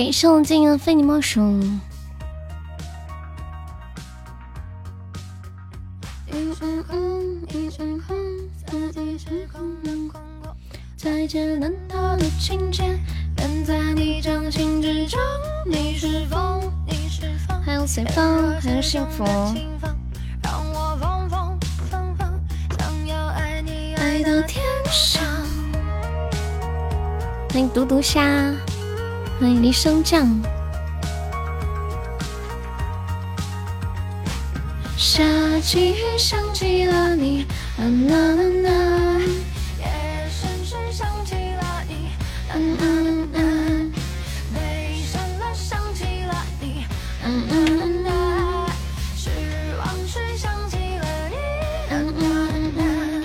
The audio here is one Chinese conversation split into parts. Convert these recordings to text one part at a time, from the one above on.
给受尽了非你莫属。再见难逃的情节，人在你掌心之中，你是风，还有随风，还有幸福。让我疯疯疯疯，想要爱你爱到天上。欢迎独独虾，欢迎离升降。下起雨想起了你，啦啦啦啦，夜深深想起了你，啦啦啦啦，悲伤了想起了你，啦啦啦啦，失望时想起了你，啦啦啦啦。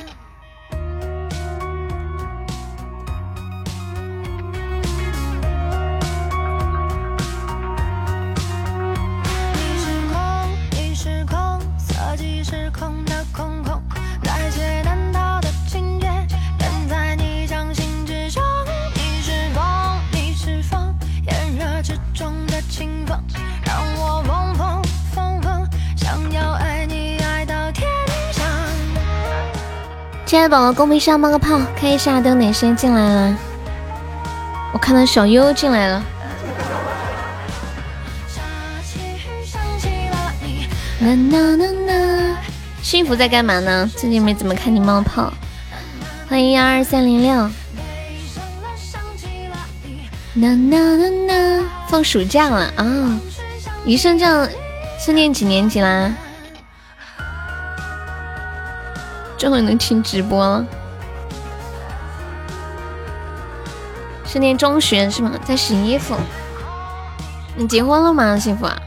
你是空，色即是空的空空，再解难逃的情节，人在你掌心之中。你是风，炎热之中的清风，让我疯疯疯疯，想要爱你爱到天上。亲爱的宝宝，公屏上冒个泡，看一下都有哪些进来了。我看到小优进来了。啦啦啦啦，幸福在干嘛呢？最近没怎么看你冒泡。欢迎12306。啦啦啦啦，放暑假了啊！余生酱是念几年级啦？终于能听直播了。是念中学是吗？在洗衣服。你结婚了吗？幸福啊！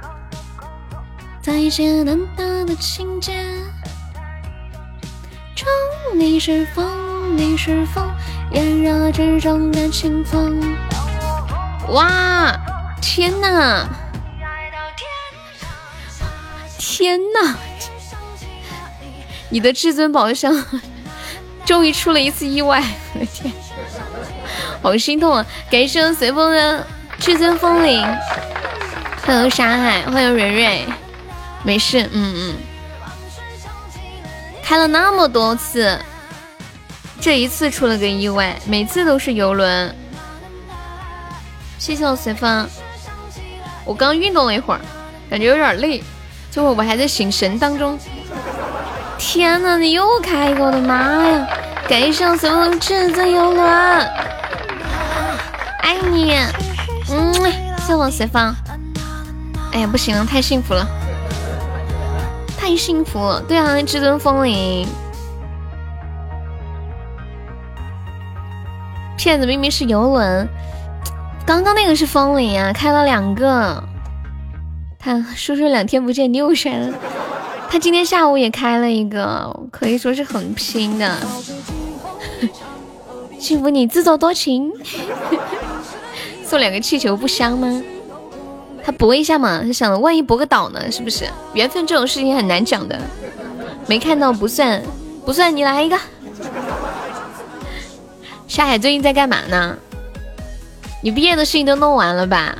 再见难逃的情节，中你是风，炎热之中的清风。哇，天哪！天哪！你的至尊宝箱终于出了一次意外，我的天，好心痛啊！感谢随风的至尊风铃，欢迎沙海，欢迎蕊蕊。没事，开了那么多次，这一次出了个意外，每次都是游轮。谢谢我随风，我刚运动了一会儿，感觉有点累，最后我还在醒神当中。天哪，你又开一个，我的妈呀！感谢我随风至尊游轮，爱你，谢谢我随风。哎呀，不行了，太幸福了。太幸福了，对啊，至尊风铃，骗子明明是游轮，刚刚那个是风铃啊，开了2个。他叔叔2天不见，你又摔了。他今天下午也开了一个，可以说是很拼的。幸福你自作多情，送2个气球不香吗？他搏一下嘛，他想万一搏个倒呢，是不是？缘分这种事情很难讲的，没看到不算，不算，你来一个。沙海最近在干嘛呢？你毕业的事情都弄完了吧？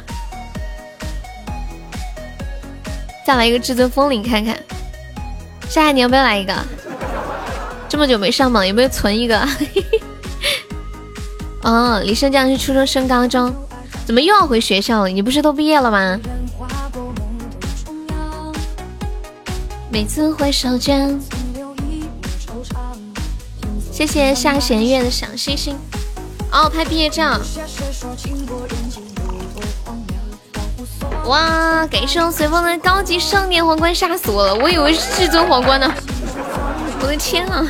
再来一个至尊风铃看看。沙海你要不要来一个？这么久没上榜，有没有存一个？哦，李胜将是初中升高中。怎么又要回学校了？你不是都毕业了吗？每次回首间，谢谢夏弦月的小星星。哦，拍毕业照。哇，感谢我随风的高级少年皇冠，吓死我了！我以为是至尊皇冠呢。我的天啊！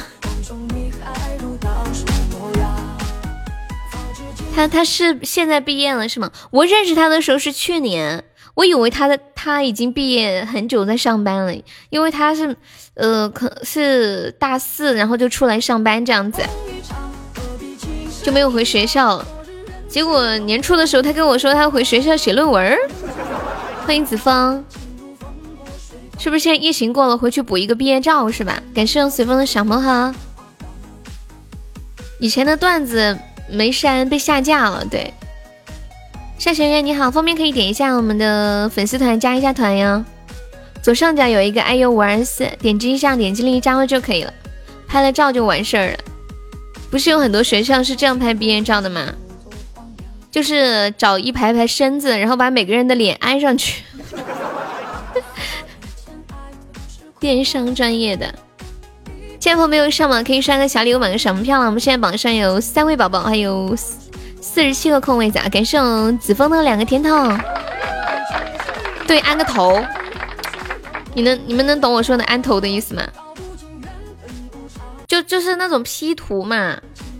他是现在毕业了是吗？我认识他的时候是去年，我以为他已经毕业很久在上班了，因为他是可是大4，然后就出来上班这样子，就没有回学校了。结果年初的时候他跟我说他回学校写论文。欢迎子枫，是不是现在疫情过了回去补一个毕业照是吧？感谢随风的小魔盒，以前的段子没删被下架了，对， 夏学员你好，方便可以点一下我们的粉丝团，加一下团哟。左上角有一个 IU524，点击一下，点击立即加入就可以了，拍了照就完事儿了。不是有很多学校是这样拍毕业照的吗？就是找一排排身子，然后把每个人的脸挨上去。电商专业的，现在朋友没有上榜可以刷个小礼物，买个什么票了？我们现在榜上有3位宝宝，还有47个空位子啊！感谢我子枫的2个甜筒。对，安个头。你们能懂我说的安头的意思吗？就是那种 P 图嘛，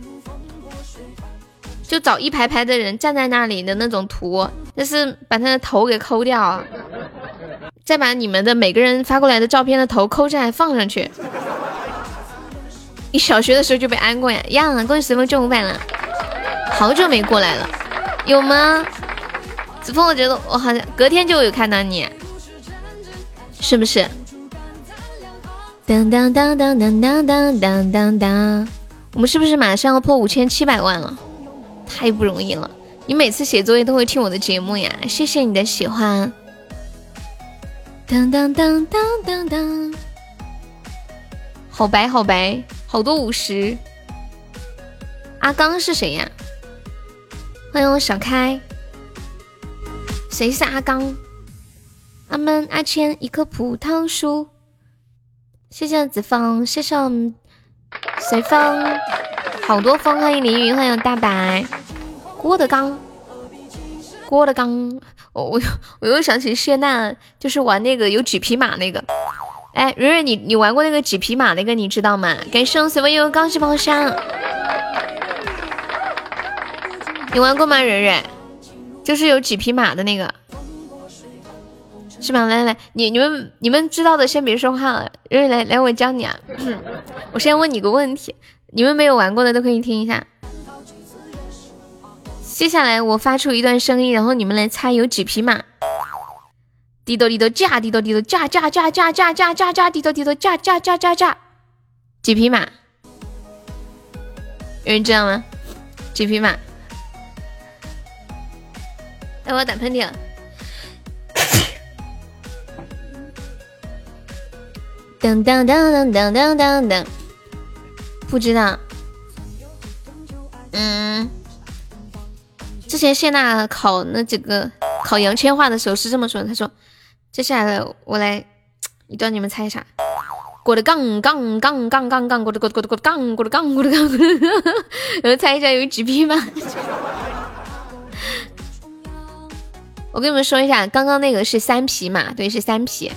就找一排排的人站在那里的那种图，就是把他的头给抠掉，再把你们的每个人发过来的照片的头抠下来放上去。你小学的时候就被安过呀？恭喜随风中500了，好久没过来了，有吗？子枫，我觉得我好像隔天就有看到你，是不是？当当当当当当当当当当，我们是不是马上要破5700万了？太不容易了！你每次写作业都会听我的节目呀，谢谢你的喜欢。当当当当当当，好白好白，好多50。阿刚是谁呀？欢迎我小开。谁是阿刚？阿门阿谦一棵葡萄树。谢谢子枫，谢谢我们随风，好多风，欢迎凌云，欢迎大白，郭德纲，我又想起谢娜，就是玩那个有几匹马那个。哎，蕊蕊，你玩过那个几匹马那个，你知道吗？感谢我随风又高级宝箱，你玩过吗？蕊蕊，就是有几匹马的那个。是吧？来，你们知道的先别说话了。来，我教你啊。我先问你个问题，你们没有玩过的都可以听一下。接下来我发出一段声音，然后你们来猜有几匹马。滴咚滴咚驾，滴咚滴咚驾，驾驾驾驾驾驾驾，滴咚滴咚驾驾驾驾驾，几匹马？有人知道吗？几匹马？哎，我要打喷嚏了。当当当当当当当当，不知道。之前谢娜考那几个考杨千嬅的时候是这么说的，她说接下来我来一段，你们猜一下。过的杠杠杠杠杠杠，过的杠，过的杠，过的杠，然后猜一下有几匹马。我跟你们说一下，刚刚那个是3匹马，对，是3匹。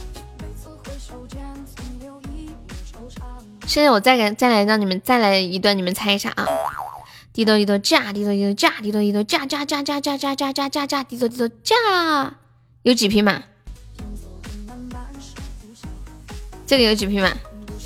现在我再来让你们再来一段，你们猜一下啊！滴咚滴咚驾，滴咚滴咚驾，滴咚滴咚驾驾驾驾驾驾驾驾驾驾，滴咚滴咚驾，有几匹马？这个有几匹马？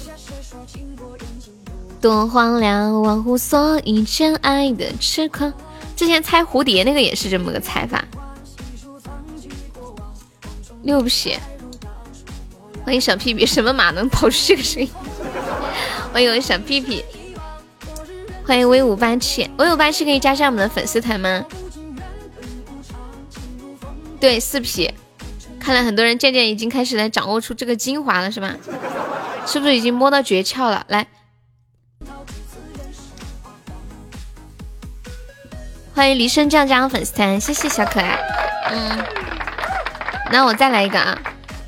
多荒凉，忘乎所以，真爱的痴狂。之前猜蝴蝶那个也是这么个猜法。6匹。欢迎小屁屁，什么马能跑出这个声音？欢迎我小屁屁，欢迎威武87，威武87可以加上我们的粉丝团吗？对，4匹。看来很多人渐渐已经开始来掌握出这个精华了，是吧？是不是已经摸到诀窍了？来，欢迎离生酱加入粉丝团，谢谢小可爱。那我再来一个啊。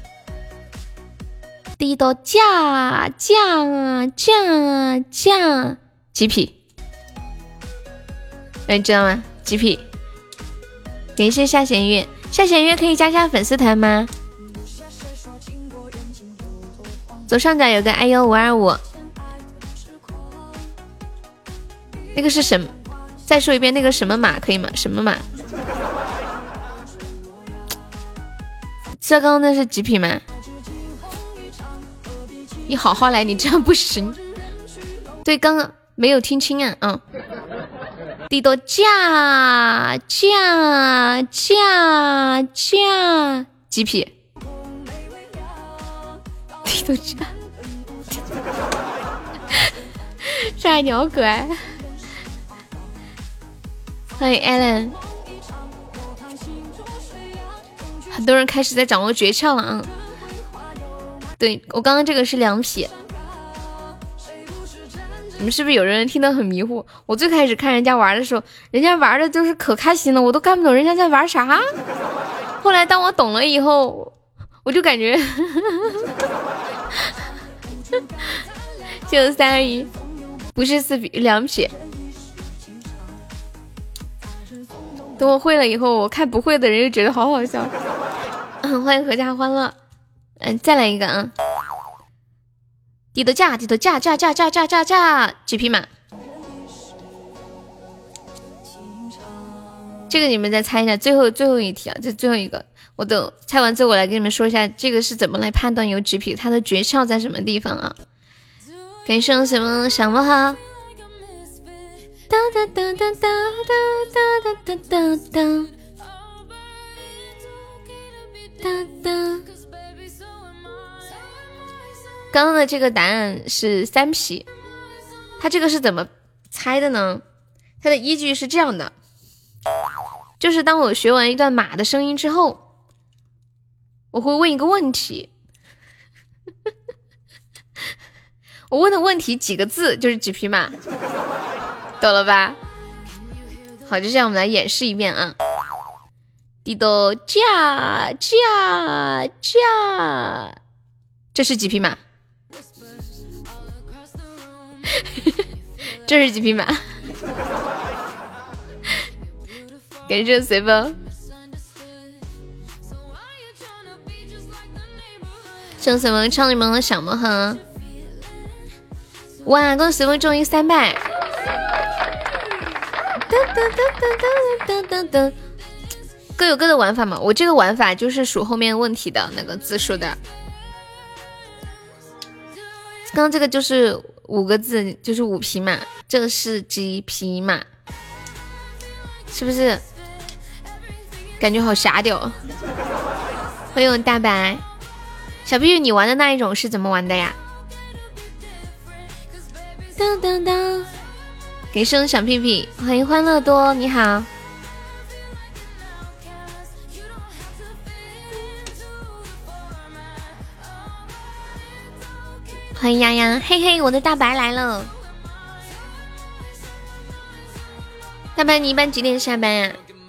滴咚驾驾驾驾，几匹？你知道吗？几匹？感谢夏弦月，夏弦月可以加下粉丝团吗？左上角有个 IU525，那个是什么？再说一遍，那个什么马可以吗？什么马？这刚刚那是几匹吗？你好好来，你这样不行。对，刚刚没有听清啊。滴咚驾驾驾驾，几匹？滴咚驾，这爱你好可爱。欢迎 Allen。 很多人开始在掌握诀窍了啊。对，我刚刚这个是两匹。你们是不是有人听得很迷糊？我最开始看人家玩的时候，人家玩的就是可开心了，我都看不懂人家在玩啥。后来当我懂了以后，我就感觉就3而已，不是4匹2匹。等我会了以后，我看不会的人又觉得好好笑。欢迎阖家欢乐。再来一个啊！地的价，地的价，价，几匹马？这个你们再猜一下，最后一题啊，这最后一个，我等猜完之后，我来跟你们说一下这个是怎么来判断有几匹，它的诀窍在什么地方啊？感谢什么想不好？哒哒哒哒哒哒哒哒哒哒哒哒。刚刚的这个答案是3匹，它这个是怎么猜的呢？它的依据是这样的，就是当我学完一段马的声音之后，我会问一个问题，我问的问题几个字就是几匹马，懂了吧？好，就这样我们来演示一遍啊。滴咚驾，这是几匹马？这是几匹马？感谢随风，谢随风唱你们的小魔盒。哇，恭喜随风中一300！各有各的玩法嘛，我这个玩法就是数后面问题的那个字数的。刚刚这个就是5个字，就是5匹马，这是几匹马？是不是感觉好傻屌？欢迎大白，小屁屁，你玩的那一种是怎么玩的呀？当当当，给声小屁屁，欢迎欢乐多，你好。欢迎丫丫，嘿嘿，我的大白来了。大白，你一般几点下班呀？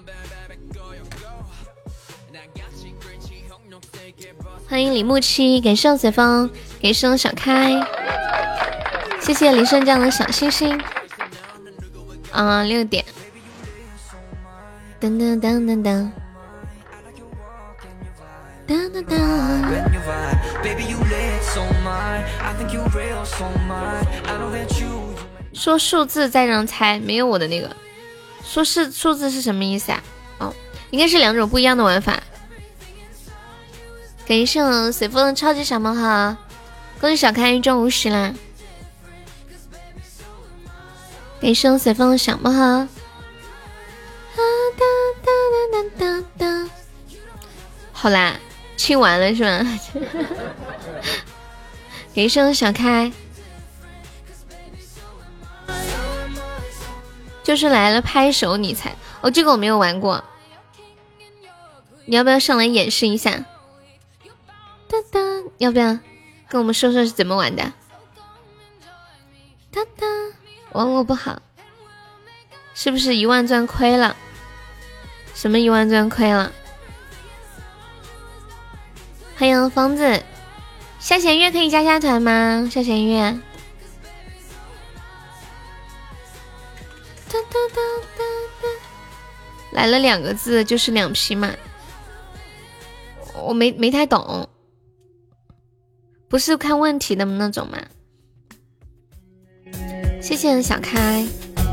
欢迎李木七，给上随风，给上小开，谢谢李胜将的小星星。6点。噔噔噔噔噔。噔噔噔。说数字再让猜，没有我的那个。说是数字是什么意思啊？哦，应该是2种不一样的玩法。感谢随风的超级小魔盒，恭喜小开一中50啦！感谢随风的小魔盒。好啦，清完了是吗？给声小开，就是来了拍手你猜哦，这个我没有玩过，你要不要上来演示一下？哒哒，要不要跟我们说说是怎么玩的？哒哒，玩我不好，是不是1万钻亏了？什么1万钻亏了？欢迎疯子，下弦月可以加团吗？下弦月，哒哒哒哒哒，来了2个字就是2匹马，我没太懂，不是看问题的那种吗？谢谢小开，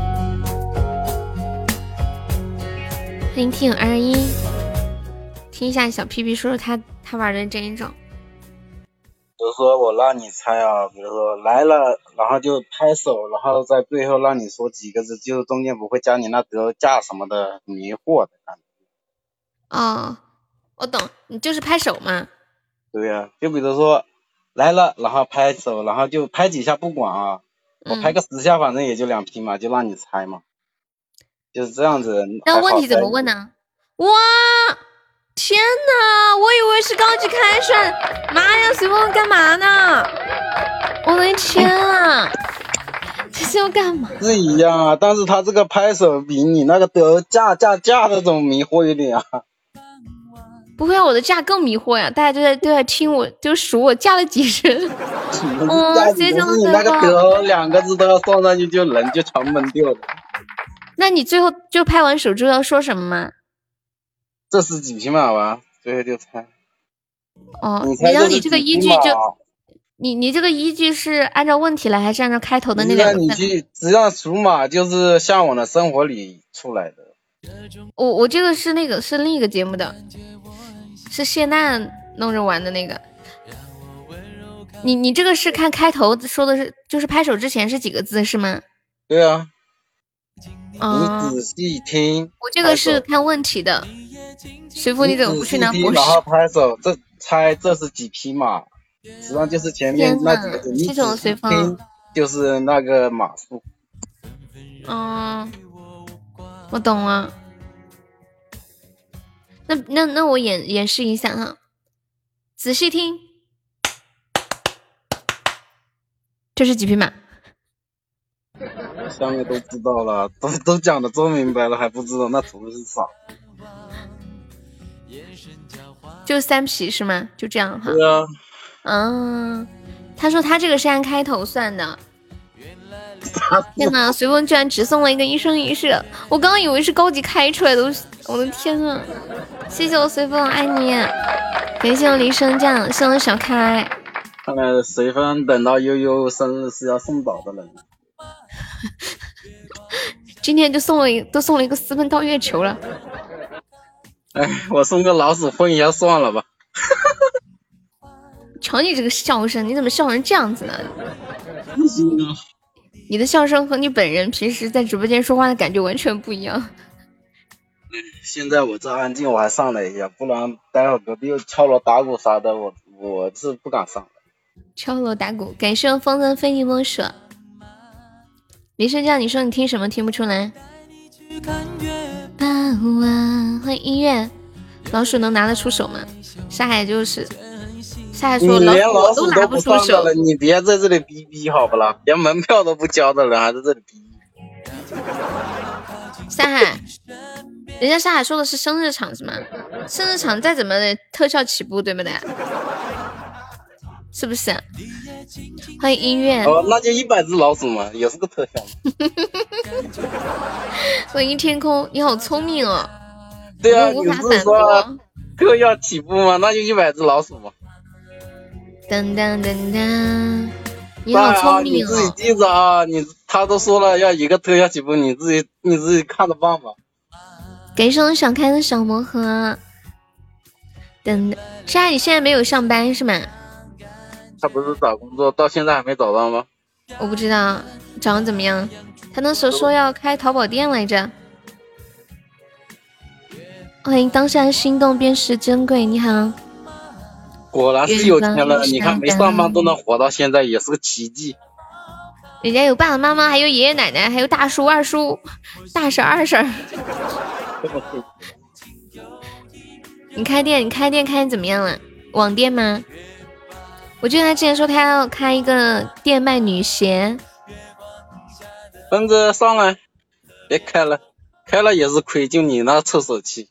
欢迎听友21，听一下小屁屁说说他玩的这一种。 比如说我让你猜啊，比如说来了，然后就拍手，然后在最后让你说几个字，就中间不会加你那德价什么的，迷惑的感觉。 哦，我懂，你就是拍手嘛。 对呀，就比如说来了，然后拍手，然后就拍几下不管啊，我拍个10下，反正也就2匹嘛，就让你猜嘛，就是这样子。 那问题怎么问呢？哇， 天哪，我以为是高级开涮，妈呀，随风干嘛呢？我的天啊，这是要干嘛？ 是一样啊，但是他这个拍手比你那个得价那种迷惑一点啊。 不会啊，我的价更迷惑呀！大家都在听我，就数我价了几声。 谁讲的？你那个得2个字都要送上去，就人就全懵掉了。 那你最后就拍完手之后要说什么吗？ 这是几匹马吧？最后就猜。 哦，你这个依据就，你这个依据是按照问题来，还是按照开头的那两个？ 你去，只要属马就是向往的生活里出来的。 我这个是另一个节目的，是谢娜弄着玩的那个。你这个是看开头说的是，就是拍手之前是几个字是吗？ 对啊。你仔细听。 我这个是看问题的。随风你怎么不去拿博士？ 然后拍手，猜这是几匹马？实际上就是前面那几个字。你仔细听，就是那个马数。 我懂了。那我演示一下哈，仔细听，这是几匹马？ 下面都知道了，都讲的这么明白了，还不知道，那图是啥？ 就3匹是吗？就这样哈。 对啊。 他说他这个是按开头算的。天哪，随风居然只送了一个一生一世，我刚刚以为是高级开出来的，我的天啊！谢谢我随风，爱你，感谢我离升酱，谢我小开。 看来随风等到悠悠生日是要送宝的人。 今天就送了一个私奔到月球了。 哎，我送个老鼠混一下算了吧。 瞧你这个笑声，你怎么笑成这样子呢？ 不行啊！ 你的笑声和你本人平时在直播间说话的感觉完全不一样。 现在我这安静，我还上来一下，不然待会隔壁又敲锣打鼓啥的，我是不敢上。 敲锣打鼓，感谢风筝非你莫属。李生酱，你说你听什么听不出来？欢迎音乐，老鼠能拿得出手吗？沙海就是沙海说， 老鼠都拿不出手了，你别在这里逼逼好不啦？连门票都不交的人还在这里逼。 沙海，人家沙海说的是生日场是吗？生日场再怎么的特效起步，对不对？是不是？欢迎音乐。 那就100只老鼠嘛，也是个特效嘛。 欢迎天空，你好聪明哦。 对啊，你是说特效起步吗？那就100只老鼠嘛。 噔噔噔噔，你好聪明哦。 你自己记着啊，他都说了要一个特效起步，你自己看着办吧。 给手想开的小魔盒。等，莎，你现在没有上班是吗？ 他不是找工作到现在还没找到吗？ 我不知道找的怎么样。他那时候说要开淘宝店来着。欢迎当下心动便是珍贵，你好。 果然是有钱了，你看没上班都能活到现在，也是个奇迹。 人家有爸爸妈妈，还有爷爷奶奶，还有大叔二叔、大婶二婶。你开店开的怎么样了？网店吗？我记得他之前说他要开一个店卖女鞋。 跟着上来，别开了，开了也是亏，就你那臭手气。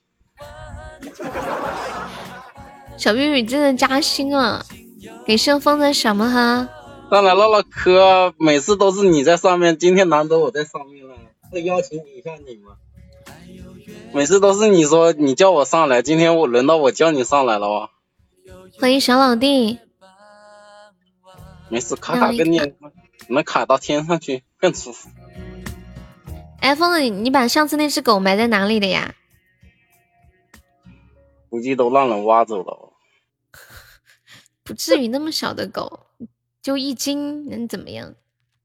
小碧碧真的扎心了，给盛风的什么哈？ 上来唠唠嗑，每次都是你在上面，今天难得我在上面了，会邀请一下你吗？每次都是你说你叫我上来，今天轮到我叫你上来了哇！ 欢迎小老弟。 没事，卡卡跟你能卡到天上去更舒服。 哎，疯子，你把上次那只狗埋在哪里的呀？ 估计都让人挖走了。 不至于那么小的狗，就1斤能怎么样？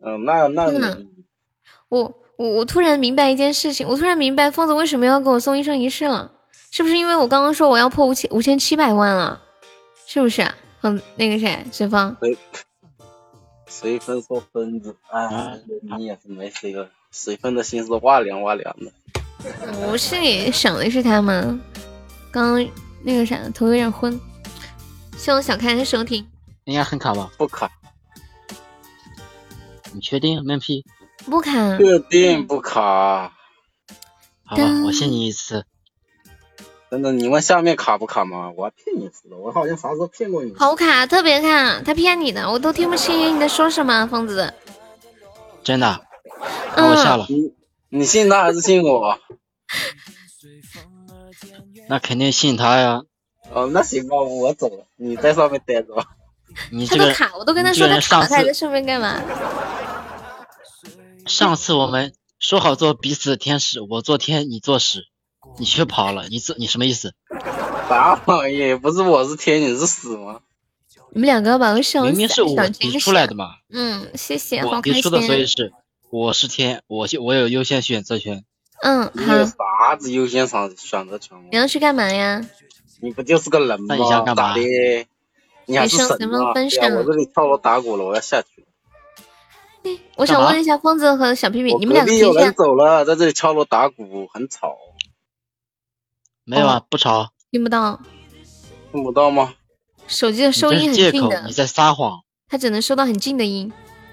我突然明白一件事情，我突然明白疯子为什么要给我送一生一世了，是不是因为我刚刚说我要破5700万了？是不是？那个谁，随风。 随风说疯子，你也是没谁了。随风的心是哇凉哇凉的。 我是也想的是他吗？刚那个啥，头有点昏。希望小开的收听。 应该很卡吧？ 不卡。 你确定？闷屁？ 不卡。 确定不卡。 好吧，我信你一次。 真的，你问下面卡不卡吗？我还骗你似的，我好像啥时候骗过你？ 好卡，特别卡，他骗你的，我都听不清你在说什么，疯子。 真的？那我下了。 你信他还是信我？ 那肯定信他呀。 哦，那行吧，我走了，你在上面待着吧。 你这个他都卡，我都跟他说他卡了，他还在上面干嘛？ 上次我们说好做彼此的天使，我做天，你做使，你却跑了，你什么意思？ 啥玩意？不是我是天，你是使吗？ 你们两个把我笑死！ 明明是我提出来的嘛。 谢谢， 我提出的，所以是我是天，我有优先选择权。 好。 你有啥子优先选择权吗？ 你要去干嘛呀？ 你不就是个人吗？ 那你想干嘛？ 你还是神吗？对啊，我这里敲锣打鼓了，我要下去了。 我想问一下疯子和小屁屁，你们两个有人走了，在这里敲锣打鼓，很吵。 没有啊，不吵。 听不到。 听不到吗？ 手机的收音很近的。 你在撒谎。 他只能收到很近的音。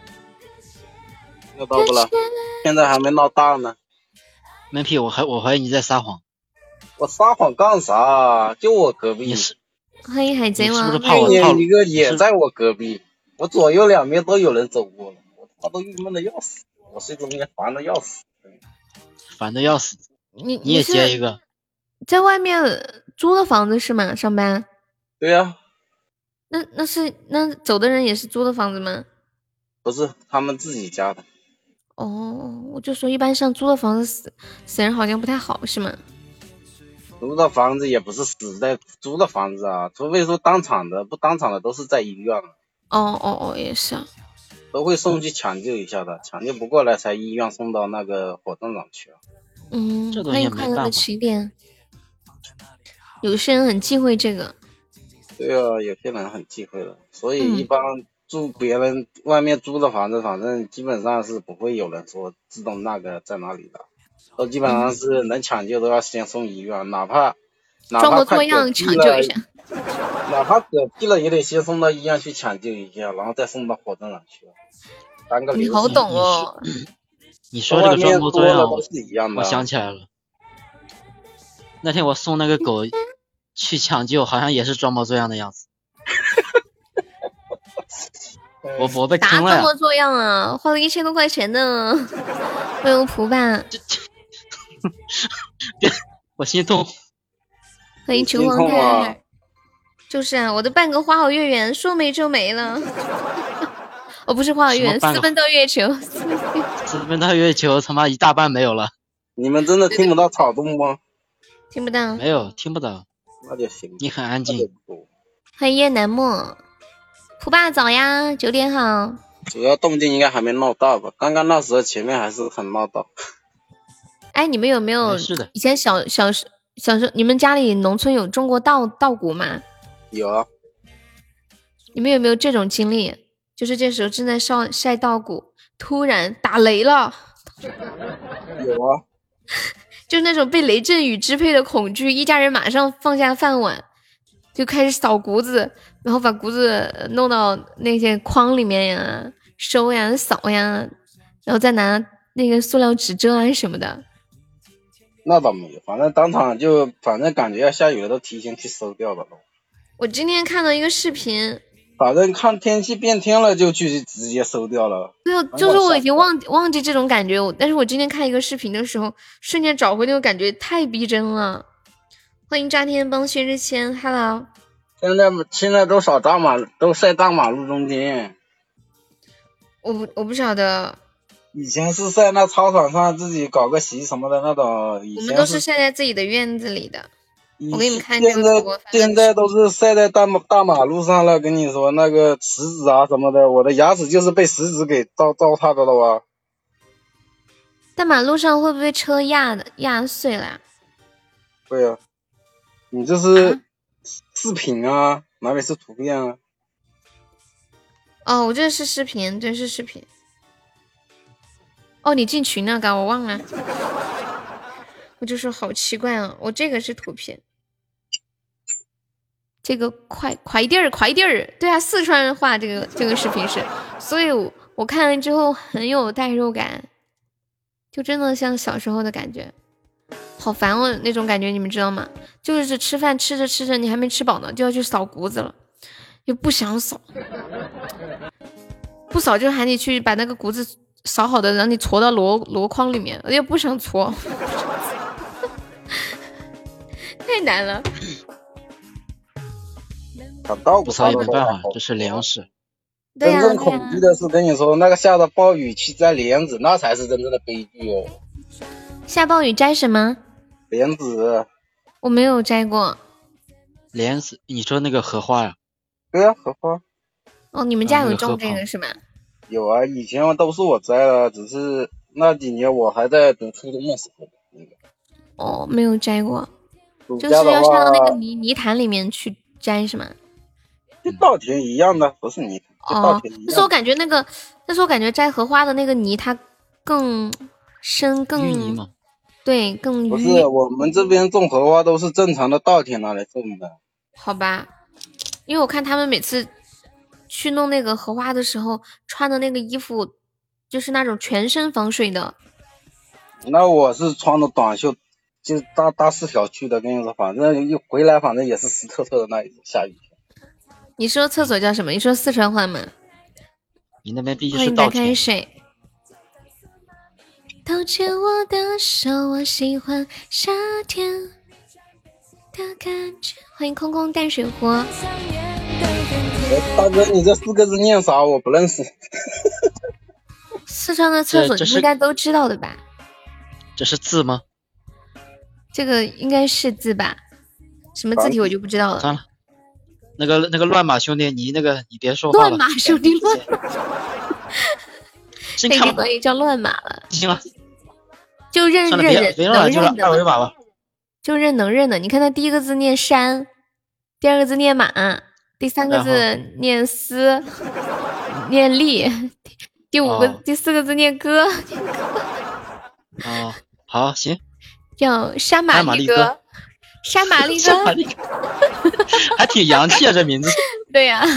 又到不了，现在还没闹大呢。 闷屁，我怀疑你在撒谎。 我撒谎干啥？就我隔壁。 欢迎海贼王。 是不是怕我一个也在我隔壁，我左右两边都有人走过了，我他都郁闷的要死，我这种也烦的要死。 烦的要死。 你也接一个。 在外面租的房子是吗？上班？ 对呀。 那走的人也是租的房子吗？ 不是，他们自己家的。 哦，我就说一般像租的房子死人好像不太好是吗？ 租的房子也不是死在租的房子啊，除非说当场的，不当场的都是在医院了。 哦，也是啊。 都会送去抢救一下的，抢救不过来才医院送到那个火葬场去啊。 欢迎快乐的起点。有些人很忌讳这个。 对啊，有些人很忌讳的，所以一般住别人外面租的房子，反正基本上是不会有人说自动那个在哪里的，都基本上是能抢救都要先送医院，哪怕装模作样抢救一下， 哪怕嗝屁了也得先送到医院去抢救一下，然后再送到火葬场去。 你好懂哦。 你说这个装模作样都是一样的。 我想起来了，那天我送那个狗去抢救，好像也是装模作样的样子。我被坑了呀！ 装模作样啊，花了1000多块钱呢。欢迎蒲爸。 我心痛。 欢迎球皇太。就是啊，我的半个花好月圆说没就没了。哦，不是花好月圆，私奔到月球。 私奔到月球，他妈一大半没有了。 你们真的听不到草动吗？ 听不到。 没有，听不到。 那就行。 你很安静。 欢迎夜南墨。蒲爸早呀，9点好。 主要动静应该还没闹大吧？刚刚那时候前面还是很闹大。 哎，你们有没有以前小时候，你们家里农村有种过稻谷吗？ 有啊。 你们有没有这种经历？就是这时候正在晒稻谷，突然打雷了。 有啊。 就是那种被雷阵雨支配的恐惧，一家人马上放下饭碗，就开始扫谷子，然后把谷子弄到那些筐里面呀，收呀，扫呀，然后再拿那个塑料纸遮啊什么的。 那倒没有，反正当场反正感觉要下雨了，都提前去收掉了。 我今天看到一个视频， 反正看天气变天了就去直接收掉了。 对，就是我已经忘记这种感觉，但是我今天看一个视频的时候，瞬间找回那种感觉，太逼真了。欢迎炸天帮薛之谦 ，Hello。 现在都扫大马路，都晒大马路中间。 我不晓得。 以前是晒那操场上自己搞个席什么的那种。 我们都是晒在自己的院子里的。我给你们看现在都是晒在大马路上了，跟你说那个石子啊什么的，我的牙齿就是被石子给糟蹋的了吧。 大马路上会不会车压碎了？ 对啊，你这是视频啊，哪里是图片啊？ 哦，我这是视频，这是视频。哦，你进群了，我忘了。我就说好奇怪啊，我这个是图片。 这个快点儿，对啊，四川话这个视频是，所以我看了之后很有代入感，就真的像小时候的感觉，好烦哦那种感觉，你们知道吗？就是吃饭吃着，你还没吃饱呢，就要去扫谷子了，又不想扫，不扫就喊你去把那个谷子扫好的，让你搓到箩筐里面，我又不想搓，太难了。 不扫也没办法，这是粮食。 对呀、 真正恐惧的是跟你说，那个下的暴雨去摘莲子，那才是真正的悲剧哦。 下暴雨摘什么？ 莲子。 我没有摘过。 莲子，你说那个荷花呀？ 对啊，荷花。 哦，你们家有种这个是吗？ 有啊，以前都是我摘了，只是那几年我还在读初中的时候。 哦，没有摘过，就是要下到那个泥潭里面去摘是吗？ 就稻田一样的，不是泥潭。 哦，但是我感觉摘荷花的那个泥它更深更淤泥嘛。 对，更淤。 不是，我们这边种荷花都是正常的稻田拿来种的。 好吧，因为我看他们每次去弄那个荷花的时候穿的那个衣服就是那种全身防水的。 那我是穿的短袖，就大四条去的，跟你说，反正一回来反正也是湿透透的那一种，下雨天。 你说厕所叫什么？你说四川话吗？ 你那边毕竟是稻田。 欢迎打开水。偷牵我的手，我喜欢夏天的感觉。欢迎空空淡水湖。 大哥，你这4个字念啥？我不认识。 四川的厕所你应该都知道的吧？ 这是字吗？ 这个应该是字吧？什么字体我就不知道了。 算了。那个乱码兄弟，你别说话了。 乱码兄弟，乱码。 真看可以叫乱码了。 行了， 就认能认的。二维码吧。 就认能认的。你看他第一个字念山，第二个字念马，第三个字念丝，念力，第四个字念歌。 哦，好，行。 叫山马力哥。山马力哥， 还挺洋气啊，这名字。 对呀、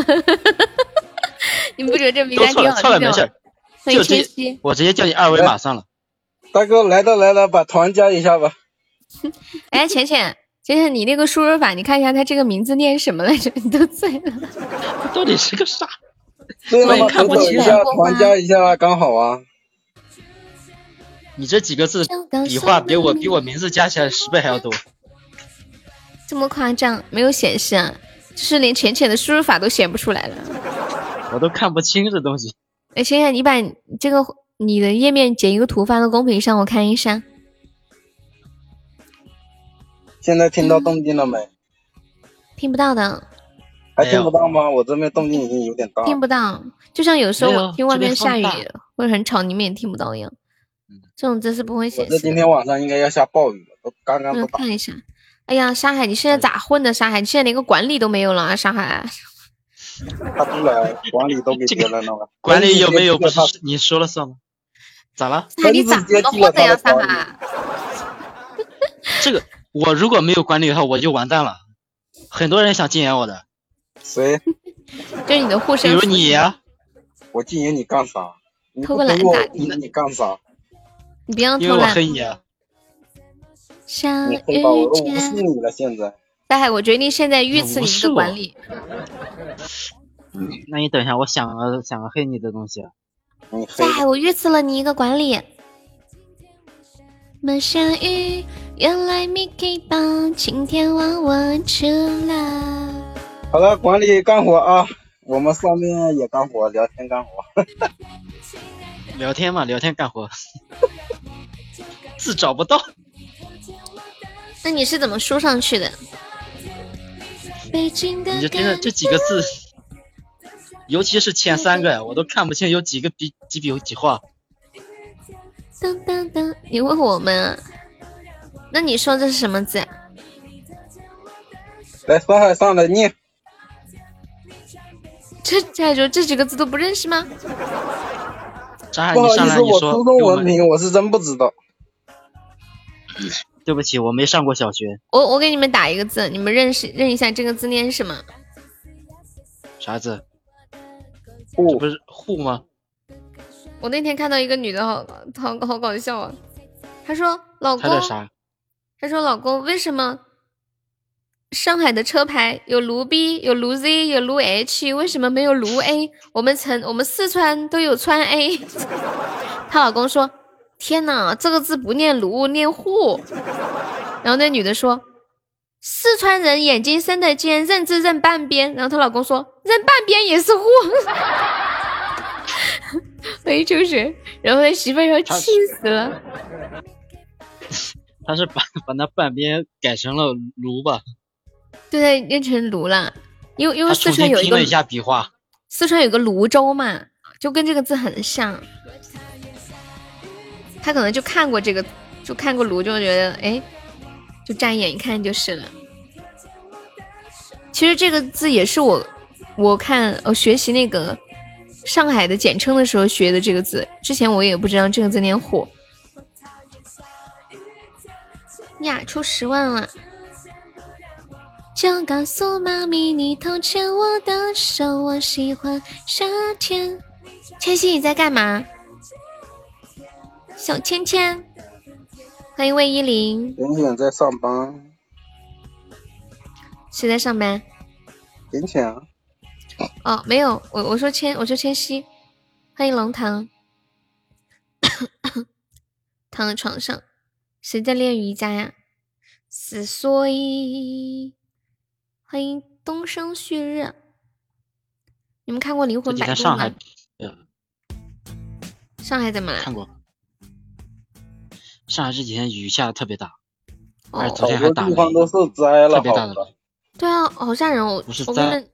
你不觉得这名字挺好听的吗？ 错了，没事。我直接叫你二维码算了。 大哥来了，把团加一下吧。 哎，浅浅，你那个输入法，你看一下他这个名字念什么来着？你都醉了。 到底是个啥？ 我也看不清。团加一下刚好啊。 你这几个字笔画比我名字加起来10倍还要多。 这么夸张？没有显示啊，就是连浅浅的输入法都显不出来了。 我都看不清这东西。 哎，浅浅，你把这个你的页面截一个图发到公屏上，我看一下。 现在听到动静了没？ 听不到的。 还听不到吗？我这边动静已经有点大。 听不到，就像有时候我听外面下雨或者很吵，你们也听不到一样。这种真是不会显示。 这今天晚上应该要下暴雨了，都刚刚都看一下。哎呀，沙海，你现在咋混的？沙海，你现在连个管理都没有了啊！沙海， 他出来管理都给别人了。 管理有没有不是你说了算吗？咋了？ 沙海，你咋么混的呀？沙海， 这个我如果没有管理的话，我就完蛋了。很多人想禁言我的。 谁？ 就是你的护身。 比如你呀。 我禁言你干啥？ 偷个懒打你干啥？ 你不要偷懒。 因为我黑你啊。 你黑吧，我都无视你了。现在， 大海，我决定现在遇刺你一个管理。 那你等一下，我想个黑你的东西。 大海，我遇刺了你一个管理。马下雨，原来你给帮晴天往我出来。 好了，管理干活啊，我们上面也干活，聊天干活。 聊天嘛，聊天干活。字找不到。 那你是怎么输上去的？ 你就真的这几个字，尤其是前3个，我都看不清有几个几笔有几画。 噔噔噔，你问我们，那你说这是什么字？ 来，上海上来念。 这几个字都不认识吗？ 不好意思， 我初中文凭，我是真不知道。 对不起，我没上过小学。 我给你们打一个字，你们认一下这个字念什么？ 啥字？ 户不是户吗？ 我那天看到一个女的好搞笑啊！她说老公， 他的啥？ 她说老公，为什么上海的车牌有卢 B 有卢 Z 有卢 H， 为什么没有卢 A？ 我们四川都有川 A。她老公说天哪，这个字不念卢念户。然后那女的说四川人眼睛生得尖，认字认半边。然后她老公说认半边也是户。没就是，然后他媳妇儿要气死了。 他是把那半边改成了卢吧？ 对，变成卢了。因为四川有一个拼了一下笔画， 四川有个泸州嘛，就跟这个字很像。他可能就看过这个，就看过泸，就觉得哎，就乍一眼一看就是了。其实这个字也是我看学习那个上海的简称的时候学的这个字，之前我也不知道这个字念火。呀，出10万了！就告诉妈咪，你偷牵我的手，我喜欢夏天。千玺你在干嘛？小芊芊，欢迎魏依林。 点点在上班。 谁在上班？ 点点啊。 哦，没有，我说千玺，欢迎龙堂。躺在床上，谁在练瑜伽呀？所以，欢迎东升旭日。你们看过《灵魂摆渡》吗？ 上海， 上海怎么了？ 看过。上海这几天雨下的特别大， 哦， 昨天还打地方都是灾了， 特别大的。 对啊，好吓人哦！ 不是灾。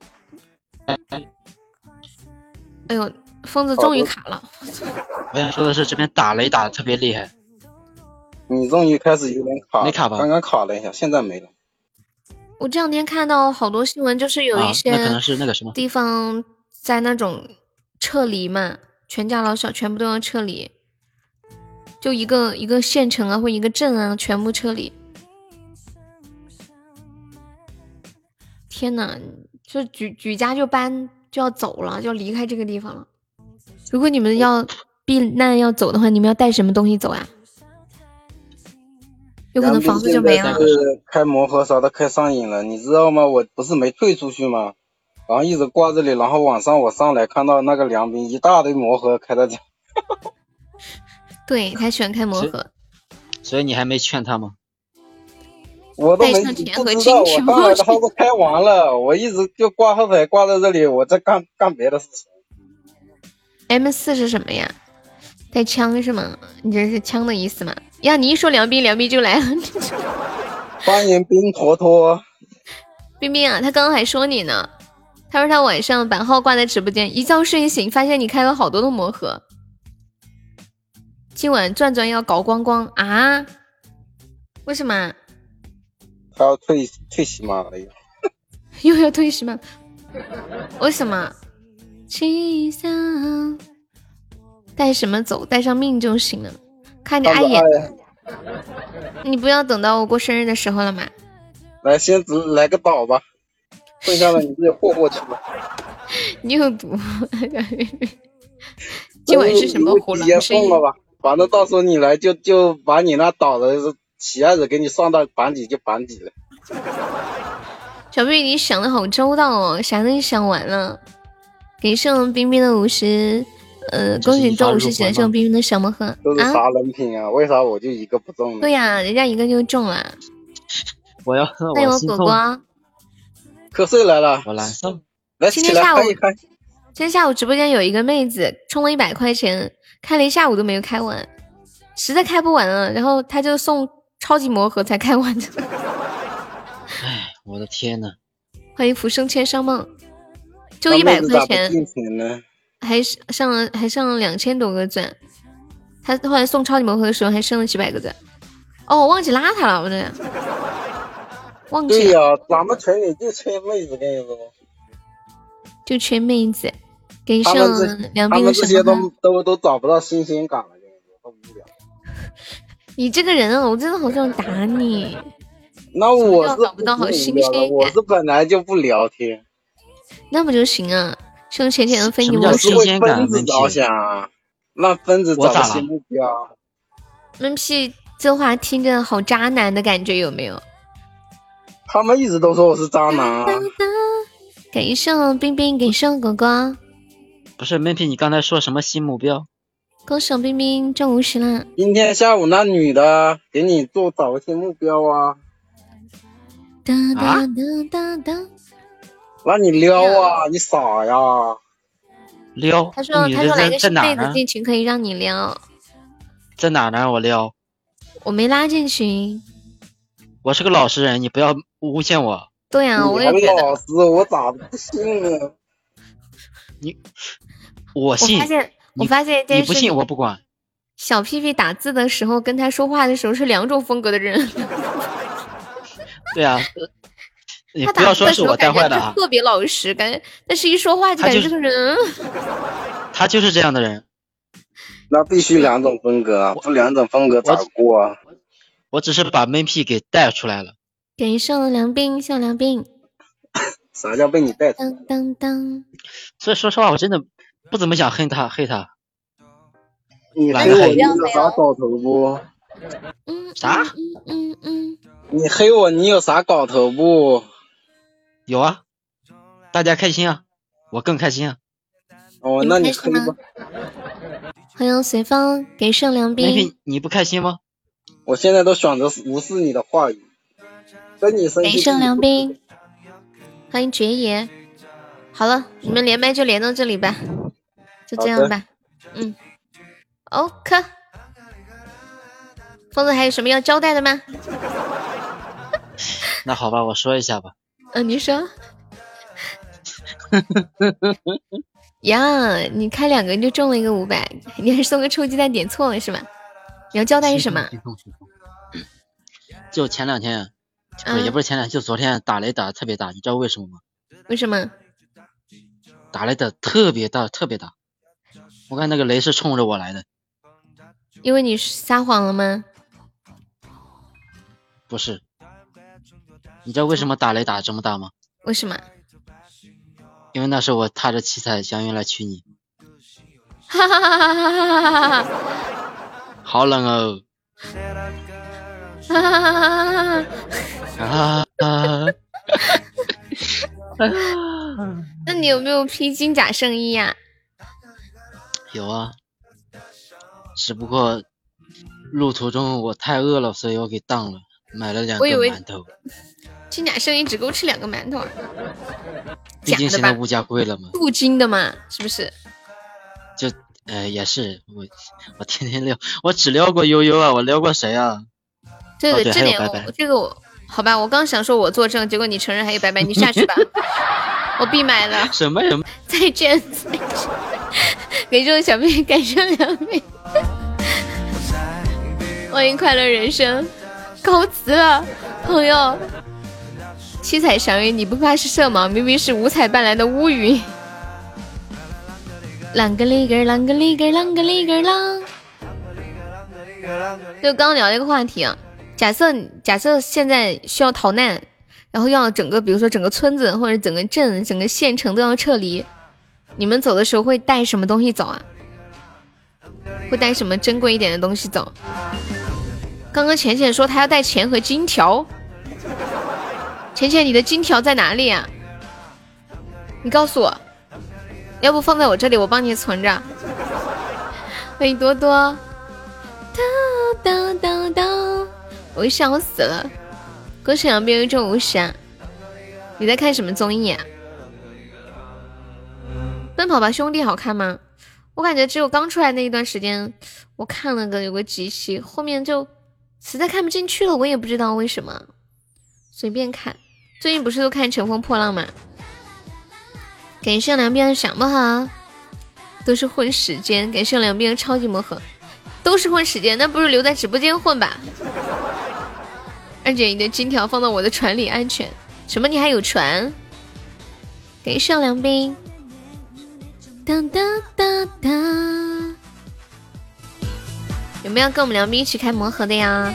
哎呦，疯子终于卡了。 我想说的是，这边打雷打的特别厉害。 你终于开始有点卡， 没卡吧？ 刚刚卡了一下，现在没了。 我这两天看到好多新闻，就是有一些那可能是那个什么地方在那种撤离嘛，全家老小全部都要撤离，就一个县城啊或一个镇啊全部撤离。天哪，就举家就要走了，就要离开这个地方了。如果你们要避难要走的话，你们要带什么东西走呀？有可能房子就没了。 开魔盒啥的开上瘾了，你知道吗？我不是没退出去吗？然后一直挂这里，然后晚上我上来看到那个梁斌一大堆魔盒开在这。 对，他喜欢开魔盒。 所以你还没劝他吗？ 我都没不知道，我上来的号都开完了，我一直就挂后台挂在这里，我在干别的事情。 M4是什么呀？带枪是吗？你这是枪的意思吗？呀，你一说梁斌就来了。 欢迎冰坨坨。 冰冰啊，他刚刚还说你呢，他说他晚上把号挂在直播间，一觉睡醒发现你开了好多的魔盒，今晚转要搞光光啊？为什么？ 他要退喜马了又要退喜马？为什么？七上带什么走？带上命就行了。看你碍眼，你不要等到我过生日的时候了吗？ 来，先来个岛吧，剩下的你自己霍过去吧。 你有毒！今晚是什么虎狼之夜？ 反正到时候你来就把你那岛的喜爱值给你上到榜几就榜几了。 小贝，你想的好周到哦，啥都想完了。给盛冰冰的50。恭喜周50喜欢这种冰冰的小魔盒， 都是啥人品啊？为啥我就一个不中呢？ 对呀，人家一个就中了。欢迎我果果， 瞌睡来了， 我蓝色。 来， 今天下午直播间有一个妹子充了100块钱，开了一下午都没有开完，实在开不完了，然后他就送超级魔盒才开完的。 哎，我的天呐！ 欢迎浮生千山梦，就100块钱。还上了2000多个钻，他后来送超级魔盒的时候还剩了几百个钻。哦，我忘记拉他了，我这忘记了。 对呀，咱们群里就缺妹子，跟你说， 就缺妹子。给上梁斌他们这些都找不到新鲜感了，跟你说，都无聊。 你这个人啊，我真的好想打你。 那我是找不到好新鲜感， 我是本来就不聊天， 那不就行啊？剩浅浅的非你莫属。 我是为分子着想啊，让分子找个新目标。 闷屁，这话听着好渣男的感觉，有没有？ 他们一直都说我是渣男啊。 给上冰冰，给上狗狗。 不是闷屁，你刚才说什么新目标？ 恭喜冰冰中50了。 今天下午那女的给你找个新目标啊。让你撩啊，你傻呀？ 撩？ 他说来个新妹子进群可以让你撩。 在哪呢？我撩。 我没拉进群。 我是个老实人，你不要诬陷我。 对啊，我也觉得。 老实，我咋不信呢？ 我信。 我发现你不信我不管。 小屁屁打字的时候跟他说话的时候是2种风格的人。 对啊，你不要说是我带坏的啊。 特别老实，感觉，但是一说话就感觉这个人。 他就是这样的人。 那必须2种风格啊，不2种风格咋过啊？ 我只是把闷屁给带出来了。 给上梁斌，向梁斌。 啥叫被你带？ 当当。 所以说实话，我真的不怎么想黑他。 你黑我，你有啥搞头不？ 啥？ 你黑我，你有啥搞头不？ 有啊，大家开心啊，我更开心啊。 哦，那你黑吧。 欢迎随风，给上梁斌。 你不开心吗？ 我现在都选择无视你的话语，跟你生气。 给上梁斌，欢迎爵爷。好了，你们连麦就连到这里吧，就这样吧。OK。疯子还有什么要交代的吗？ 那好吧，我说一下吧。 你说。呀，你开2个就中了一个500，你还送个臭鸡蛋点错了是吧？你要交代什么？ 就前2天，也不是前2天，就昨天打雷打得特别大，你知道为什么吗？ 为什么？ 打雷的特别大，特别大。我看那个雷是冲着我来的。 因为你撒谎了吗？ 不是。你知道为什么打雷打这么大吗？ 为什么？ 因为那是我踏着七彩祥云来娶你。 哈哈哈哈哈哈！ 好冷哦！ 哈哈哈哈哈！那你有没有披金甲圣衣呀？ 有啊，只不过路途中我太饿了，所以我给当了，买了2个馒头。 金甲圣衣只够吃2个馒头， 毕竟现在物价贵了嘛。 镀金的嘛，是不是？ 就也是，我天天撩，我只撩过悠悠啊，我撩过谁啊？ 这个这点我好吧，我刚想说我作证，结果你承认还有白白，你下去吧，我闭麦了。 什么？ 再见。给这种小妹改成2妹。欢迎快乐人生，告辞了，朋友。七彩祥云，你不怕是色盲？明明是五彩斑斓的乌云。啷个哩个啷个哩个啷个哩个啷。就刚聊了一个话题啊，假设现在需要逃难，然后要整个，比如说整个村子或者整个镇、整个县城都要撤离，你们走的时候会带什么东西走啊？会带什么珍贵一点的东西走？刚刚浅浅说他要带钱和金条。浅浅，你的金条在哪里啊？你告诉我，要不放在我这里，我帮你存着。欢迎多多。我笑死了，恭喜两边有一中50啊！你在看什么综艺啊？奔跑吧兄弟好看吗？我感觉只有刚出来那一段时间，我看了有个几期，后面就实在看不进去了，我也不知道为什么，随便看。最近不是都看乘风破浪吗？感谢两边的小魔盒，都是混时间。感谢两边的超级魔盒，都是混时间，那不是留在直播间混吧？二姐，你的金条放到我的船里安全。什么？你还有船？给上两兵。哒哒哒哒。 有没有跟我们两边一起开魔盒的呀？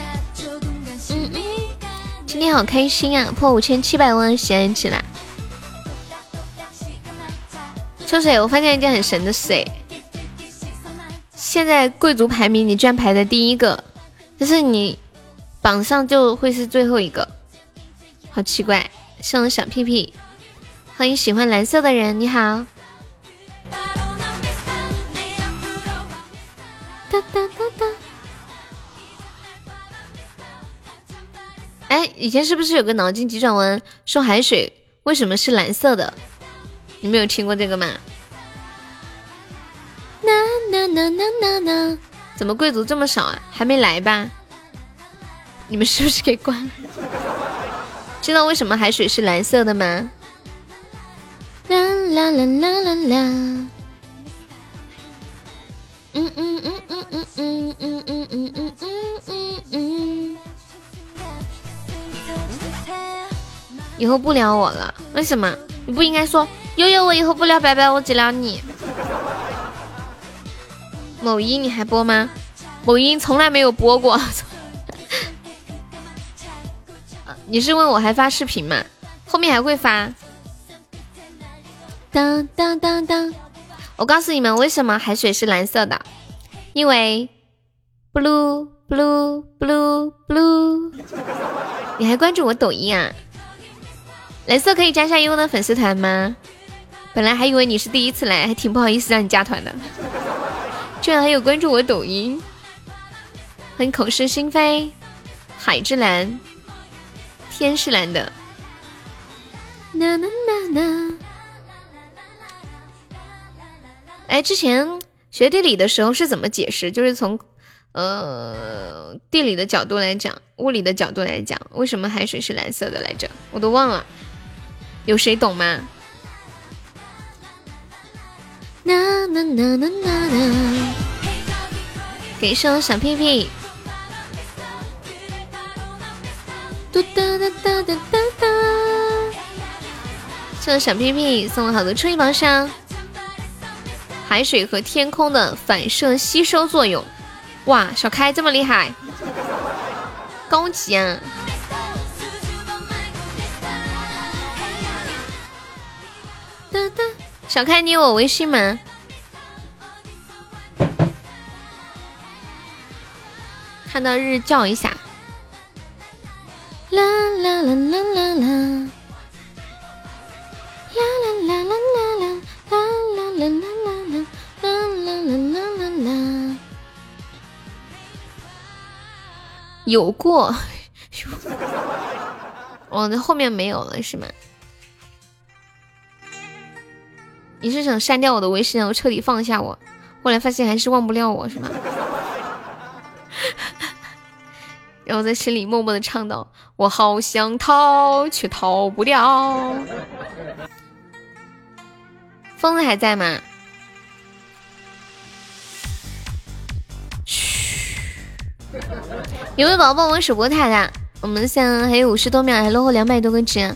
今天好开心啊，破5700万喜爱起来。秋水，我发现一件很神的事，现在贵族排名你居然排在第一个，但是你榜上就会是最后一个，好奇怪。送了小屁屁，欢迎喜欢蓝色的人，你好。哒哒哒哒。哎，以前是不是有个脑筋急转弯说海水为什么是蓝色的？你们有听过这个吗？那，怎么贵族这么少啊？还没来吧？你们是不是给关了？知道为什么海水是蓝色的吗？啦啦啦啦啦啦。以后不聊我了，为什么？你不应该说悠悠，我以后不聊白白，我只聊你。某音你还播吗？某音从来没有播过。你是问我还发视频吗？后面还会发。当当当当，我告诉你们为什么海水是蓝色的，因为 blue blue blue blue。你还关注我抖音啊？蓝色可以加下优的粉丝团吗？本来还以为你是第一次来，还挺不好意思让你加团的。居然还有关注我抖音，欢迎口是心非，海之蓝，天是蓝的。啦啦啦啦。哎，之前学地理的时候是怎么解释？就是从地理的角度来讲，物理的角度来讲，为什么海水是蓝色的来着？我都忘了，有谁懂吗？啦啦啦啦啦啦，给首小屁屁。嘟哒哒哒哒哒哒，送了小屁屁，送了好多初一宝箱。海水和天空的反射吸收作用，哇，小开这么厉害，高级啊！哒哒，小开你有我微信吗？看到日叫一下。啦啦啦啦啦啦，啦啦啦啦啦啦，啦啦啦啦啦，啦啦啦啦啦。有过，哦，那后面没有了是吗？你是想删掉我的微信，然后彻底放下我？后来发现还是忘不了我是吗？然后在心里默默的唱道：我好想逃，却逃不了。疯子还在吗？嘘，有没有宝宝帮我守波塔的？我们现在还有50多秒，还落后200多个值。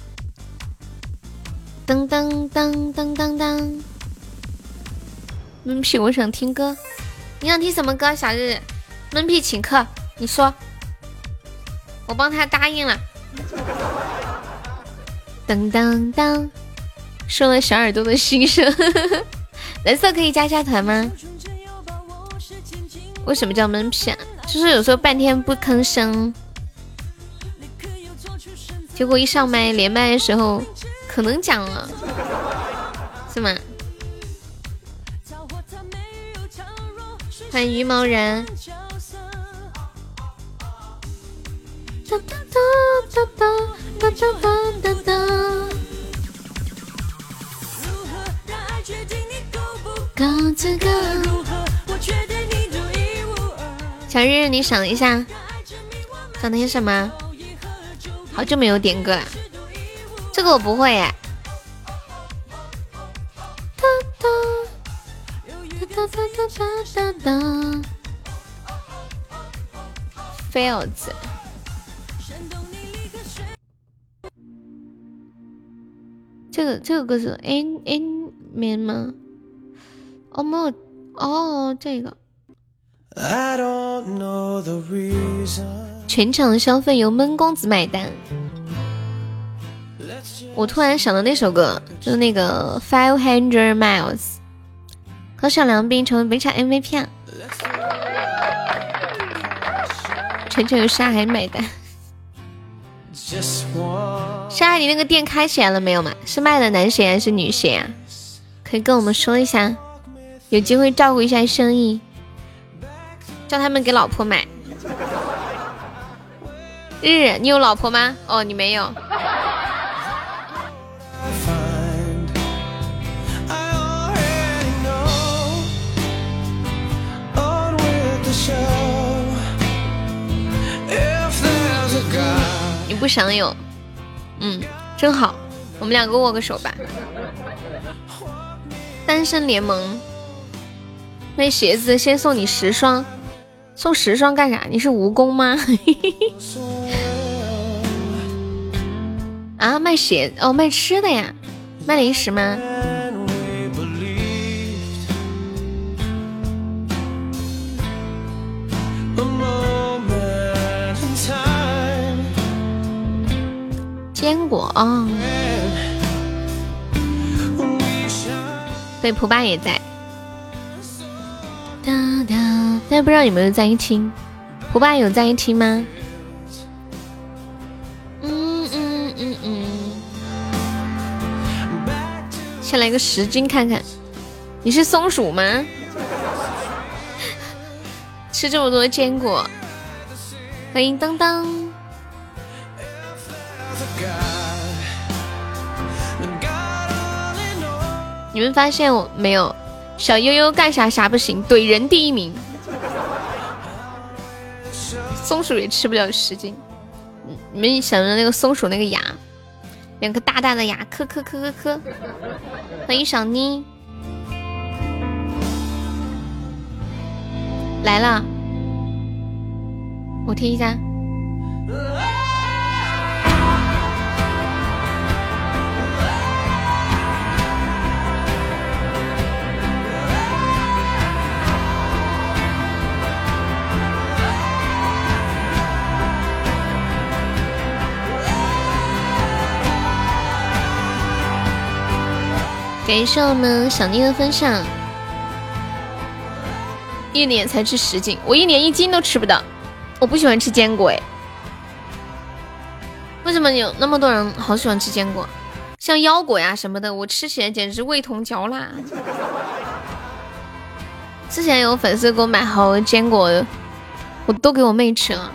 当当当当当当。闷屁，我想听歌。你想听什么歌？小日，闷屁请客，你说。我帮他答应了。当当当，说了小耳朵的心声。蓝色可以加下团吗？为什么叫闷屁啊？就是有时候半天不吭声，结果一上麦连麦的时候可能讲了，是吗？欢迎鱼毛人。哒哒哒哒哒哒哒哒哒。高这个。小日，你想一下，想听什么？好久没有点歌了，这个我不会耶。哒哒哒哒哒哒哒。Fails。这个歌是 N man 吗？哦没有，哦这个全场消费由闷公子买单。我突然想到那首歌，就是那个 500 Miles， 和小梁斌成为本场 MVP 啊！全程由沙海买单。沙海，你那个店开起来了没有嘛？是卖的男鞋还是女鞋啊？可以跟我们说一下，有机会照顾一下生意，叫他们给老婆买。日，你有老婆吗？哦，你没有。你不想有，真好，我们两个握个手吧。单身联盟，那鞋子先送你10双，送10双干啥？你是蜈蚣吗？啊，卖鞋哦，卖吃的呀，卖零食吗？坚果哦，对，蒲爸也在。但不知道有没有在听，蒲爸有在听吗？先来个10斤看看，你是松鼠吗？吃这么多坚果，欢迎当当。你们发现我没有？小悠悠干啥啥不行，怼人第1名。松鼠也吃不了10斤。你们想着那个松鼠那个牙，2个大大的牙，磕磕磕磕磕。欢迎小妮来了，我听一下。感谢我们小妮的分享。1年才吃10斤，我1年1斤都吃不到。我不喜欢吃坚果哎，为什么有那么多人好喜欢吃坚果？像腰果呀什么的，我吃起来简直味同嚼蜡。之前有粉丝给我买好多坚果，我都给我妹吃了。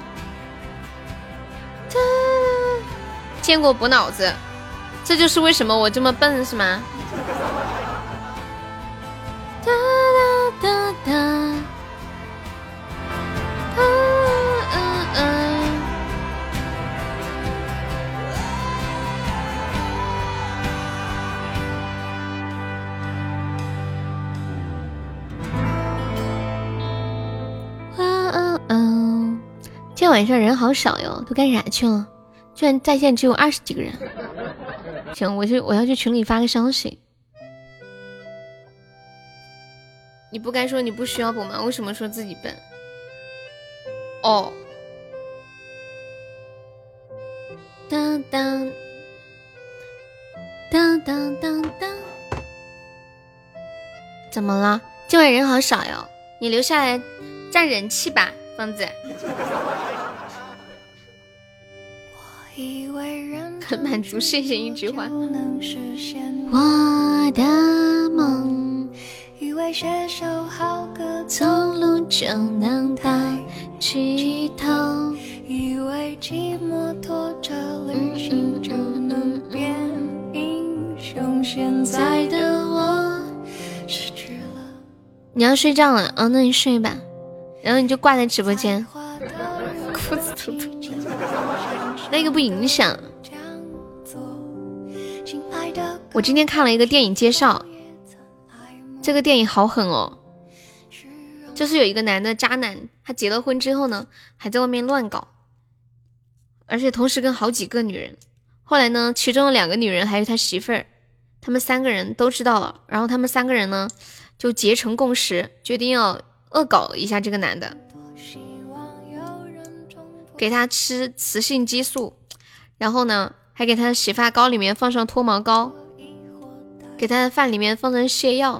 坚果补脑子，这就是为什么我这么笨是吗？哒哒哒哒，今天晚上人好少哟，都干啥去了？居然在线只有20几个人。行，我要去群里发个消息。你不该说你不需要补吗？为什么说自己笨？哦，当当当当当当，怎么了？今晚人好少哟，你留下来占人气吧，疯子。很满足，谢谢一句话。我的梦，以为写首好歌，走路就能抬起头，以为寂寞拖着旅行就能变英雄，现在的我失去了。你要睡觉了哦，那你睡吧，然后你就挂在直播间，裤子突突，那个不影响。我今天看了一个电影介绍，这个电影好狠哦，就是有一个男的渣男，他结了婚之后呢，还在外面乱搞，而且同时跟好几个女人。后来呢，其中2个女人还有他媳妇儿，他们3个人都知道了，然后他们3个人呢就结成共识，决定要恶搞一下这个男的，给他吃雌性激素，然后呢还给他的洗发膏里面放上脱毛膏，给他的饭里面放上泻药。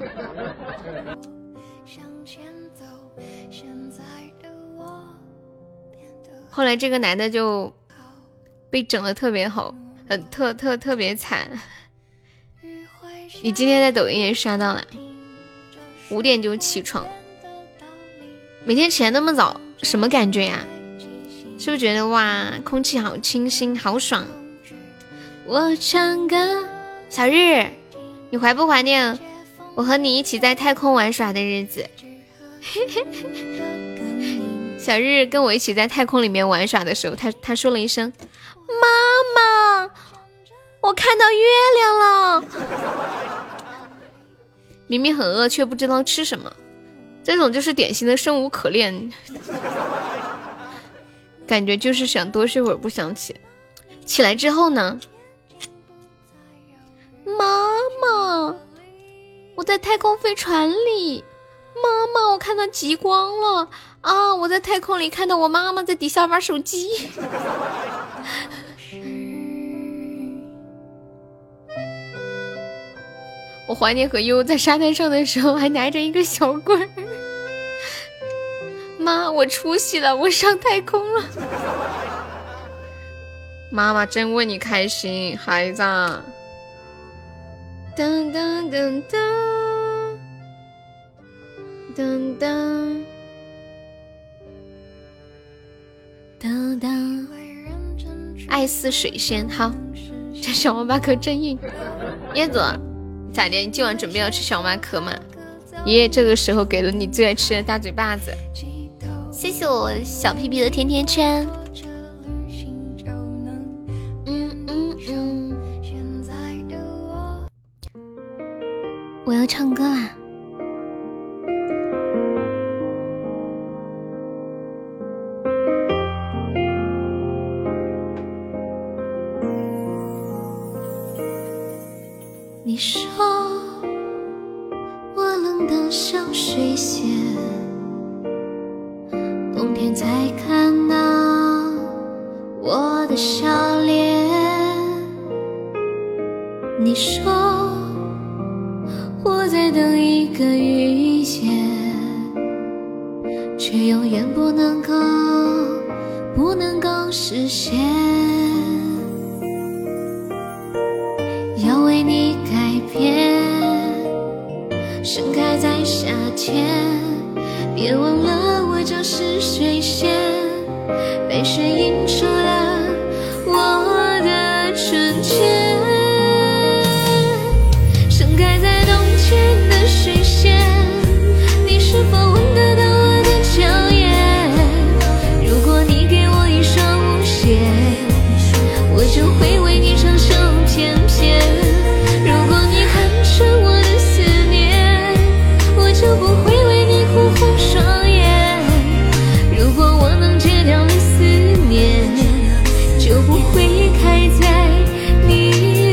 后来这个男的就被整得特别好，特别惨。你今天在抖音也刷到了，5点就起床，每天起来那么早，什么感觉呀？是不是觉得哇，空气好清新，好爽？我唱歌，小日，你怀不怀念我和你一起在太空玩耍的日子？小日跟我一起在太空里面玩耍的时候，他说了一声：“妈妈，我看到月亮了。”明明很饿，却不知道吃什么，这种就是典型的生无可恋，感觉就是想多睡会儿不想起。起来之后呢，妈妈，我在太空飞船里，妈妈，我看到极光了啊！我在太空里看到我妈妈在底下玩手机。我怀念和悠在沙滩上的时候还拿着一个小棍儿。妈，我出息了，我上太空了。妈妈真为你开心，孩子。噔噔噔噔噔噔噔噔，爱似水仙。好，这小王八壳真硬。椰子咋的？你今晚准备要吃小马壳吗？爷爷这个时候给了你最爱吃的大嘴巴子。谢谢我小屁屁的甜甜圈。我要唱歌啦。你说我冷得像水仙，冬天才看到我的笑脸。你说我在等一个遇见，却永远不能够实现。要为你改变，盛开在夏天，别忘了我就是水仙，被水映出了我的纯洁。盛开在冬天的水仙，你是否闻得到我的娇艳？如果你给我一双舞鞋，我就会为你唱首翩翩。如果你看穿我的思念，我就不会为你哭红双眼。如果我能戒掉你思念，就不会开在你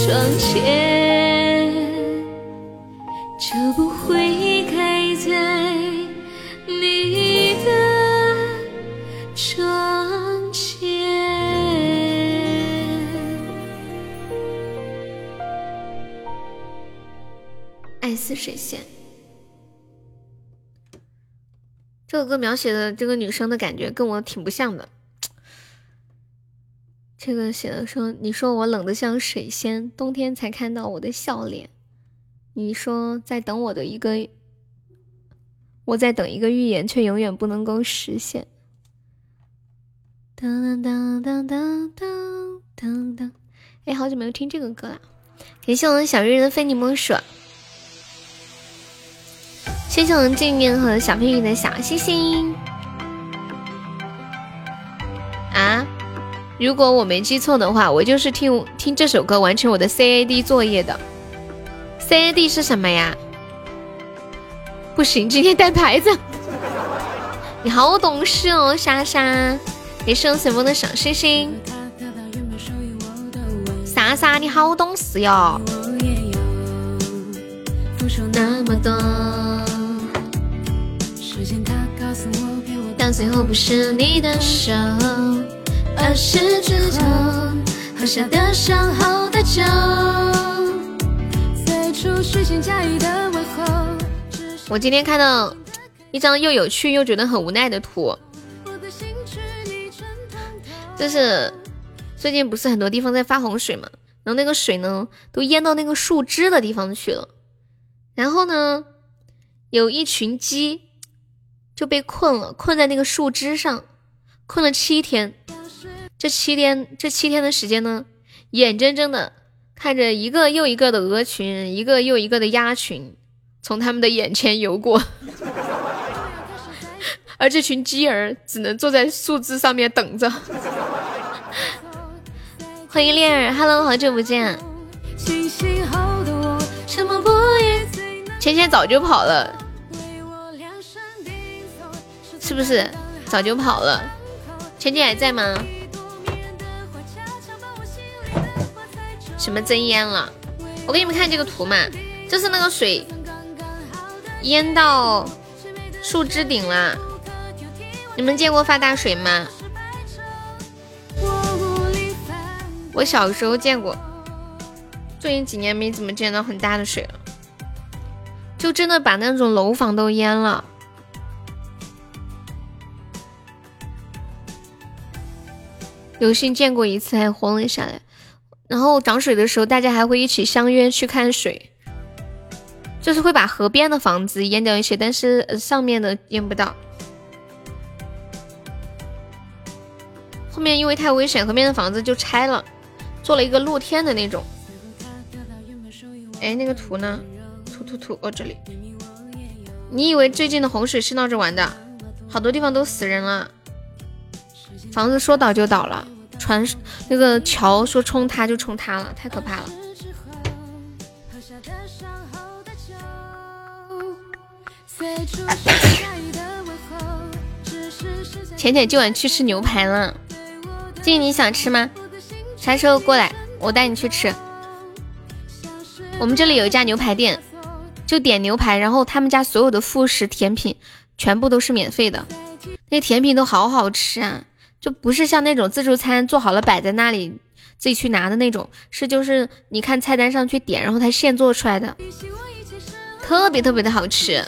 窗前，就不会开在你的窗前。爱似水仙，这首歌描写的这个女生的感觉跟我挺不像的。这个写的说，你说我冷得像水仙，冬天才看到我的笑脸。你说在等我的一个，我在等一个预言，却永远不能够实现。当当当当当当当，哎，好久没有听这个歌了。感谢我们小日人的非你莫属，谢谢我们镜面和小屁鱼的小星星。啊，如果我没记错的话，我就是听这首歌完成我的 CAD 作业的。CAD 是什么呀？不行，今天带牌子。你好懂事哦，莎莎。给送随风的小星星。莎莎，你好懂事哟。那么多，到最后不是你的手，而是指头喝下的伤后的酒。我今天看到一张又有趣又觉得很无奈的图，就是最近不是很多地方在发洪水嘛，然后那个水呢都淹到那个树枝的地方去了，然后呢有一群鸡就被困在那个树枝上，困了7天。这七天的时间呢，眼睁睁的看着一个又一个的鹅群，一个又一个的鸭群从他们的眼前游过，而这群鸡儿只能坐在树枝上面等着。欢迎恋儿 ，Hello， 好久不见。芊芊早就跑了，是不是？早就跑了。芊芊还在吗？什么真淹了？我给你们看这个图嘛，就是那个水淹到树枝顶了。你们见过发大水吗？我小时候见过，最近几年没怎么见到很大的水了，就真的把那种楼房都淹了。有幸见过一次，还活了下来。然后涨水的时候，大家还会一起相约去看水，就是会把河边的房子淹掉一些，但是上面的淹不到。后面因为太危险，河边的房子就拆了，做了一个露天的那种。哎，那个图呢？图哦，这里。你以为最近的洪水是闹着玩的？好多地方都死人了，房子说倒就倒了。船那个桥说冲塌就冲塌了，太可怕了。浅浅今晚去吃牛排了，静你想吃吗？啥时候过来我带你去吃。我们这里有一家牛排店，就点牛排，然后他们家所有的副食甜品全部都是免费的，那甜品都好好吃啊，就不是像那种自助餐做好了摆在那里自己去拿的那种，是就是你看菜单上去点，然后它现做出来的，特别特别的好吃。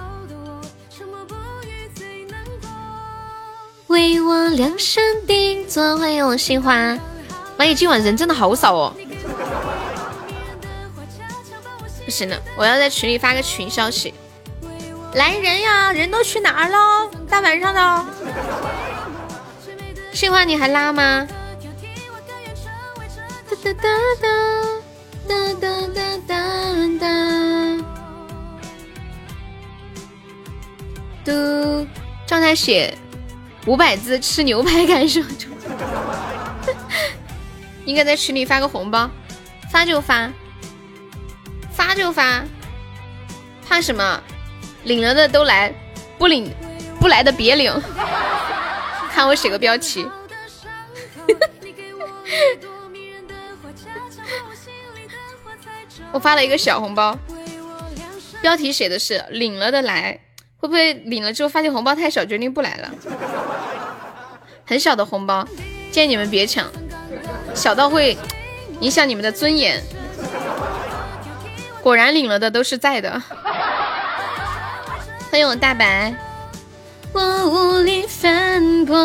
为我量身定做，欢迎我心花。妈呀，今晚人真的好少哦。不行了，我要在群里发个群消息，来人呀，人都去哪儿了？大晚上的。心花你还拉吗？哒哒哒哒哒哒哒哒。都状态写500字吃牛排感受中。应该在群里发个红包，发就发，发就发，怕什么？领了的都来，不来的别领。看我写个标题。 我发了一个小红包，标题写的是领了的来，会不会领了之后发现红包太少，决定不来了？很小的红包，建议你们别抢，小到会影响你们的尊严。果然领了的都是在的。欢迎我大白。我无力反驳。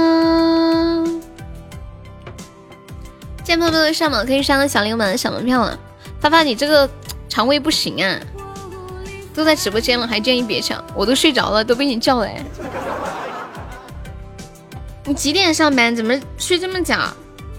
见朋友的上榜可以上个小礼物版的小门票了。发发你这个肠胃不行啊，都在直播间了还建议别抢，我都睡着了都被你叫来。你几点上班？怎么睡这么早？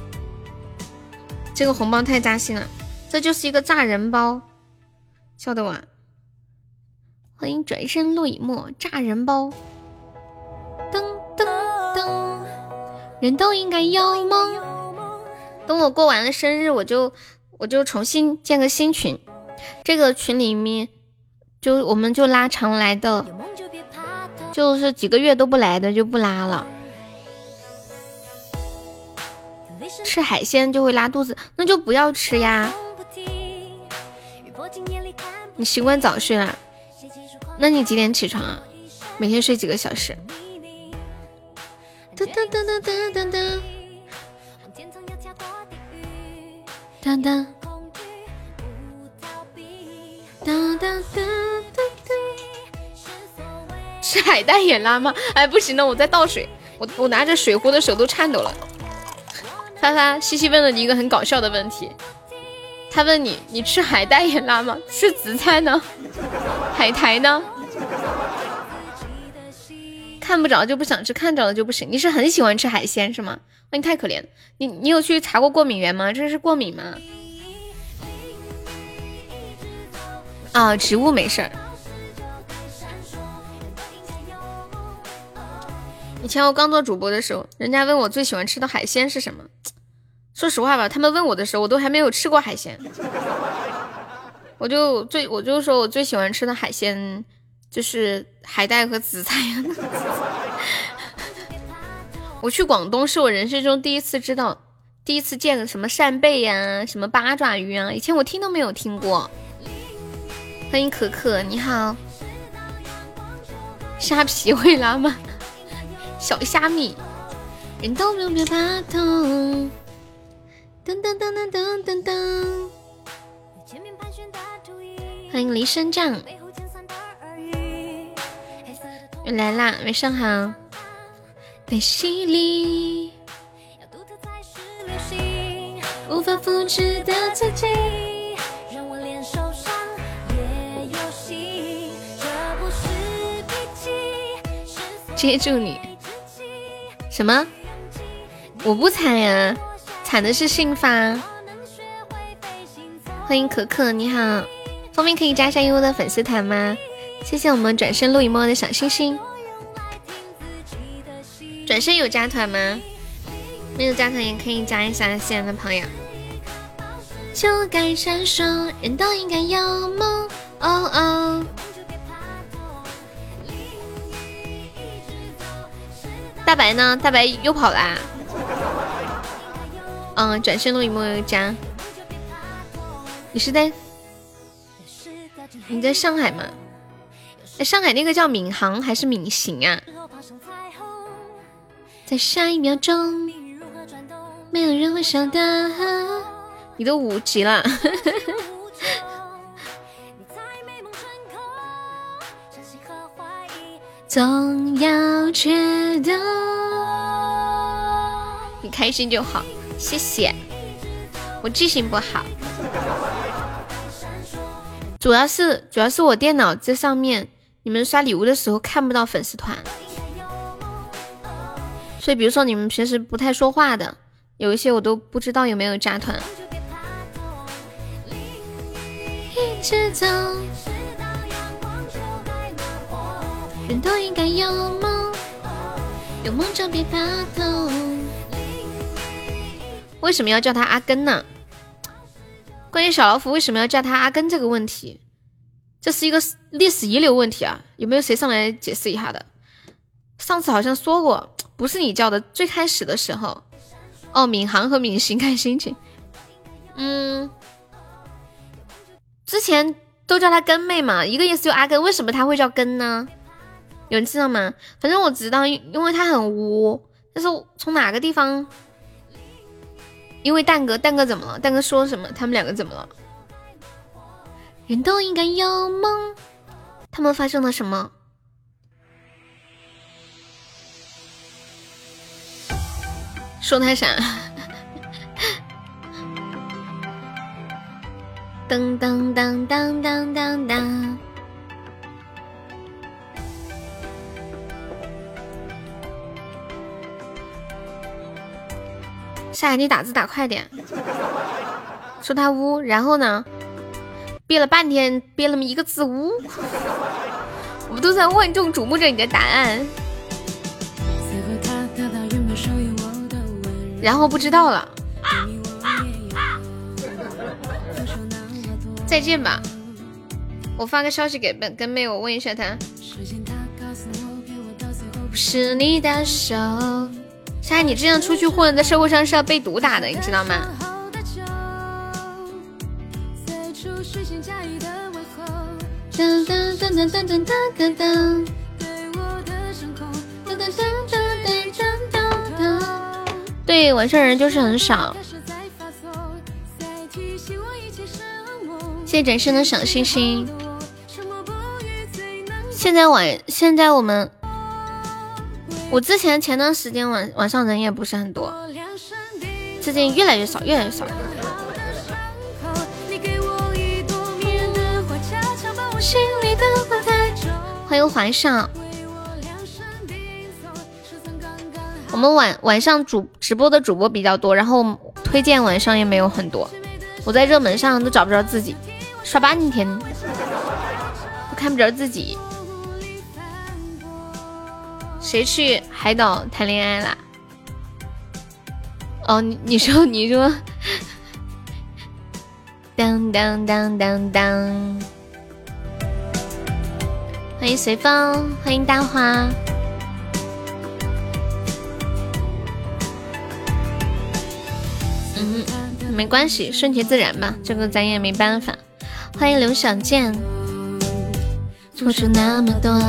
这个红包太扎心了，这就是一个炸人包，笑得我。欢迎转身落以沫，炸人包。噔噔噔，人都应该有梦。等我过完了生日，我就重新建个新群，这个群里面我们就拉常来的，就是几个月都不来的就不拉了。吃海鲜就会拉肚子，那就不要吃呀。你习惯早睡了，那你几点起床啊？每天睡几个小时？噔噔噔噔噔噔噔噔噔。吃海带也拉吗？哎，不行了，我在倒水，我拿着水壶的手都颤抖了。发发西西问了你一个很搞笑的问题，他问你吃海带也拉吗？吃紫菜呢？海苔呢？看不着就不想吃，看着了就不行。你是很喜欢吃海鲜是吗？那你太可怜了。你有去查过过敏源吗？这是过敏吗？啊，植物没事儿。以前我刚做主播的时候，人家问我最喜欢吃的海鲜是什么，说实话吧，他们问我的时候，我都还没有吃过海鲜。我就说我最喜欢吃的海鲜就是海带和紫菜。我去广东是我人生中第一次见个什么扇贝呀，什么八爪鱼啊，以前我听都没有听过。欢迎可可，你好。虾皮会拉吗？小虾米，人都没有别怕痛。噔噔噔噔噔噔噔。欢迎离生杖。又来啦，晚上好。被洗礼，无法复制的自己，让我连受伤也有戏，这不是脾气。接住你。什么？我不惨呀，惨的是信发。欢迎可可，你好，方便可以加一下悠悠的粉丝团吗？谢谢我们转身录一摸的小星星。转身有加团吗？没有加团也可以加一下现在的朋友。就该闪烁，人都应该有梦。哦哦。大白呢？大白又跑啦。转身录一摸有加。你在上海吗？上海那个叫闵行还是闵行啊？在下一秒钟，没有人会晓得。你都5级了。总要觉得你开心就好，谢谢。我记性不好，主要是我电脑这上面你们刷礼物的时候看不到粉丝团，所以比如说你们平时不太说话的，有一些我都不知道有没有加团。一直走，人都应该有梦，有梦就别怕痛。为什么要叫他阿根呢？关于小老虎为什么要叫他阿根这个问题，这是一个历史遗留问题啊！有没有谁上来解释一下的？上次好像说过，不是你叫的，最开始的时候。闵行和闵行看心情。 之前都叫他根妹嘛，一个意思就阿根，为什么他会叫根呢？有人知道吗？反正我知道，因为他很污。但是从哪个地方？因为蛋哥怎么了？蛋哥说什么？他们两个怎么了？人都应该有梦，他们发生了什么？说他啥？噔噔噔噔噔噔噔。夏夏，你打字打快点。说他污，然后呢？憋了半天，憋了么一个字污。我们都在万众瞩目着你的答案，然后不知道了。再见吧，我发个消息给跟妹，我问一下他。不是你的手，夏夏，你这样出去混，在社会上是要被毒打的，你知道吗？对，晚上人就是很少。谢谢展示的小星星。现在我之前前段时间晚上人也不是很多，最近越来越少。欢迎怀上。我们晚上直播的主播比较多，然后推荐晚上也没有很多，我在热门上都找不着自己，刷半天我看不着自己。谁去海岛谈恋爱啦？哦，你说当当当当当。欢迎随风，欢迎大花。没关系，顺其自然吧，这个咱也没办法。欢迎刘小健。付出那么多，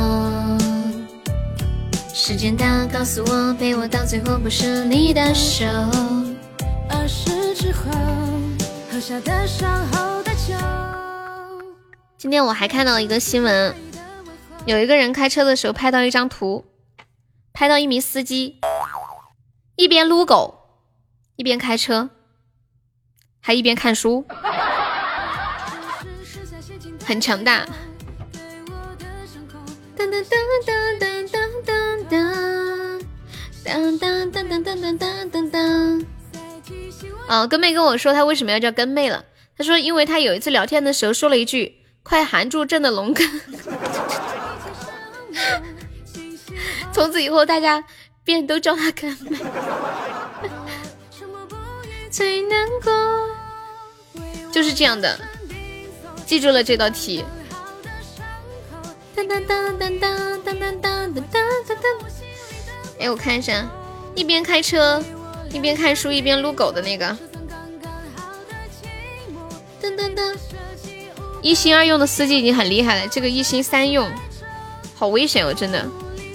时间它告诉我，陪我到最后不是你的手，而是之后喝下的伤后的酒。今天我还看到一个新闻，有一个人开车的时候拍到一张图，拍到一名司机一边撸狗一边开车，还一边看书，很强大。噔噔噔噔噔噔噔噔噔噔。哦，根妹跟我说他为什么要叫根妹了，他说因为他有一次聊天的时候说了一句快含住朕的龙根。从此以后大家便都叫他根妹。最难过就是这样的，记住了这道题。哎，我看一下，一边开车一边看书一边撸狗的那个，一心二用的司机已经很厉害了，这个一心三用好危险哦，真的。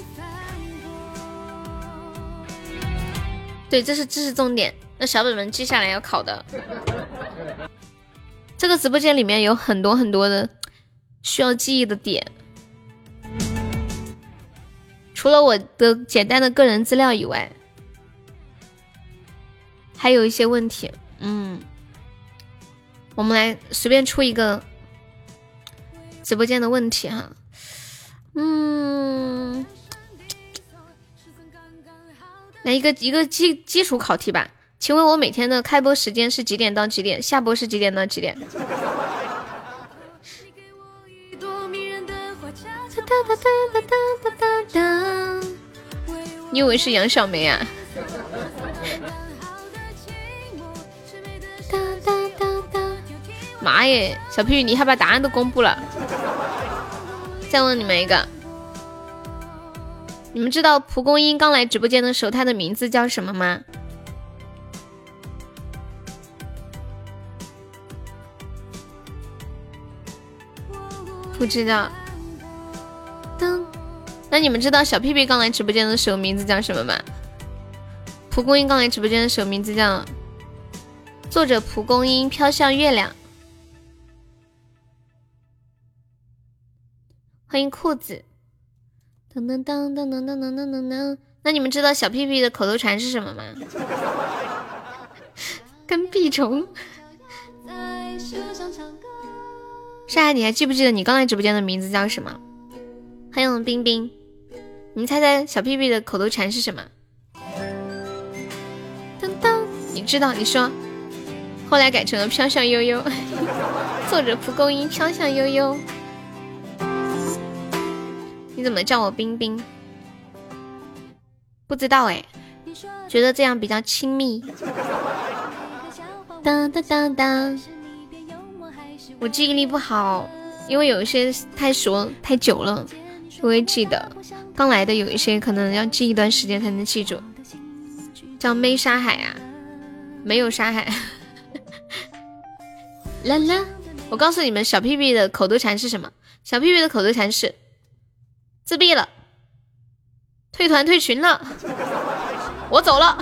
对，这是知识重点，那小本本记下来要考的。这个直播间里面有很多很多的需要记忆的点，除了我的简单的个人资料以外，还有一些问题。我们来随便出一个直播间的问题哈。来一个基础考题吧。请问我每天的开播时间是几点到几点？下播是几点到几点？你以为是杨小梅啊？妈耶，小屁鱼你还把答案都公布了。再问你们一个，你们知道蒲公英刚来直播间的时候它的名字叫什么吗？ 不知道。那你们知道小屁屁刚来直播间的时候名字叫什么吗？蒲公英刚来直播间的时候名字叫作者蒲公英飘向月亮。欢迎裤子。噔噔噔噔噔噔噔噔噔。那你们知道小屁屁的口头禅是什么吗？跟屁虫。帅爱，你还记不记得你刚来直播间的名字叫什么？欢迎冰冰。你猜猜小屁屁的口头禅是什么？噔噔，你知道？你说。后来改成了飘向悠悠。作者蒲公英飘向悠悠。你怎么叫我冰冰？不知道哎，觉得这样比较亲密。当当当当，我记忆力不好，因为有一些太熟太久了，不会记得。刚来的有一些可能要记一段时间才能记住。叫没沙海啊，没有沙海。啦啦，我告诉你们，小屁屁的口头禅是什么？小屁屁的口头禅是自闭了，退团退群了，我走了。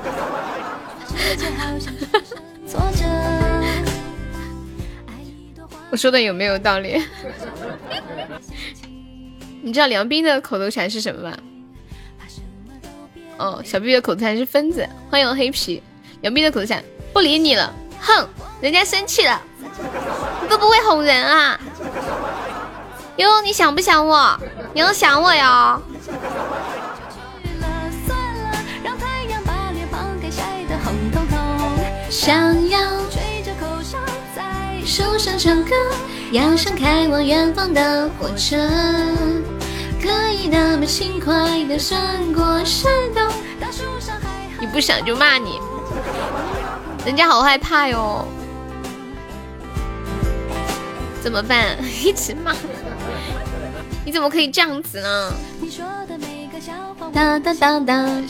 我说的有没有道理？你知道梁斌的口头禅是什么吗？哦，小 B 的口头禅是分子。欢迎黑皮。梁斌的口头禅不理你了，哼，人家生气了，你都不会哄人啊！哟，你想不想我？你要想我呀！想要吹着口哨在手上唱歌，要像开往远方的火车，可以那么轻快地穿过山洞。你不想就骂你，人家好害怕哟。怎么办？一直骂，你怎么可以这样子呢？当当当当。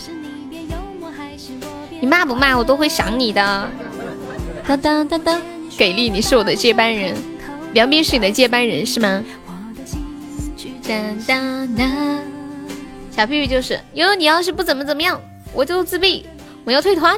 你骂不骂我都会想你的。当当当当，给力，你是我的接班人。梁斌是你的接班人是吗？当当当，小屁屁就是哟，你要是不怎么样，我就自闭，我要退团。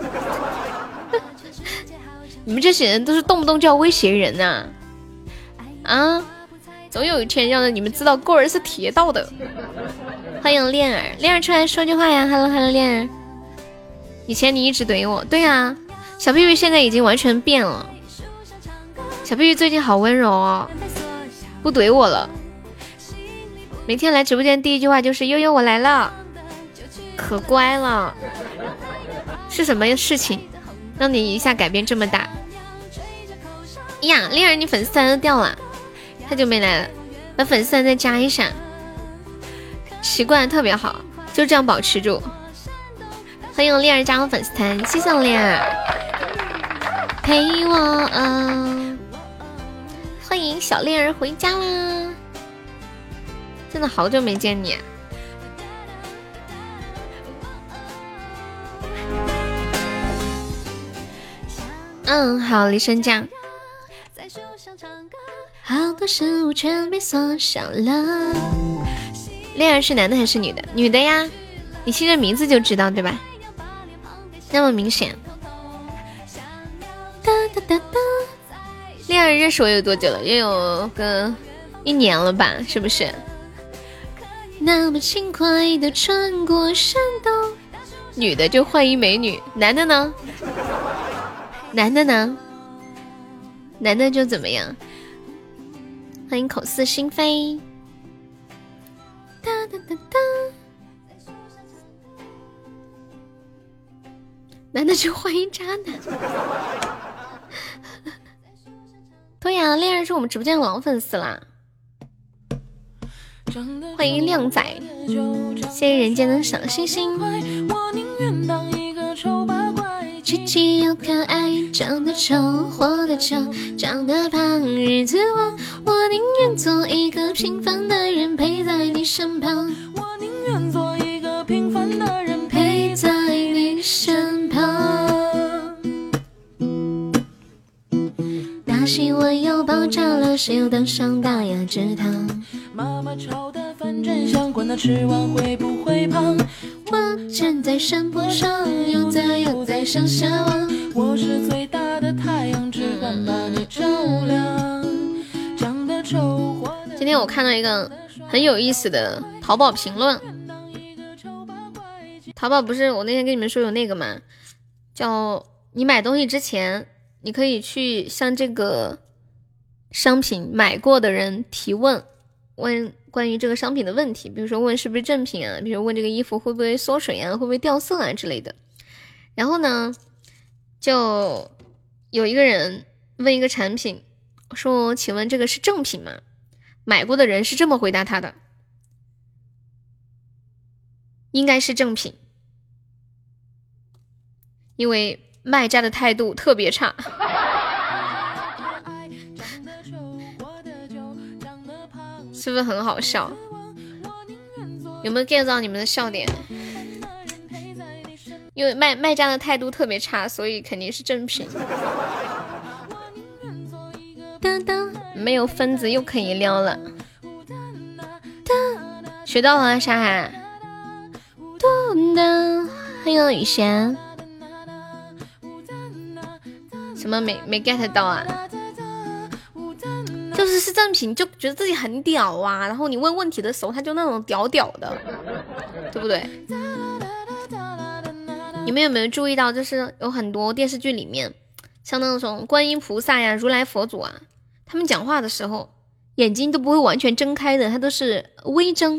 你们这些人都是动不动就要威胁人呐！啊，总有一天让你们知道过儿是铁道的。欢迎恋儿，恋儿出来说句话呀 ！Hello Hello， 恋儿。以前你一直怼我，对啊，小屁屁现在已经完全变了。小屁屁最近好温柔哦，不怼我了。每天来直播间第一句话就是悠悠我来了，可乖了。是什么事情让你一下改变这么大呀？恋儿，你粉丝团都掉了，太久没来了，把粉丝团再加一下。习惯特别好，就这样保持住。欢迎恋儿加入粉丝团，谢谢恋儿陪我欢迎小恋儿回家啦！真的好久没见你好，离生酱。好多事物全被缩小了。恋儿是男的还是女的？女的呀，你听着名字就知道对吧？那么明显。哒哒哒哒。恋儿认识我有多久了？也有个1年了吧，是不是？那么轻快地穿过山洞。女的就换一美女，男的呢？男的呢？男的就怎么样？欢迎口似心非。哒哒哒哒。男的就欢迎渣男。对呀，恋人是我们直播间的老粉丝啦。欢迎靓仔，谢谢人间的小星星。琪琪又可爱，长得丑，活得久，长得胖，日子旺。我宁愿做一个平凡的人，陪在你身旁。我宁愿做一个平凡的人，陪在你身旁。打醒我温又爆炸了，谁又登上大雅之堂？ 妈妈炒的饭真香，管他吃完会不会胖。 我站在山坡上，又在向下望。 我是最大的太阳，只管把你照亮。长得丑。 今天我看到一个很有意思的淘宝评论。淘宝不是我那天跟你们说有那个嘛，叫你买东西之前，你可以去向这个商品买过的人提问，问关于这个商品的问题，比如说问是不是正品啊，比如问这个衣服会不会缩水啊，会不会掉色啊之类的。然后呢，就有一个人问一个产品，说请问这个是正品吗？买过的人是这么回答他的，应该是正品，因为卖家的态度特别差。是不是很好笑？有没有 get 到你们的笑点？因为卖家的态度特别差，所以肯定是正品。当当，没有分子又可以撩了。学到了沙海。欢迎雨贤。什么没 get 到啊？就是正品就觉得自己很屌啊，然后你问问题的时候他就那种屌屌的，对不对？你们有没有注意到，就是有很多电视剧里面，像那种观音菩萨呀、如来佛祖啊，他们讲话的时候眼睛都不会完全睁开的，他都是微睁，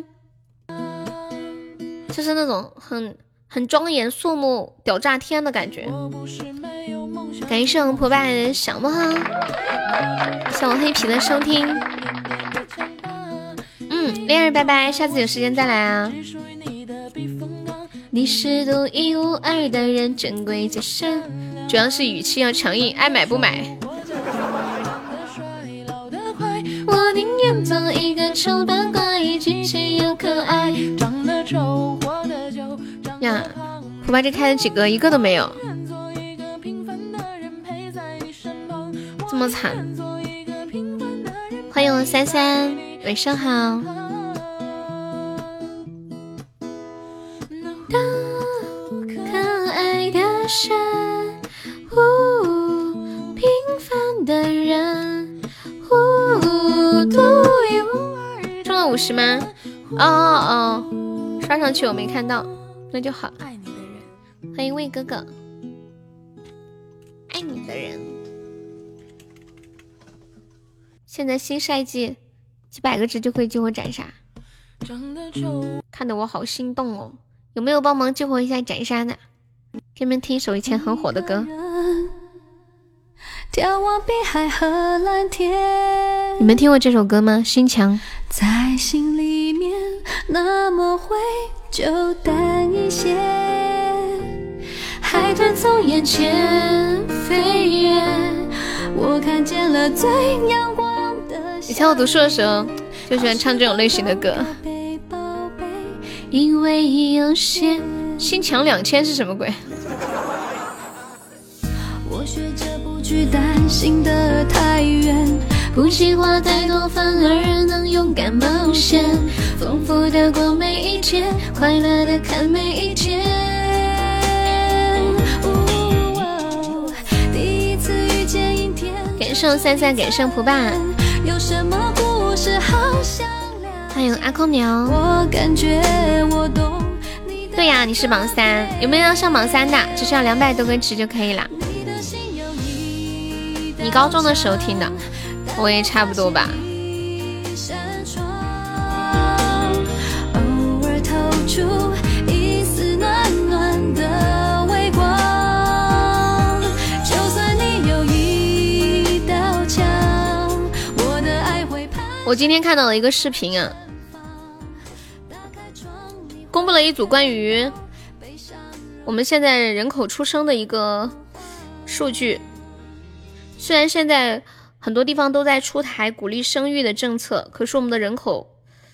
就是那种很庄严肃穆、屌炸天的感觉。感谢我们破败的小梦，谢我黑皮的收听。恋人拜拜，下次有时间再来啊。你是独一无二的人，珍贵最深，主要是语气要强硬，爱买不买。我宁愿做一个丑八怪，机器又可爱。呀，破败这开了几个，一个都没有。这么惨，欢迎我三三，晚上好。可爱的山，平凡的人，独一无二。中了50吗？哦，刷上去我没看到，那就好。欢迎魏哥哥，爱你的人。现在新赛季几百个值就可以激活斩杀，看得我好心动哦！有没有帮忙激活一下斩杀的？给你们听一首以前很火的歌。眺望碧海和蓝天，你们听过这首歌吗？心墙。在心里面那么灰就淡一些，海豚从眼前飞越，我看见了最阳光。以前我读书的时候就喜欢唱这种类型的歌。因为有些心墙2000是什么鬼？我学着不去担心的太远，不计划太多，反而能勇敢冒险，丰富的过每一天，快乐的看每一天。第一次遇见阴天，感谢33，感谢蒲爸。有什么故事好想聊？欢迎阿空苗。我感觉我懂。对呀，你是榜3，有没有要上榜3的？只需要200多个值就可以了。你高中的时候听的，我也差不多吧。偶尔透出一丝暖暖的微光，就算你有一道墙。我今天看到了一个视频啊，公布了一组关于我们现在人口出生的一个数据。虽然现在很多地方都在出台鼓励生育的政策，可是我们的人口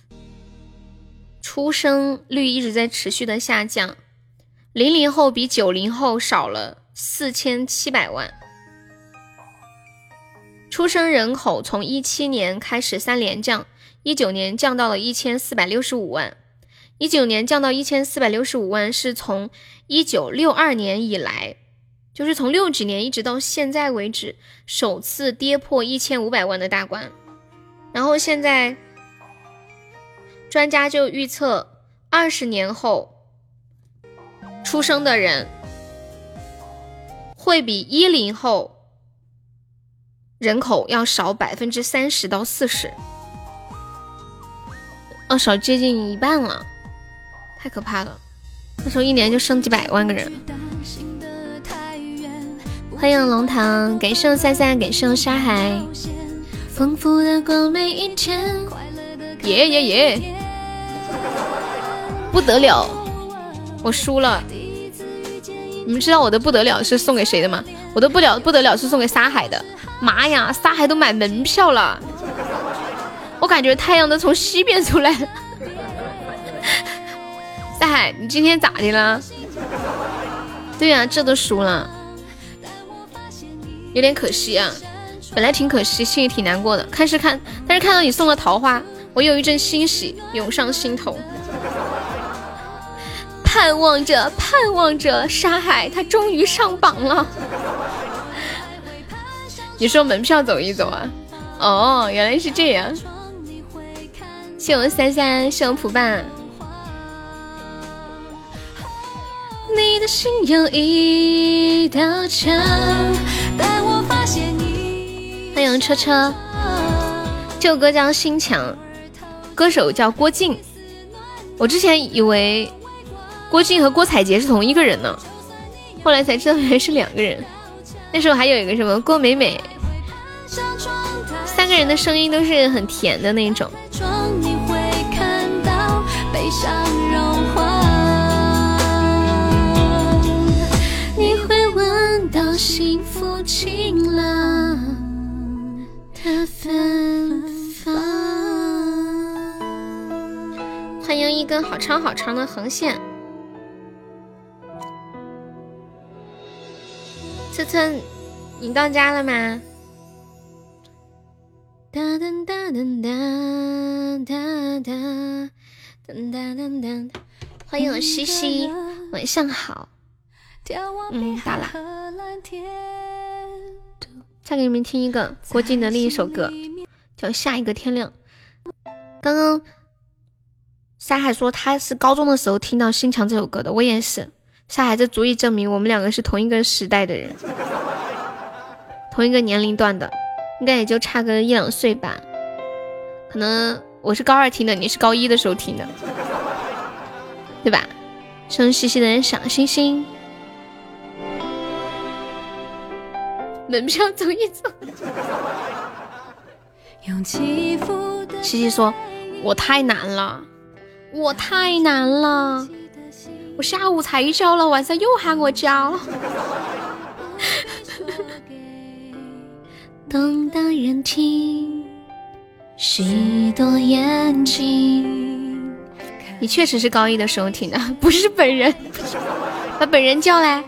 出生率一直在持续的下降，00后比90后少了4700万。 出生人口从17年开始3连降，19年降到了1465万，19年降到1465万是从1962年以来，就是从60几年一直到现在为止首次跌破1500万的大关。然后现在专家就预测20年后出生的人会比10后人口要少30%到40%，少接近一半了，太可怕了。那时候一年就生几百万个人。欢迎龙堂，感谢33，感谢沙海，丰富的过每一天，耶耶耶，不得了，我输了。你们知道我的不得了是送给谁的吗？我的不得了是送给沙海的。妈呀，沙海都买门票了，我感觉太阳都从西边出来了。沙海，你今天咋的了？对呀，这都输了，有点可惜啊。本来挺可惜，心里挺难过的。但是看到你送了桃花，我有一阵欣喜涌上心头。盼望着沙海他终于上榜了。你说门票走一走啊？哦，原来是这样。谢我33，谢我蒲爸。你的心有一道墙，但我发现你。欢迎车车。这首歌叫《心墙》，歌手叫郭靖。我之前以为郭靖和郭采洁是同一个人呢，后来才知道原来是2个人。那时候还有一个什么郭美美，3个人的声音都是很甜的那种。你会看到悲伤融化，你会闻到幸福晴朗的芬芳。欢迎一根好长好长的横线。策策，你到家了吗？哒噔哒噔哒哒哒噔哒噔噔，欢迎我西西，晚上好。打了。再给你们听一个郭靖的另一首歌，叫《下一个天亮》。刚刚沙海说他是高中的时候听到《心墙》这首歌的，我也是。沙海，这足以证明我们2个是同一个时代的人，同一个年龄段的，应该也就差个1-2岁吧。可能我是高2听的，你是高1的时候听的，对吧？生细细的人小星星，门票走一走。西西说我太难了，我太难了，我下午才教了，晚上又喊我教。懂的人听，许多眼睛。你确实是高1的时候听的，不是本人。把本人叫来。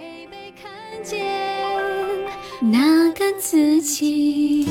那个自己，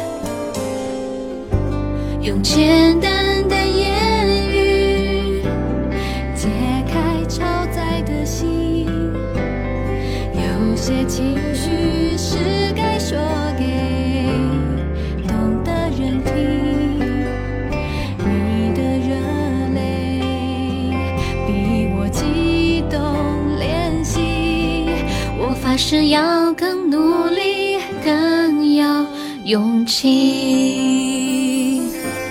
用简单的言语解开超载的心，有些情绪是该说给懂的人听。你的热泪比我激动练习，我发誓要更努力，更有勇气。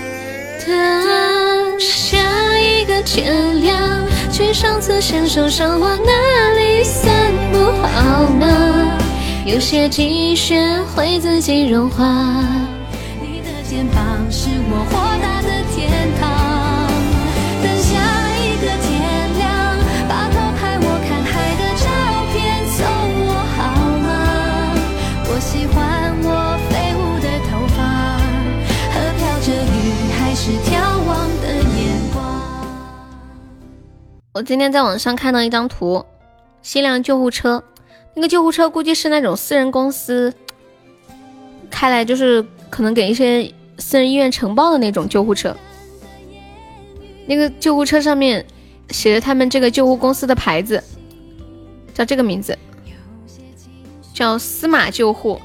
等下一个天亮，去上次牵手上往哪里散步好吗？有些积雪会自己融化，你的肩膀是我豁达的天堂。等下一个天亮，把头拍我看海的照片送我好吗？我喜欢我飞舞的头发和飘着雨还是眺望的眼光。我今天在网上看到一张图，西凉救护车，那个救护车估计是那种私人公司开来就是可能给一些私人医院承包的那种救护车。那个救护车上面写着他们这个救护公司的牌子，叫这个名字，叫司马救护。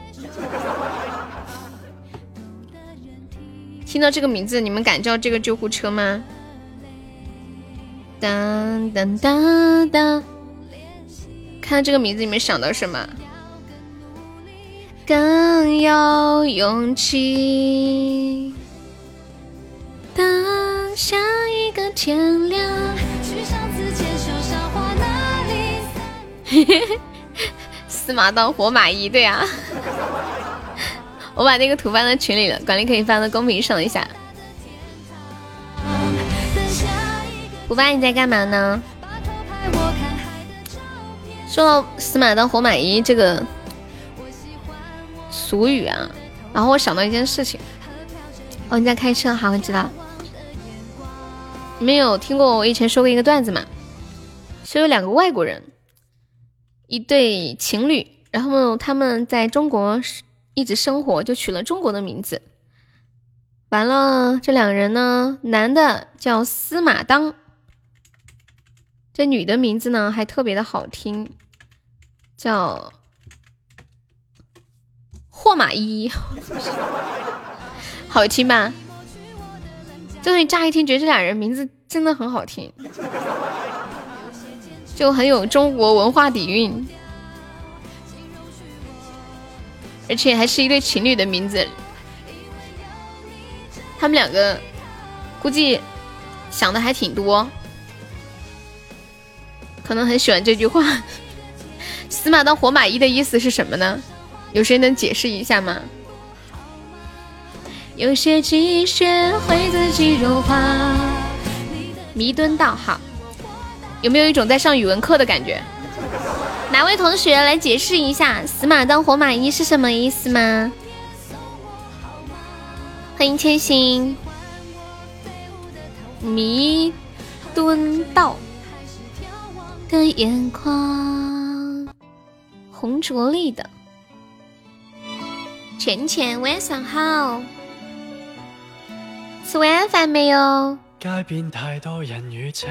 听到这个名字，你们敢叫这个救护车吗？当当当当，看到这个名字，你们想到什么？更有勇气。当下一个天亮。司马当活马医，对啊。我把那个图发到群里了，管理可以发到公屏上一下。不爸你在干嘛呢？说到司马当活马医这个俗语啊，然后我想到一件事情。哦，你在开车，好，我知道。你们有听过我以前说过一个段子吗？是有2个外国人，一对情侣，然后他们在中国一直生活，就取了中国的名字。完了，这2个人呢，男的叫司马当，这女的名字呢还特别的好听，叫霍马伊，好听吧？就是你乍一听觉得这2人名字真的很好听，就很有中国文化底蕴，而且还是一对情侣的名字。他们2个估计想的还挺多，可能很喜欢这句话。司马当活马医的意思是什么呢？有谁能解释一下吗？有些积雪会自己融化。弥敦道，好，有没有一种在上语文课的感觉？哪位同学来解释一下司马当活马医是什么意思吗？欢迎千心。弥敦道的眼眶，红着力的。浅浅晚上好，吃晚饭没有？ 街边太多人与车，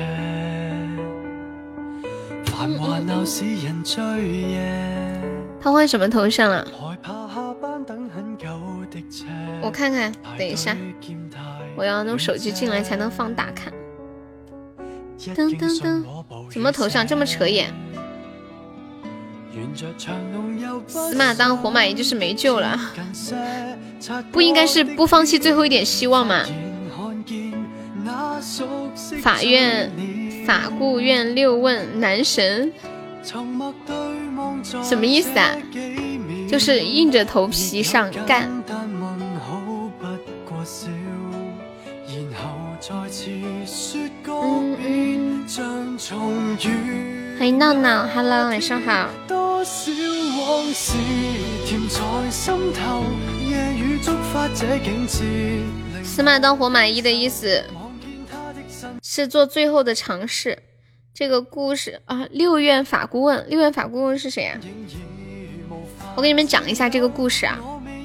繁华闹市人醉夜。 他换什么头像了？ 害怕下班等很久的车。 我看看，等一下，我要用手机进来才能放大看。噔噔噔，什么头像这么扯眼？司马当活马医就是没救了，不应该是不放弃最后一点希望吗？法顾院6问男神什么意思啊？就是硬着头皮上干。欢迎闹闹 ，Hello， 晚上好。司马当活马医的意思是做最后的尝试。这个故事啊，六院法顾问是谁啊？我给你们讲一下这个故事啊。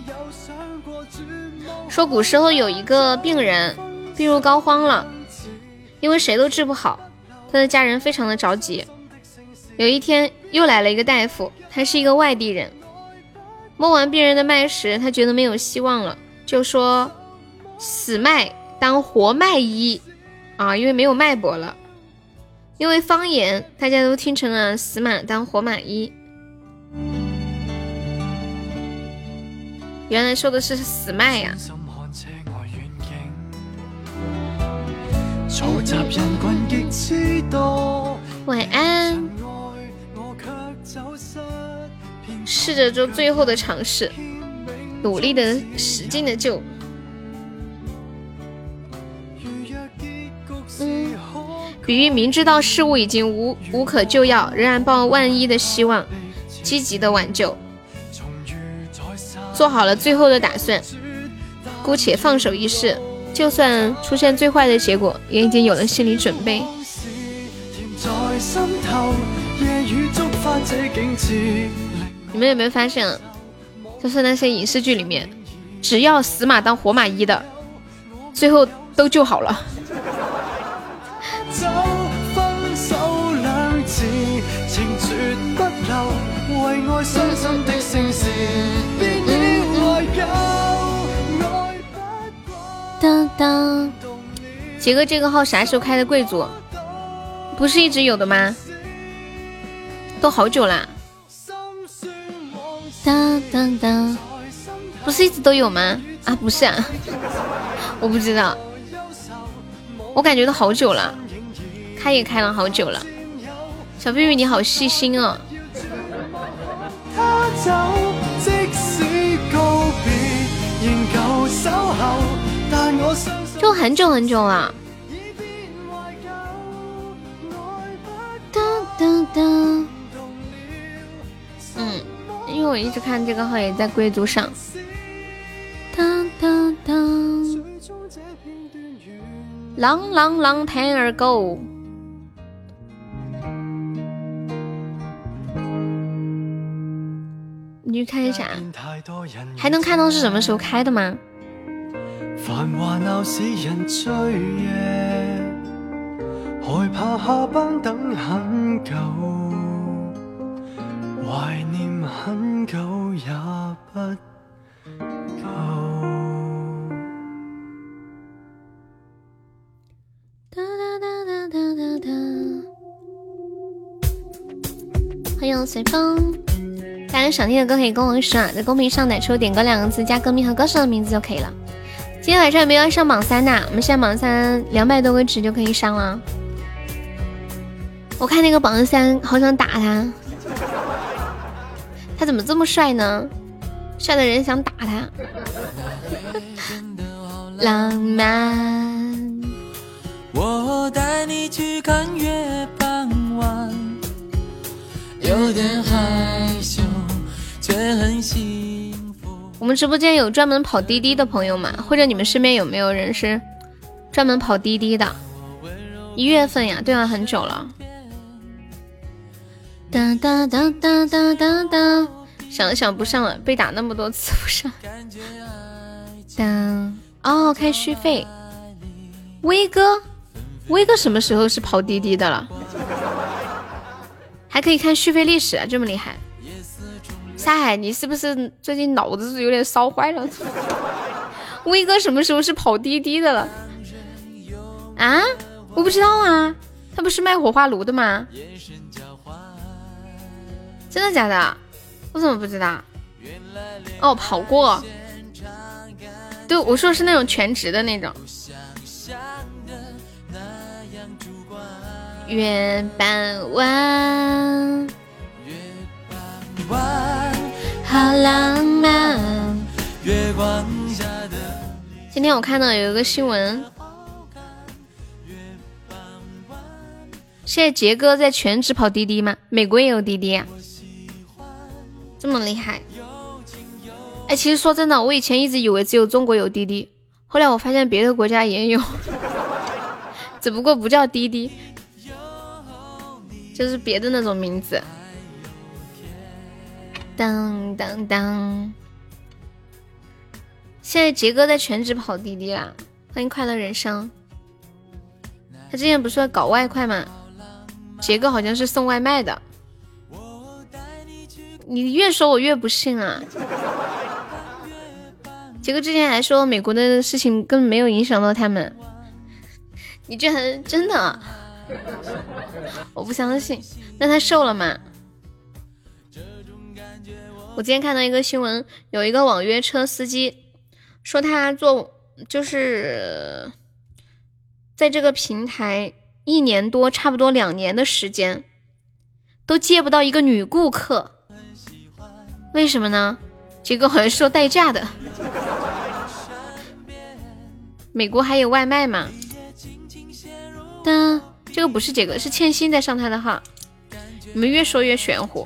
说古时候有一个病人病入膏肓了，因为谁都治不好，他的家人非常的着急。有一天又来了一个大夫，他是一个外地人，摸完病人的脉时，他觉得没有希望了，就说死脉当活脉医啊，因为没有脉搏了。因为方言大家都听成了死马当活马医，原来说的是死脉呀。晚安，试着做最后的尝试，努力的使劲的救。比喻明知道事物已经无可救药，仍然抱万一的希望，积极的挽救，做好了最后的打算，姑且放手一试，就算出现最坏的结果，也已经有了心理准备。你们有没有发现，就是那些影视剧里面只要死马当活马医的，最后都救好了。当当，杰哥这个号啥时候开的贵族？不是一直有的吗？都好久啦。当当当，不是一直都有吗？啊，不是啊，我不知道，我感觉都好久了，开也开了好久了。小碧玉你好细心哦。就很久很久了。当当当，因为我一直看这个号也在贵族上。当当当 long time ago。你去看一下，还能看到是什么时候开的吗？繁华闹市人醉夜，害怕下班等很久，怀念很久也不够。哒哒哒哒哒哒哒。欢迎随风。大家想听的歌可以跟我说啊，在公屏上打出点歌2个字，加歌名和歌手的名字就可以了。今天晚上有没有要上榜3的？我们现在榜3 200多个值就可以上了。我看那个榜3好想打他，他怎么这么帅呢？帅的人想打他。浪漫， 我带你去看月傍晚，有点害羞却很幸福。 我们直播间有专门跑滴滴的朋友吗？或者你们身边有没有人是专门跑滴滴的？1月份呀，对啊，很久了。哒哒哒哒哒哒哒，想了想不上了，被打那么多次不上。哒，哦，开续费。威哥什么时候是跑滴滴的了？还可以看续费历史啊，这么厉害。沙海，你是不是最近脑子有点烧坏了？威哥什么时候是跑滴滴的了？啊，我不知道啊，他不是卖火花炉的吗？真的假的？我怎么不知道？哦，跑过。对，我说是那种全职的那种。月半弯，好浪漫。今天我看到有一个新闻，现在杰哥在全职跑滴滴吗？美国也有滴滴啊，这么厉害。哎，其实说真的，我以前一直以为只有中国有滴滴，后来我发现别的国家也有，只不过不叫滴滴，就是别的那种名字。当当当，现在杰哥在全职跑滴滴啦，欢迎快乐人生。他之前不是要搞外快吗？杰哥好像是送外卖的。你越说我越不信啊。杰哥之前还说美国的事情根本没有影响到他们，你这还真的啊？我不相信。那他瘦了吗？我今天看到一个新闻，有一个网约车司机说他就是在这个平台1年多，差不多2年的时间都接不到一个女顾客，为什么呢？杰哥好像说代驾的。美国还有外卖吗？但这个不是杰哥，是倩欣在上他的号。你们越说越玄乎。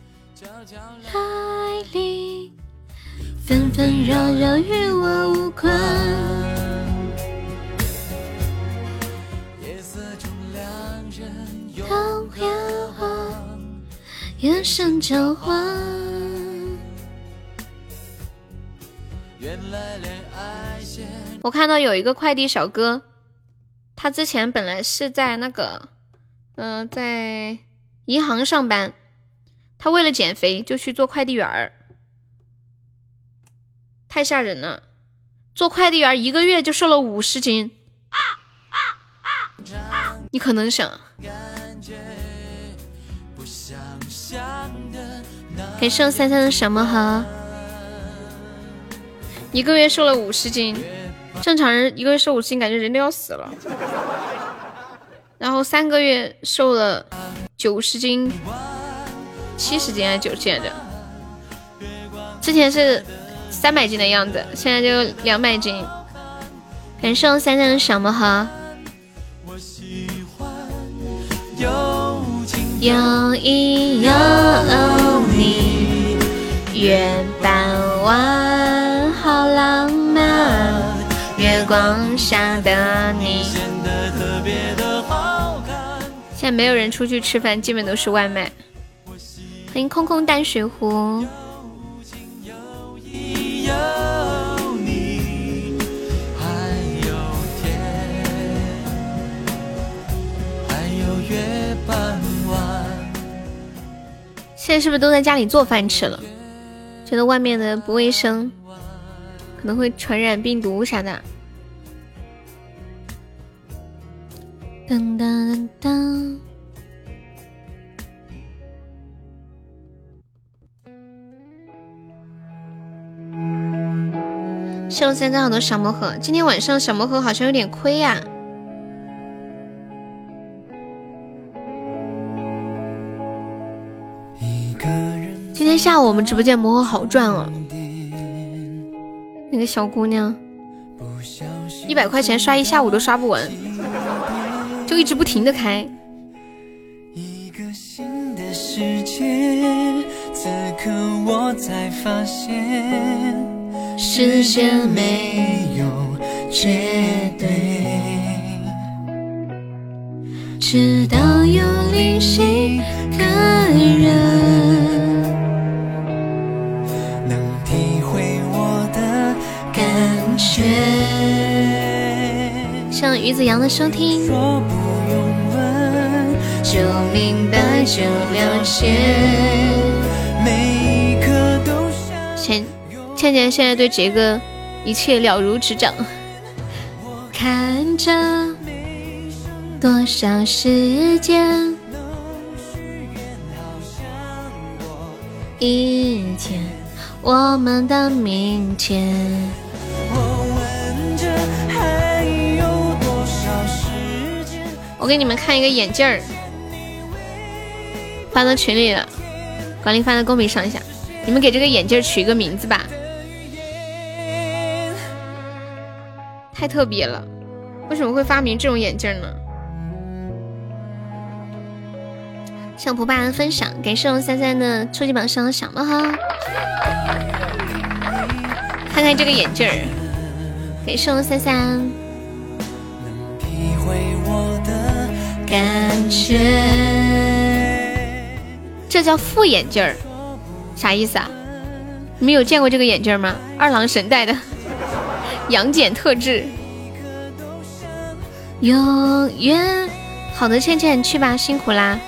来历纷纷扰扰与我无关，桃花眼神交换。 我看到有一个快递小哥，他之前本来是在那个在银行上班，他为了减肥就去做快递员儿，太吓人了。做快递员1个月就瘦了50斤。你可能想，给剩33的什么盒，1个月瘦了50斤，正常人1个月瘦50斤，感觉人都要死了。然后3个月瘦了90斤、70斤还是90斤来着？之前是300斤的样子，现在就200斤。感谢我33的什么盒。有一有你，月半弯好浪漫，月光下的你。现在没有人出去吃饭，基本都是外卖。欢迎空空淡水湖。现在是不是都在家里做饭吃了？觉得外面的不卫生，可能会传染病毒啥的。噔噔噔。谢我现在好多小魔盒，今天晚上小魔盒好像有点亏呀。今天下午我们直播间魔盒好赚哦，那个小姑娘100块钱刷1下午都刷不完，就一直不停的开。一个新的世界，此刻我才发现世界没有绝对，直到有另谁个人能体会我的感觉。像鱼子羊的收听，说不用问就明白就了解，每一刻都像倩倩现在对这个一切了如指掌。看着多少时间，一天我们的明天。我给你们看一个眼镜儿，发到群里了，管理发到公屏上一下。你们给这个眼镜取一个名字吧，太特别了。为什么会发明这种眼镜呢？向蒲爸的分享，感谢我33的初级榜上小猫哈。看看这个眼镜儿，感谢我33。感觉这叫副眼镜儿，啥意思啊？你们有见过这个眼镜吗？二郎神戴的，杨戬特制。永远好的，倩倩去吧，辛苦啦。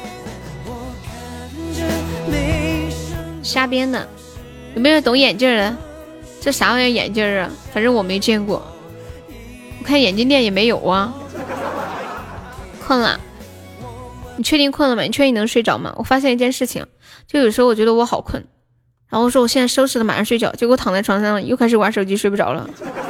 瞎编的，有没有懂眼镜的？这啥玩意儿眼镜啊？反正我没见过，我看眼镜店也没有啊。困了？你确定困了吗？你确定能睡着吗？我发现一件事情，就有时候我觉得我好困，然后我说我现在收拾了马上睡觉，结果躺在床上又开始玩手机睡不着了。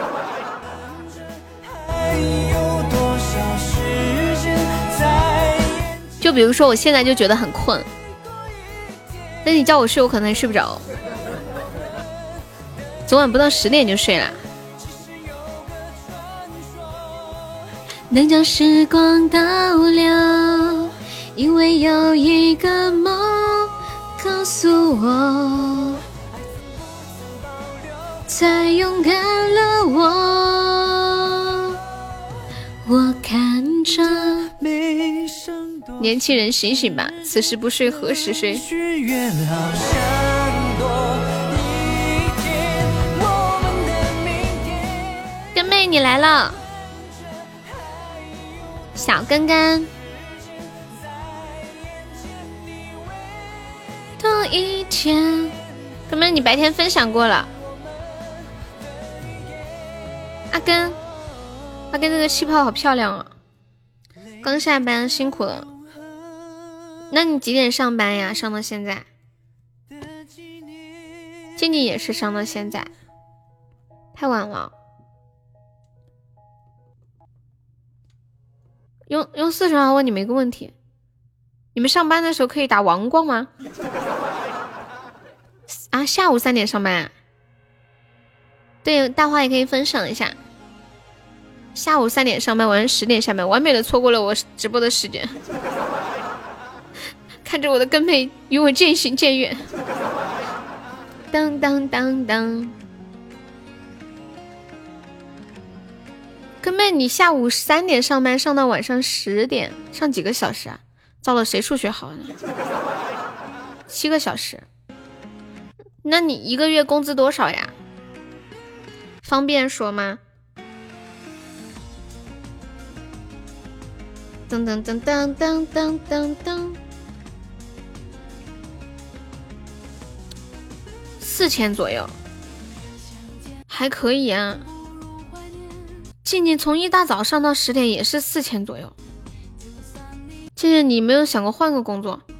就比如说我现在就觉得很困，但你叫我睡我可能还睡不着。昨晚不到10点就睡了。能将时光倒流，因为有一个梦告诉我，才勇敢了我看着年轻人醒醒吧，此时不睡何时睡？ 根妹你来了，小根根。多一天，根妹你白天分享过了。阿根这个气泡好漂亮啊！刚下班辛苦了。那你几点上班呀？上到现在？静静也是上到现在，太晚了。用40号问你们一个问题，你们上班的时候可以打王光吗？啊，下午3点上班啊？对，大花也可以分享一下。下午3点上班，晚上10点下班，完美的错过了我直播的时间。看着我的跟妹与我渐行渐远。当当当当。跟妹，你下午3点上班，上到晚上10点，上几个小时啊？糟了，谁数学好呢？7个小时。那你一个月工资多少呀？方便说吗？噔噔噔噔噔噔噔噔，4000左右，还可以啊。静静从一大早上到10点也是4000左右。静静，你没有想过换个工作？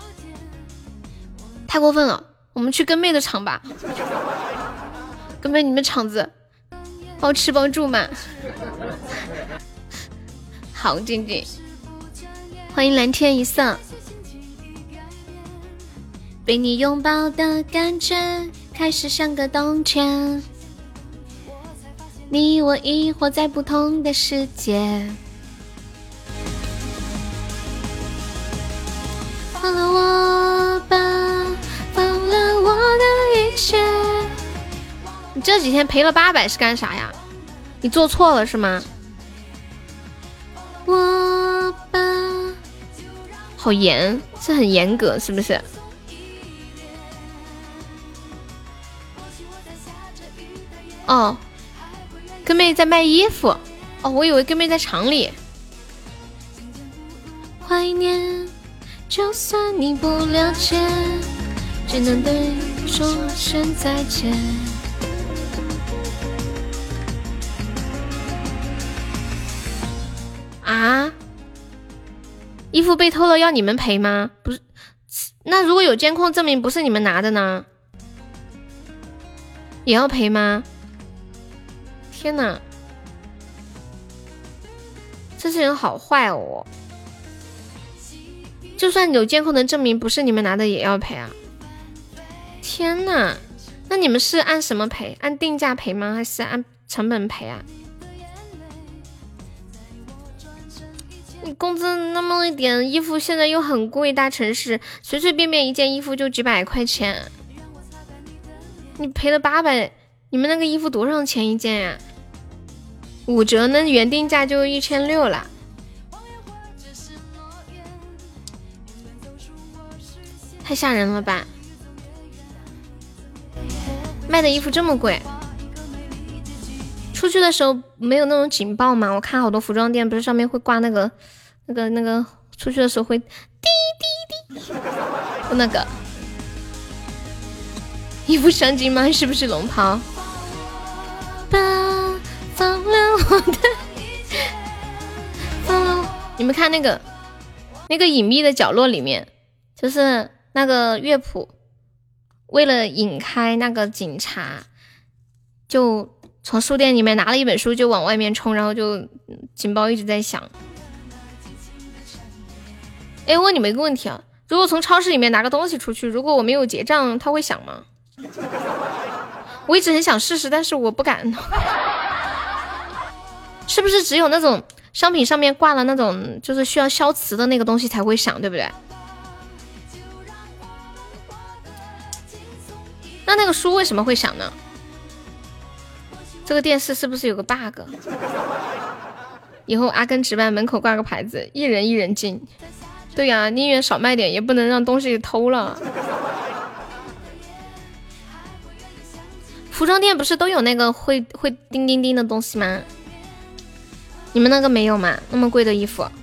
太过分了，我们去跟妹的厂吧。跟妹，你们厂子包吃包住吗？好，静静，欢迎蓝天一色。被你拥抱的感觉开始像个冬天，你我已活在不同的世界。放了我吧，放了我的一切。你这几天赔了800是干啥呀？你做错了是吗？我吧，好严，是很严格是不是？哦，跟妹在卖衣服。哦，我以为跟妹在厂里。怀念，就算你不了解，只能对你说声再见。啊？衣服被偷了要你们赔吗？不是，那如果有监控证明不是你们拿的呢？也要赔吗？天哪，这些人好坏哦！就算有监控能证明不是你们拿的，也要赔啊！天哪，那你们是按什么赔？按定价赔吗？还是按成本赔啊？你工资那么一点，衣服现在又很贵，大城市随随便便一件衣服就几百块钱，你赔了800，你们那个衣服多少钱一件呀？5折，那原定价就1600了。太吓人了吧！卖的衣服这么贵，出去的时候没有那种警报吗？我看好多服装店不是上面会挂那个，出去的时候会滴滴滴，那个衣服伤筋吗？是不是龙袍？放了我的，放了。你们看那个隐秘的角落里面，就是那个乐谱为了引开那个警察，就从书店里面拿了一本书就往外面冲，然后就警报一直在响。哎，问你们一个问题啊，如果从超市里面拿个东西出去，如果我没有结账，它会响吗？我一直很想试试，但是我不敢。是不是只有那种商品上面挂了那种就是需要消磁的那个东西才会响，对不对？那个书为什么会响呢？这个电视是不是有个 bug？ 以后阿根值班门口挂个牌子，一人一人进。对呀，宁愿少卖点，也不能让东西偷了。 服装店不是都有那个会叮叮叮的东西吗？你们那个没有吗？那么贵的衣服。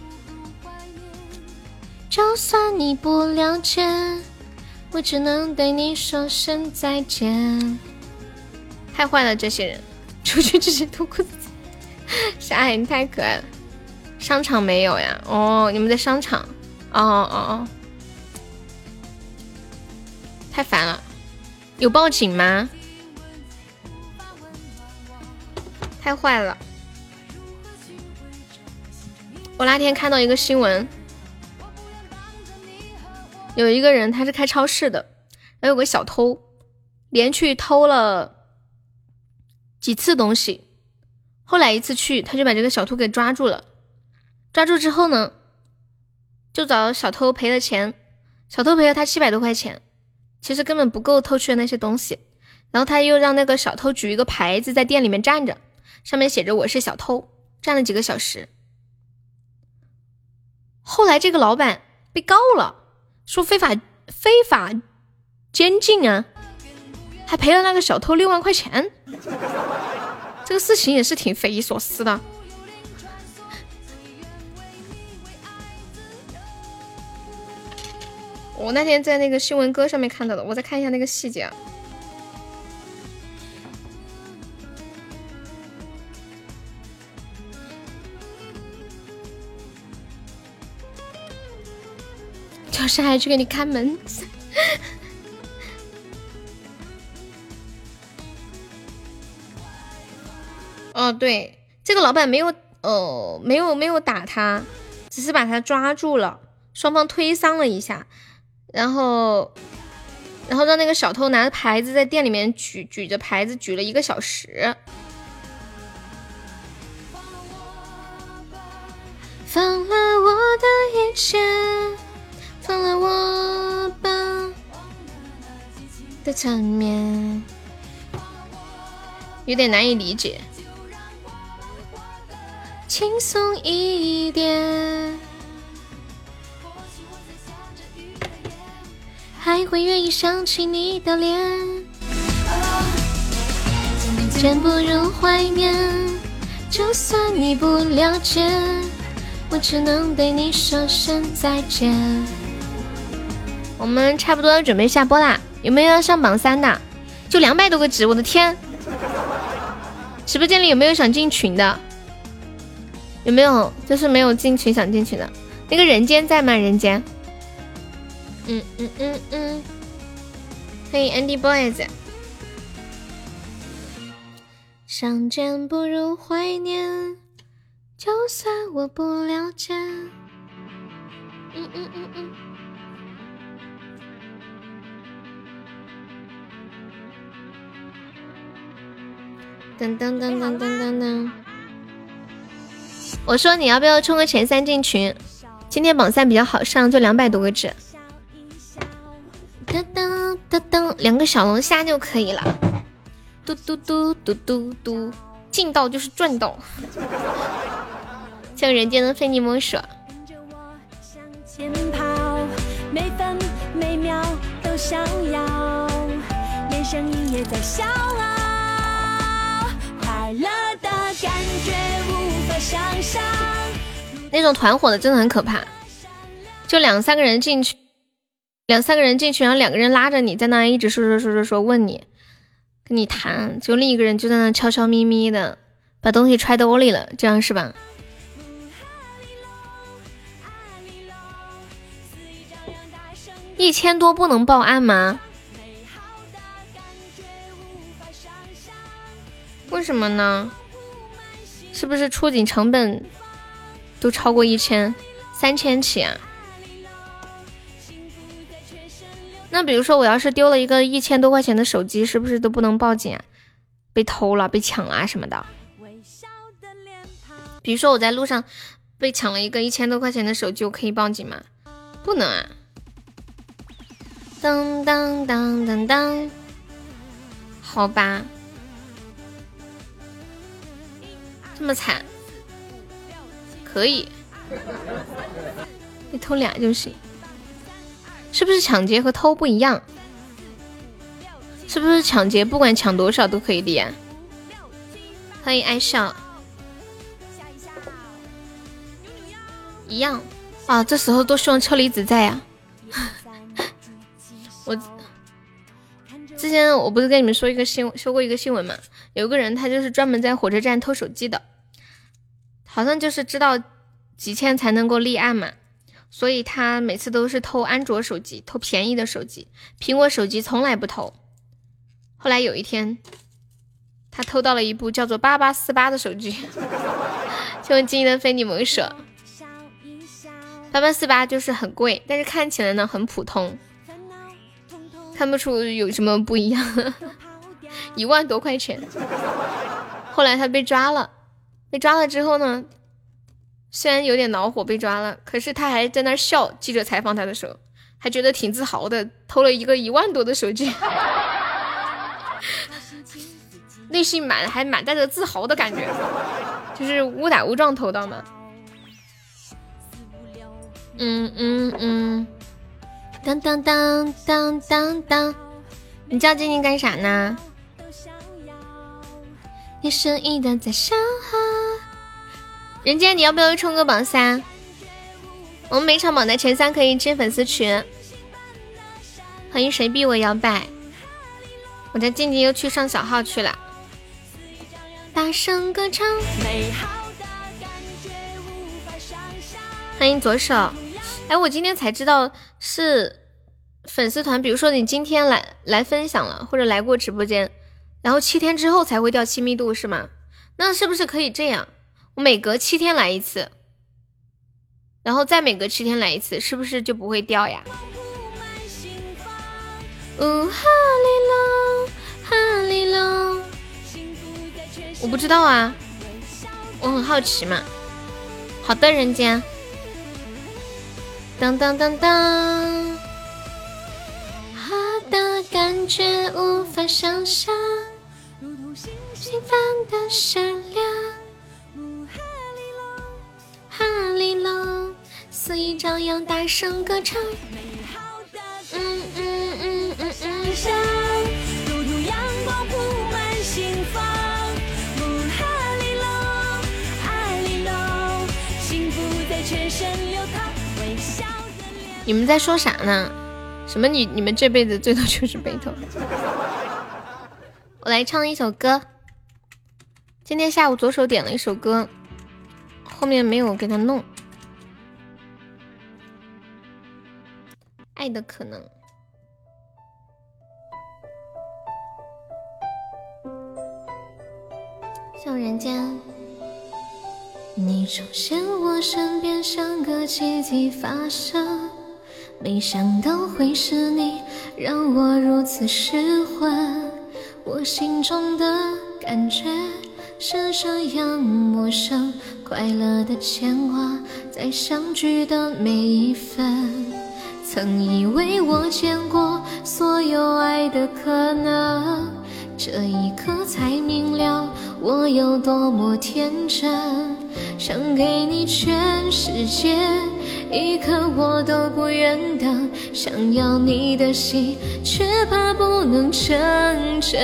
就算你不了解，我只能对你说声再见。太坏了，这些人出去直接脱裤子。傻眼，太可爱了。商场没有呀？哦，你们在商场。哦，太烦了。有报警吗？太坏了。我那天看到一个新闻，有一个人他是开超市的，然后有个小偷连续偷了几次东西，后来一次去他就把这个小偷给抓住了。抓住之后呢，就找小偷赔了钱，小偷赔了他700多块钱，其实根本不够偷去的那些东西。然后他又让那个小偷举一个牌子在店里面站着，上面写着我是小偷，站了几个小时。后来这个老板被告了，说非法监禁啊，还赔了那个小偷6万块钱。这个事情也是挺匪夷所思的。我那天在那个新闻歌上面看到的，我再看一下那个细节啊。叫上海去给你开门。哦，对，这个老板没有打他，只是把他抓住了，双方推搡了一下，然后让那个小偷拿着牌子在店里面举着牌子举了1个小时。放了我的一切，放了我吧的侧面，有点难以理解。轻松一点，还会愿意想起你的脸，真不如怀念。就算你不了解，我只能对你说声再见。我们差不多要准备下播啦，有没有要上榜3的？就200多个值，我的天！直播间里有没有想进群的？有没有就是没有进群想进群的？那个人间在吗？人间？欢迎 Andy Boys。相见不如怀念，就算我不了解。噔噔噔噔噔噔噔。我说你要不要冲个前3进群？今天榜3比较好上，就200多个值。噔噔噔噔，2个小龙虾就可以了。嘟嘟嘟嘟嘟嘟，进道就是赚到。像人间的非你莫属。每分每秒都想要，连声音也在笑傲，快乐的感觉无法想象。那种团伙的真的很可怕，就2-3个人进去，然后2个人拉着你在那一直说问你，跟你谈，就另一个人就在那悄悄咪咪的把东西揣兜里了，这样是吧？1000多不能报案吗？为什么呢？是不是出警成本都超过1000，3000起啊？那比如说我要是丢了一个1000多块钱的手机，是不是都不能报警啊？被偷了、被抢了啊什么的。比如说我在路上被抢了一个1000多块钱的手机，我可以报警吗？不能啊。当当当当当，好吧，这么惨，可以，你偷俩就行。是不是抢劫和偷不一样？ 是不是抢劫不管抢多少都可以立啊？欢迎爱笑，一样啊，这时候都希望车厘子在呀。我之前我不是跟你们说过一个新闻嘛，有一个人他就是专门在火车站偷手机的，好像就是知道几千才能够立案嘛，所以他每次都是偷安卓手机，偷便宜的手机，苹果手机从来不偷。后来有一天他偷到了一部叫做8848的手机，请问今天的非你莫属。8848就是很贵，但是看起来呢很普通，看不出有什么不一样。1万多块钱。后来他被抓了，之后呢，虽然有点恼火被抓了，可是他还在那笑。记者采访他的时候还觉得挺自豪的，偷了一个1万多的手机。内心还满带着自豪的感觉，就是误打误撞偷到嘛。当当当当当当，你叫静静干啥呢？你深意的在伤害。人间，你要不要冲个榜3？我们每场榜的前3可以进粉丝群。欢迎谁逼我摇摆？我家静静又去上小号去了。大声歌唱，欢迎左手。哎，我今天才知道是粉丝团，比如说你今天来分享了，或者来过直播间，然后7天之后才会掉亲密度是吗？那是不是可以这样？我每隔7天来一次，然后再每隔7天来一次，是不是就不会掉呀？哈利路哈利路，我不知道啊，我很好奇嘛。好的，人家。当当当当，好的感觉无法想象，如同星星般的闪亮。哈利路，肆意张扬，大声歌唱。如同阳光铺满心房。哈利路，哈利路，幸福在全身流淌。你们在说啥呢？什么你们这辈子最多就是背头。我来唱一首歌。今天下午左手点了一首歌，后面没有给他弄。爱的可能。小人间。你出现我身边像个奇迹发生，没想到会是你让我如此失魂，我心中的感觉是这样陌生，快乐的牵挂在相聚的每一分，曾以为我见过所有爱的可能，这一刻才明了我有多么天真，想给你全世界，一刻我都不愿等，想要你的心，却怕不能成真。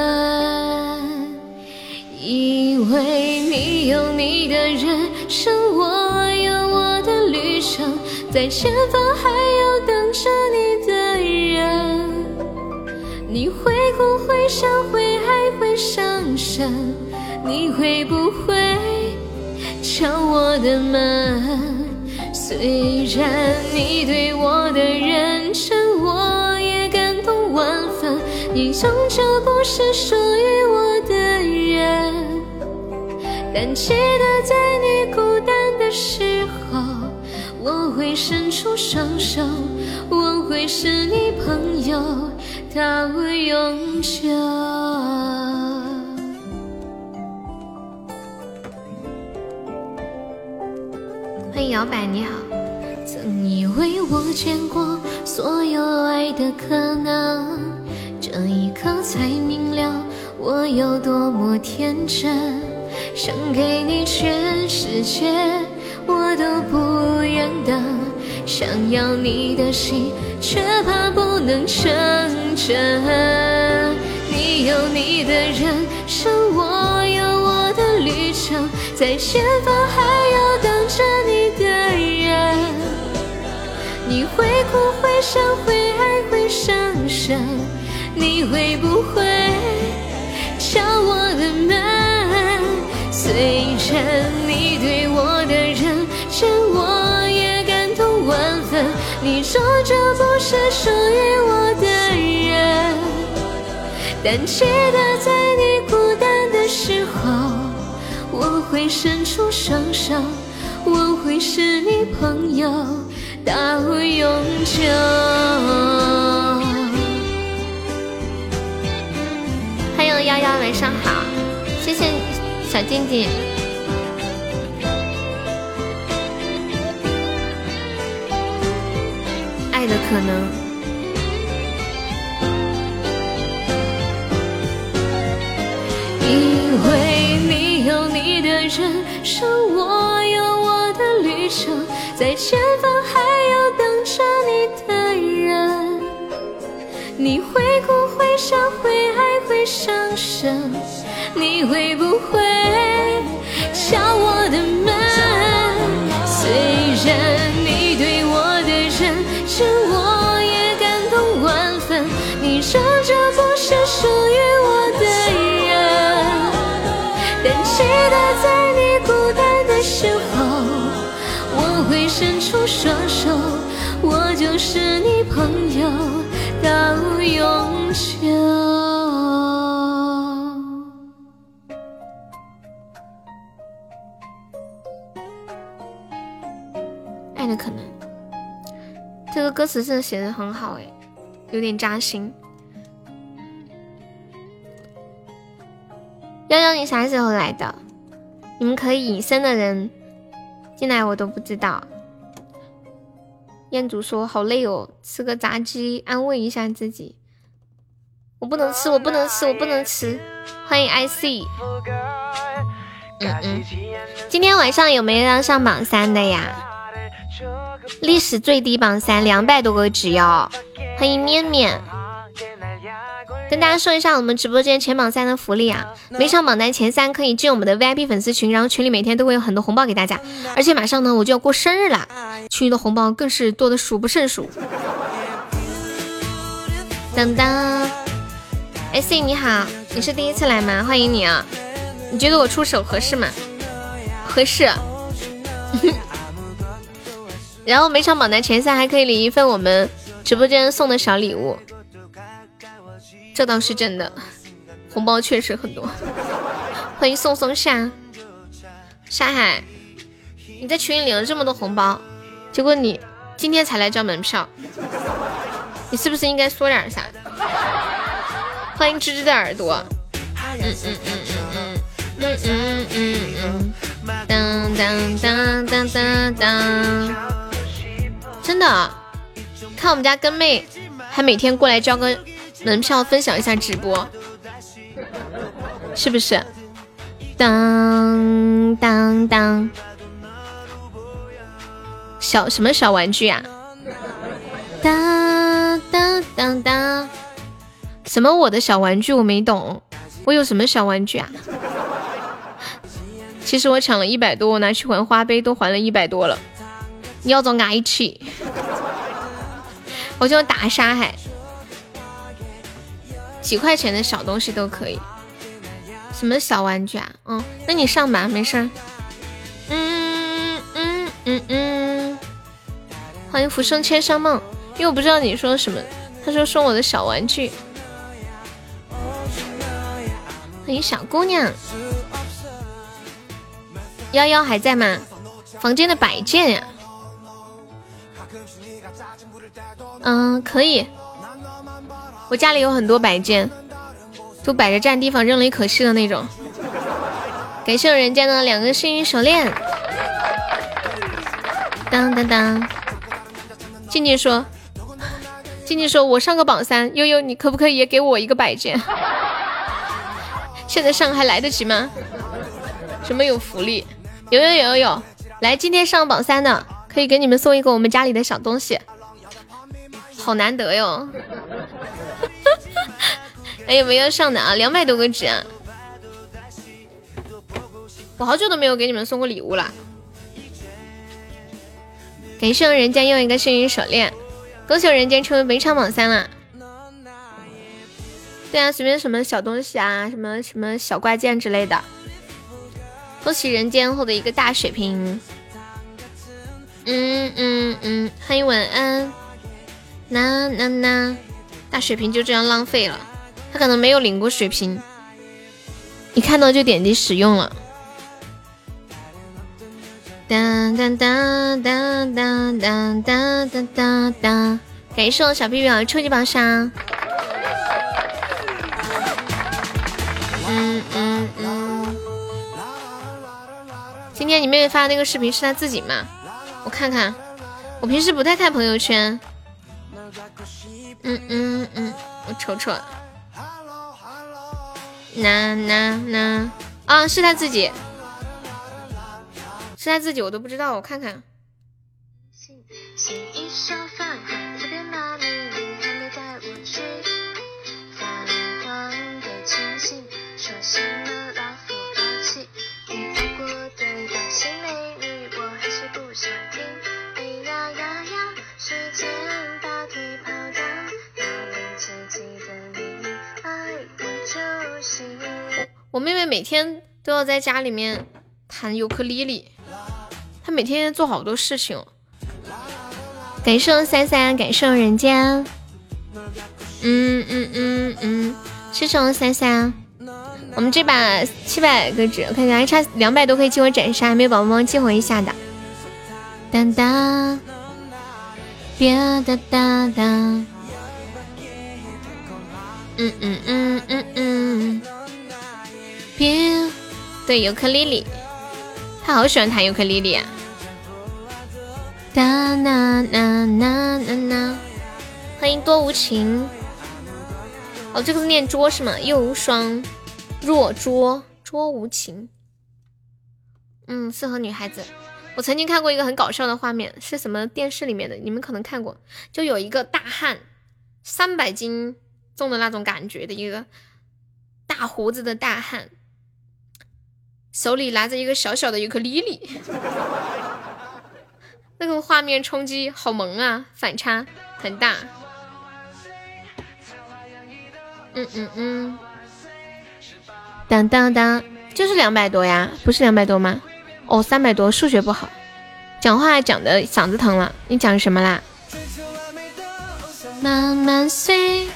以为你有你的人生，我有我的旅程，在前方还有等着你的人。你会哭会笑会爱会伤神，你会不会敲我的门？虽然你对我的认真我也感动万分，你终究不是属于我的人，但记得在你孤单的时候，我会伸出双手，我会是你朋友到永久。欢迎摇摆，你好。曾以为我见过所有爱的可能，这一刻才明了我有多么天真，想给你全世界我都不愿等，想要你的心却怕不能成真。 有你的人生，我有我的旅程，在前方还有等着你的人。你会哭会笑会爱会伤神，你会不会敲我的门？虽然你对我的认真我也感动万分，你终究不是属于我的人，但记得在你孤单的时候，我会伸出双手，我会是你朋友到永久。欢迎幺幺，晚上好，谢谢小静静。爱的可能，因为你有你的人生，我有我的旅程，在前方还有等着你的人。你会哭会笑会爱会伤神，你会不会敲我的门？虽然你对我的认真我也感动万分，你终究不是属于我的人，但记得在你孤单的时候，我会伸出双手，我就是你朋友到永久。爱的可能，这个歌词真的写得很好哎，有点扎心。悠悠，你啥时候来的？你们可以隐身的人进来我都不知道。彦祖说好累哦，吃个炸鸡安慰一下自己。我不能吃，我不能吃，我不能吃。欢迎 IC。今天晚上有没有要上榜3的呀？历史最低榜3 200多个值哟。欢迎面面。跟大家说一下我们直播间前榜3的福利啊，每场榜单前3可以进我们的 VIP 粉丝群，然后群里每天都会有很多红包给大家，而且马上呢我就要过生日啦，群里的红包更是多的数不胜数。当当 IC 你好，你是第一次来吗？欢迎你啊，你觉得我出手合适吗？合适。然后每场榜单前3还可以领一份我们直播间送的小礼物，这倒是真的，红包确实很多。欢迎宋松夏，沙海，你在群里领了这么多红包，结果你今天才来交门票，你是不是应该说点啥？欢迎芝芝的耳朵，当当当当当当，真的，看我们家跟妹还每天过来交个门票分享一下直播，是不是？当当当，什么小玩具啊？当当当当，什么我的小玩具我没懂，我有什么小玩具啊？其实我抢了100多，我拿去还花呗都还了100多了，你要找挨气，我就打沙海。几块钱的小东西都可以，什么小玩具啊？那你上吧，没事。欢迎浮生千山梦，因为我不知道你说什么，他说送我的小玩具。欢迎小姑娘，幺幺还在吗？房间的摆件呀，可以。我家里有很多摆件，都摆着占地方，扔了也可惜的那种。感谢人家的2个幸运手链。当当当，静静说我上个榜3，悠悠你可不可以也给我一个摆件？现在上还来得及吗？什么有福利？有，来，今天上榜3的可以给你们送一个我们家里的小东西，好难得哟。 还有没有上的啊？200多个纸啊！我好久都没有给你们送过礼物了。感谢人间又一个幸运手链，恭喜人间成为本场榜3了。对啊，随便什么小东西啊，什么小挂件之类的。恭喜人间获得一个大水瓶。欢迎晚安。那大水瓶就这样浪费了，他可能没有领过水瓶，一看到就点击使用了。当当当当当当当当当当，感谢我小屁表初级榜上。今天你妹妹发的那个视频是她自己吗？我看看，我平时不太看朋友圈。我瞅瞅。啊，是她自己。是他自己，我都不知道，我看看。我妹妹每天都要在家里面弹尤克里里。他每天做好多事情。感谢33，感谢人间。谢谢33。我们这把700个纸，我看一下还差200多可以激活斩杀，还没有宝宝帮激活一下的。当当，别哒哒哒。别，对，尤克里里，他好喜欢弹尤克里里啊。哒啦啦啦啦啦！欢迎多无情。哦，这个是念捉是吗？又无双，若捉，捉无情。适合女孩子。我曾经看过一个很搞笑的画面，是什么电视里面的？你们可能看过，就有一个大汉，300斤重的那种感觉的一个大胡子的大汉，手里拿着一个小小的尤克里里。那个画面冲击好萌啊，反差很大。当当当，就是200多呀，不是200多吗？哦，300多，数学不好，讲话讲的嗓子疼了。你讲什么啦？慢慢睡。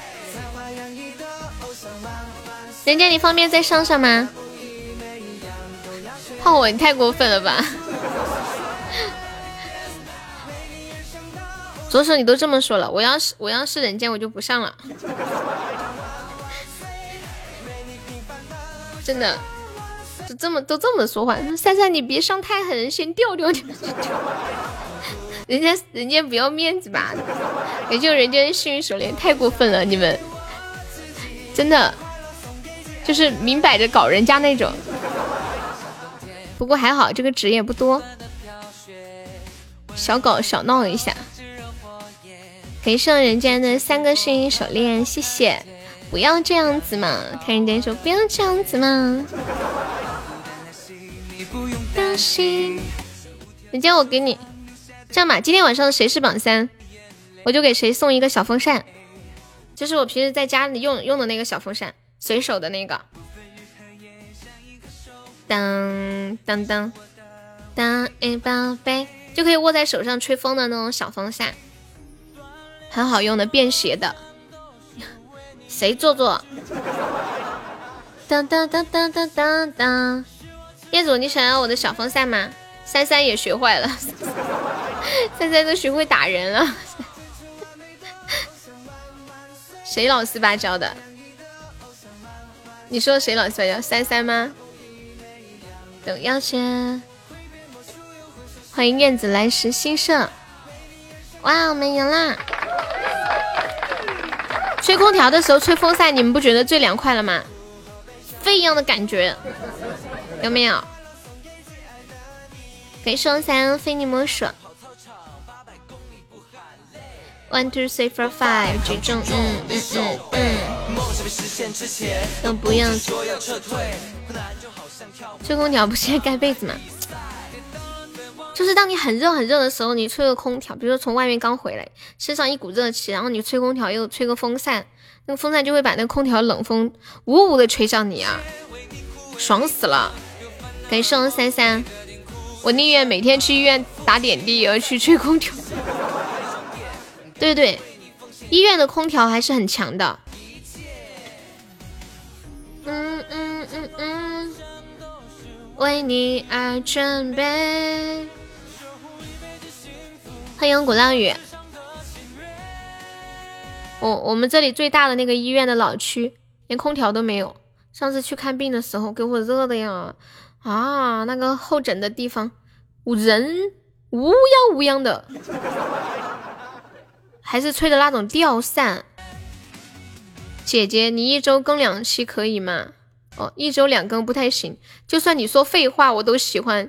人家你方便再上上吗？泡我，你太过分了吧！左手你都这么说了，我要是人间我就不上了，真的，都这么说话。33你别上太狠，先掉掉你。人家不要面子吧？也就人家幸运手链太过分了，你们真的就是明摆着搞人家那种。不过还好这个纸也不多，小搞小闹一下。给上人家的3个幸运手链，谢谢。不要这样子嘛，看人家说不要这样子嘛。人家我给你这样吧，今天晚上谁是榜3，我就给谁送一个小风扇，就是我平时在家里用的那个小风扇，随手的那个。当当当当，宝贝，就可以握在手上吹风的那种小风扇。很好用的，便携的。谁做？当当当当当当当。叶总，你想要我的小风扇吗？33也学坏了，33都学会打人了。谁老实巴交的？你说谁老实巴交？33吗？等要钱。欢迎燕子来时新社。哇，我们赢啦！吹空调的时候吹风扇，你们不觉得最凉快了吗？飞一样的感觉，有没有？给双3非你莫属。1 2 3 4 5， 这种不要吹空调不是盖被子吗？就是当你很热很热的时候，你吹个空调，比如说从外面刚回来，身上一股热气，然后你吹空调又吹个风扇，那个风扇就会把那个空调冷风呜呜的吹向你啊，爽死了！感谢33，我宁愿每天去医院打点滴，也要去吹空调。对对，医院的空调还是很强的。为你而准备。欢迎鼓浪屿。我们这里最大的那个医院的老区连空调都没有，上次去看病的时候给我热的呀啊，那个候诊的地方人乌泱乌泱的，还是吹的那种吊扇。姐姐你一周更2期可以吗？哦，一周2更不太行，就算你说废话我都喜欢。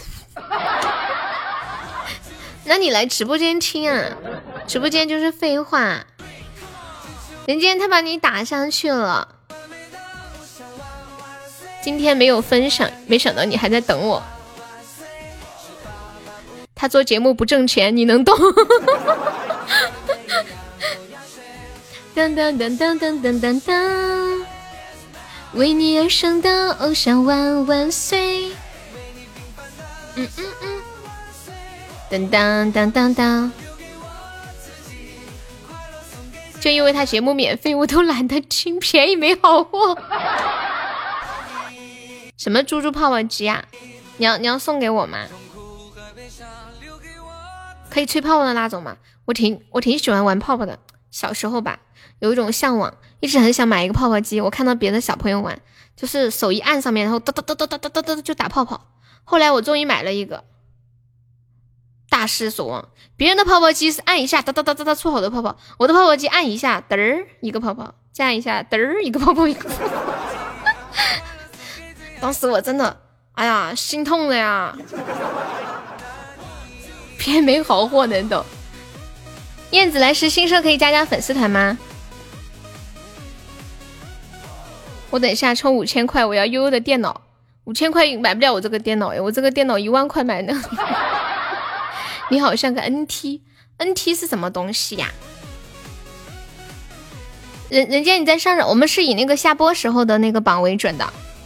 那你来直播间听啊，直播间就是废话。人家他把你打上去了，今天没有分享，没想到你还在等我。他做节目不挣钱，你能懂？当当当当当当当当，为你而生的偶像万万岁！当当当当当，就因为他节目免费，我都懒得听，便宜没好货。什么猪猪泡泡机啊？你要送给我吗？可以吹泡泡的那种吗？我挺喜欢玩泡泡的，小时候吧，有一种向往，一直很想买一个泡泡机。我看到别的小朋友玩，就是手一按上面，然后哒哒哒哒哒哒哒就打泡泡。后来我终于买了一个，大失所望。别人的泡泡机是按一下哒哒哒哒哒出好多泡泡，我的泡泡机按一下嘚儿一个泡泡，再按一下嘚儿一个泡泡一个泡泡。当时我真的哎呀心痛了呀，偏没好货能懂。燕子来时新社可以加粉丝团吗？我等一下充5000块，我要悠悠的电脑。5000块买不了我这个电脑，我这个电脑1万块买的。你好像个 NT 是什么东西呀？人家你在上，我们是以那个下播时候的那个榜为准的。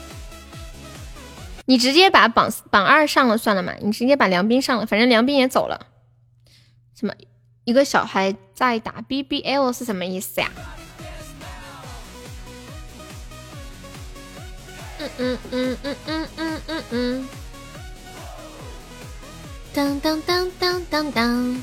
你直接把榜2上了算了嘛，你直接把梁斌上了，反正梁斌也走了。什么一个小孩在打 BBL 是什么意思呀？当当当当当当，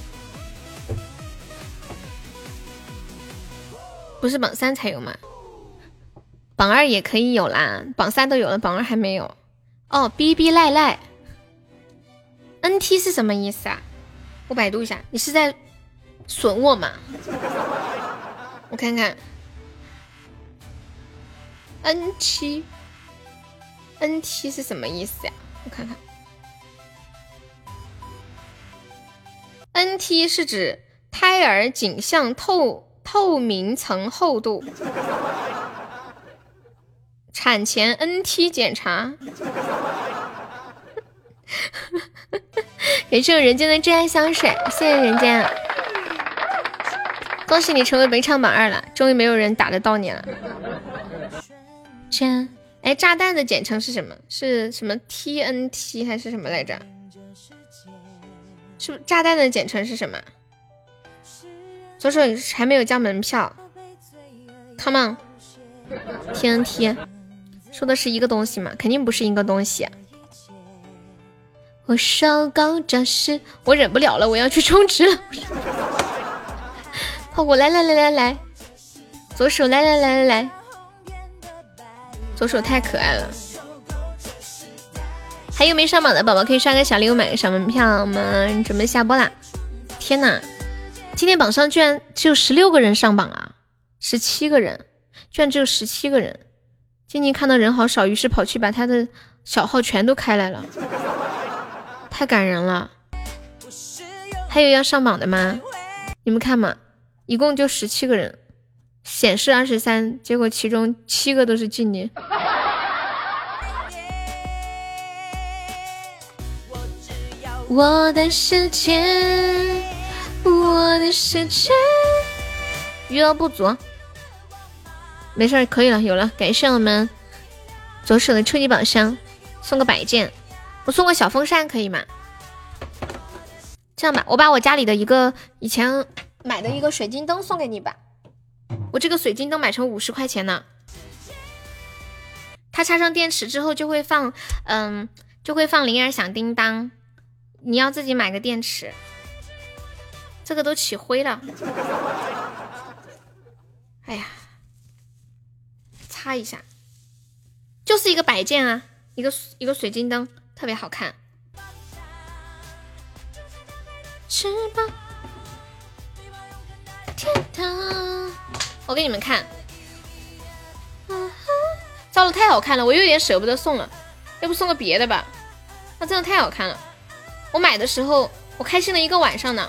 不是榜3才有吗？榜2也可以有啦，榜3都有了，榜2还没有。哦 ，BB 赖赖 ，NT 是什么意思啊？我百度一下，你是在损我吗？我看看 ，NT 是什么意思呀？我看看 ，NT 是指胎儿颈项透明层厚度。产前 NT 检查。感谢人间的真爱香水，谢谢人间，恭喜你成为本场榜2了，终于没有人打得到你了。哎，炸弹的简称是什么？是什么 TNT 还是什么来着？是不是炸弹的简称是什么？左手还没有交门票 ，Come on TNT。说的是一个东西吗？肯定不是一个东西。我手高这时，我忍不了了，我要去充值了。泡果来，左手来，左手太可爱了。还有没上榜的宝宝可以刷个小礼物，买个小门票。我们准备下播啦！天哪，今天榜上居然只有16个人上榜啊，17个人，居然只有17个人。静静看到人好少，于是跑去把他的小号全都开来了，太感人了。还有要上榜的吗？你们看嘛，一共就17个人， 显示23，结果其中7个都是静音。我的世界，我的世界，余额不足，没事，可以了，有了。感谢我们左手的初级宝箱，送个摆件，我送个小风扇可以吗？这样吧，我把我家里的一个以前买的一个水晶灯送给你吧。我这个水晶灯买成50块钱呢，它插上电池之后就会放，就会放铃儿响叮当。你要自己买个电池，这个都起灰了。哎呀，擦一下，就是一个摆件啊，一个水晶灯，特别好看。翅膀，天堂，我给你们看。糟了，太好看了，我有点舍不得送了，要不送个别的吧？那真的太好看了。我买的时候我开心了一个晚上呢，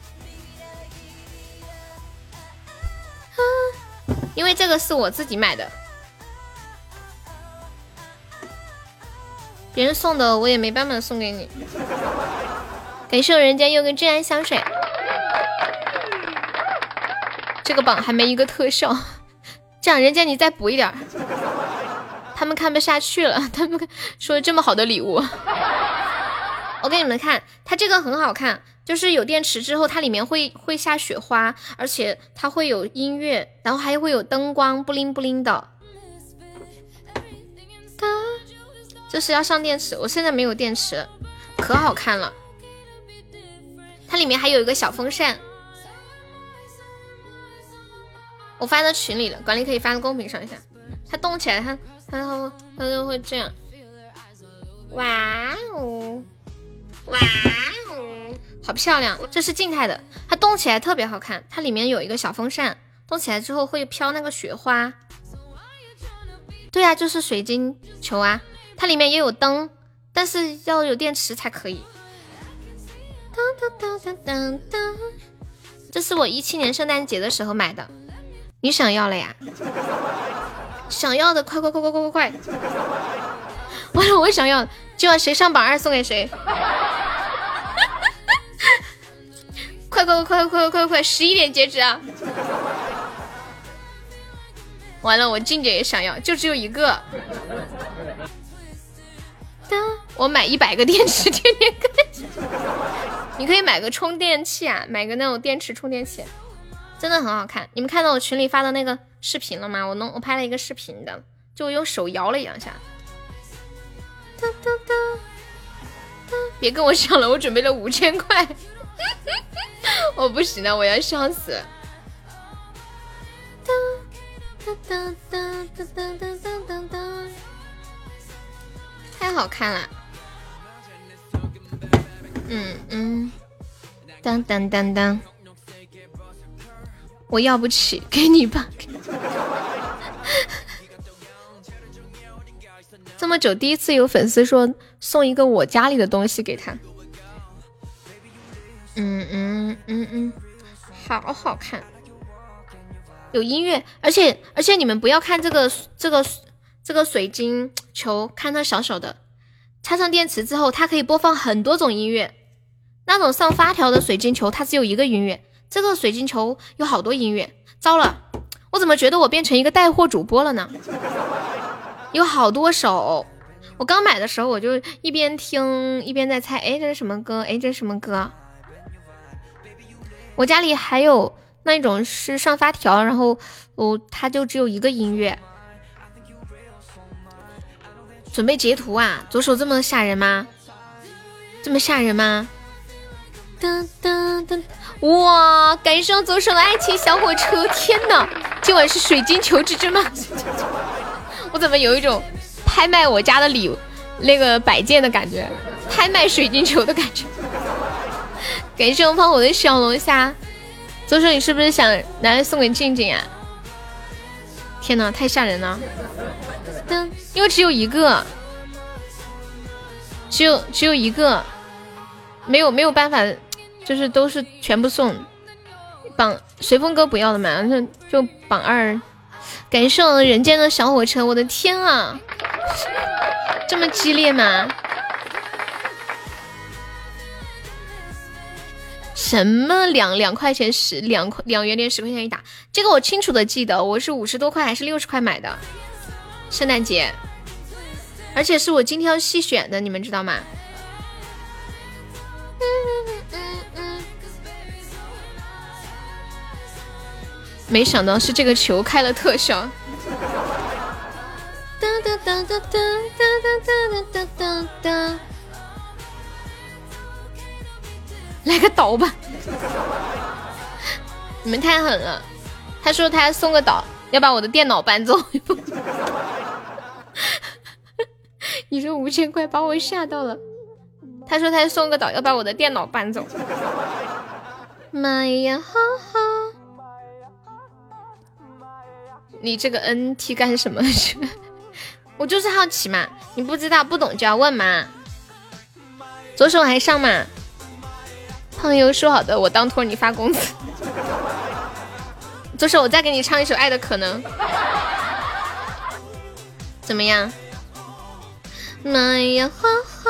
因为这个是我自己买的，别人送的我也没办法送给你。感谢人家用个真爱香水，这个榜还没一个特效，这样人家你再补一点，他们看不下去了，他们说这么好的礼物。我给你们看，它这个很好看，就是有电池之后它里面会下雪花，而且它会有音乐，然后还会有灯光布灵布灵的，就是要上电池，我现在没有电池，可好看了。它里面还有一个小风扇，我发到群里了，管理可以发到公屏上一下。它动起来它就会这样，哇哦哇哦，好漂亮！这是静态的，它动起来特别好看。它里面有一个小风扇，动起来之后会飘那个雪花。对啊，就是水晶球啊，它里面也有灯，但是要有电池才可以。这是我17年圣诞节的时候买的，你想要了呀？想要的快！完了，我想要，今晚谁上榜2送给谁？快！11点截止啊！完了，我静姐也想要，就只有一个。我买100个电池，天天跟。你可以买个充电器啊，买个那种电池充电器，真的很好看。你们看到我群里发的那个视频了吗？我拍了一个视频的，就用手摇了2下。别跟我抢了，我准备了5000块。我不行了，我要笑死。太好看了。当，我要不起，给你吧。这么久，第一次有粉丝说送一个我家里的东西给他。好好看，有音乐，而且你们不要看这个水晶球，看它小小的，插上电池之后，它可以播放很多种音乐。那种上发条的水晶球，它只有一个音乐，这个水晶球有好多音乐。糟了，我怎么觉得我变成一个带货主播了呢？有好多首，我刚买的时候我就一边听一边在猜，哎，这是什么歌？哎，这是什么歌？我家里还有那种是上发条，然后它就只有一个音乐。准备截图啊？左手这么吓人吗？这么吓人吗？哇！感谢左手的爱情小火车！天哪，今晚是水晶球之争吗？我怎么有一种拍卖我家的那个摆件的感觉，拍卖水晶球的感觉。感谢我放我的小龙虾，左手你是不是想拿来送给静静啊？天哪，太吓人了！因为只有一个，只有一个，没有办法，就是都是全部送， 榜随风哥不要了嘛，那就榜2。感谢我人间的小火车，我的天啊，这么激烈吗？什么2块钱2元连10块钱一打？这个我清楚的记得，我是50多块还是60块买的，圣诞节，而且是我精挑细选的，你们知道吗？没想到是这个球开了特效。来个岛吧！你们太狠了。他说他送个岛，要把我的电脑搬走。你说5000块把我吓到了。他说他送个岛，要把我的电脑搬走。妈呀，哈哈！你这个 NT 干什么去？我就是好奇嘛，你不知道不懂就要问嘛。左手还上嘛？胖友说好的，我当托你发工资。左手我再给你唱一首《爱的可能》，怎么样？妈呀哈哈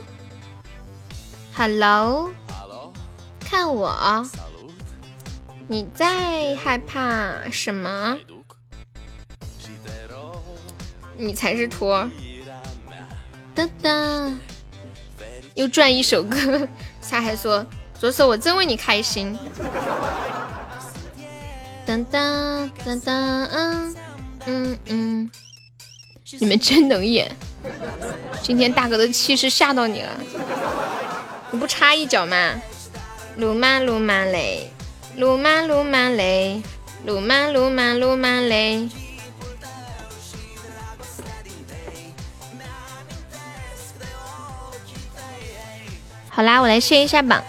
！Hello， 看我，你在害怕什么？你才是托。哒哒，又转一首歌，他还说左手我真为你开心。当当当当，你们真能演。今天大哥的气势吓到你了，你不插一脚吗？鲁妈鲁妈嘞，鲁妈鲁妈嘞，鲁妈鲁妈鲁妈嘞。好啦，我来卸一下榜。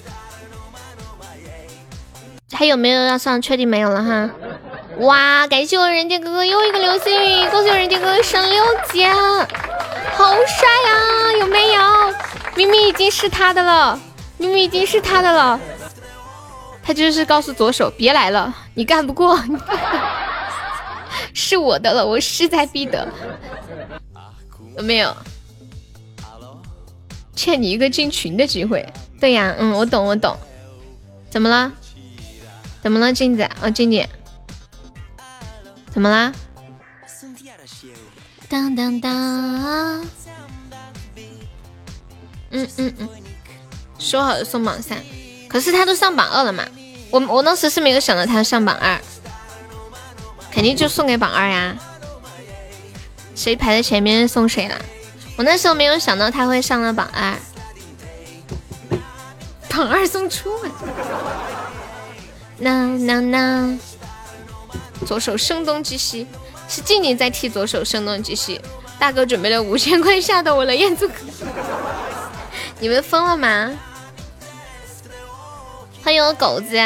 还有没有要上？确定没有了哈。哇，感谢我人间哥哥又一个流星雨，恭喜我人间哥哥升6级，好帅啊！有没有？明明已经是他的了，明明已经是他的了。他就是告诉左手别来了，你干不过，是我的了，我势在必得。有没有？欠你一个进群的机会。对呀，我懂我懂。怎么了？怎么了，镜子？静姐，怎么啦？当当当。说好的送榜3，可是他都上榜2了嘛。我当时是没有想到他上榜2，肯定就送给榜2呀。谁排在前面送谁啦。我那时候没有想到他会上了榜2，榜2送出啊！那，左手声东击西，是静静在替左手声东击西。大哥准备了5000块，吓到我了，彦祖哥，你们疯了吗？欢迎我狗子，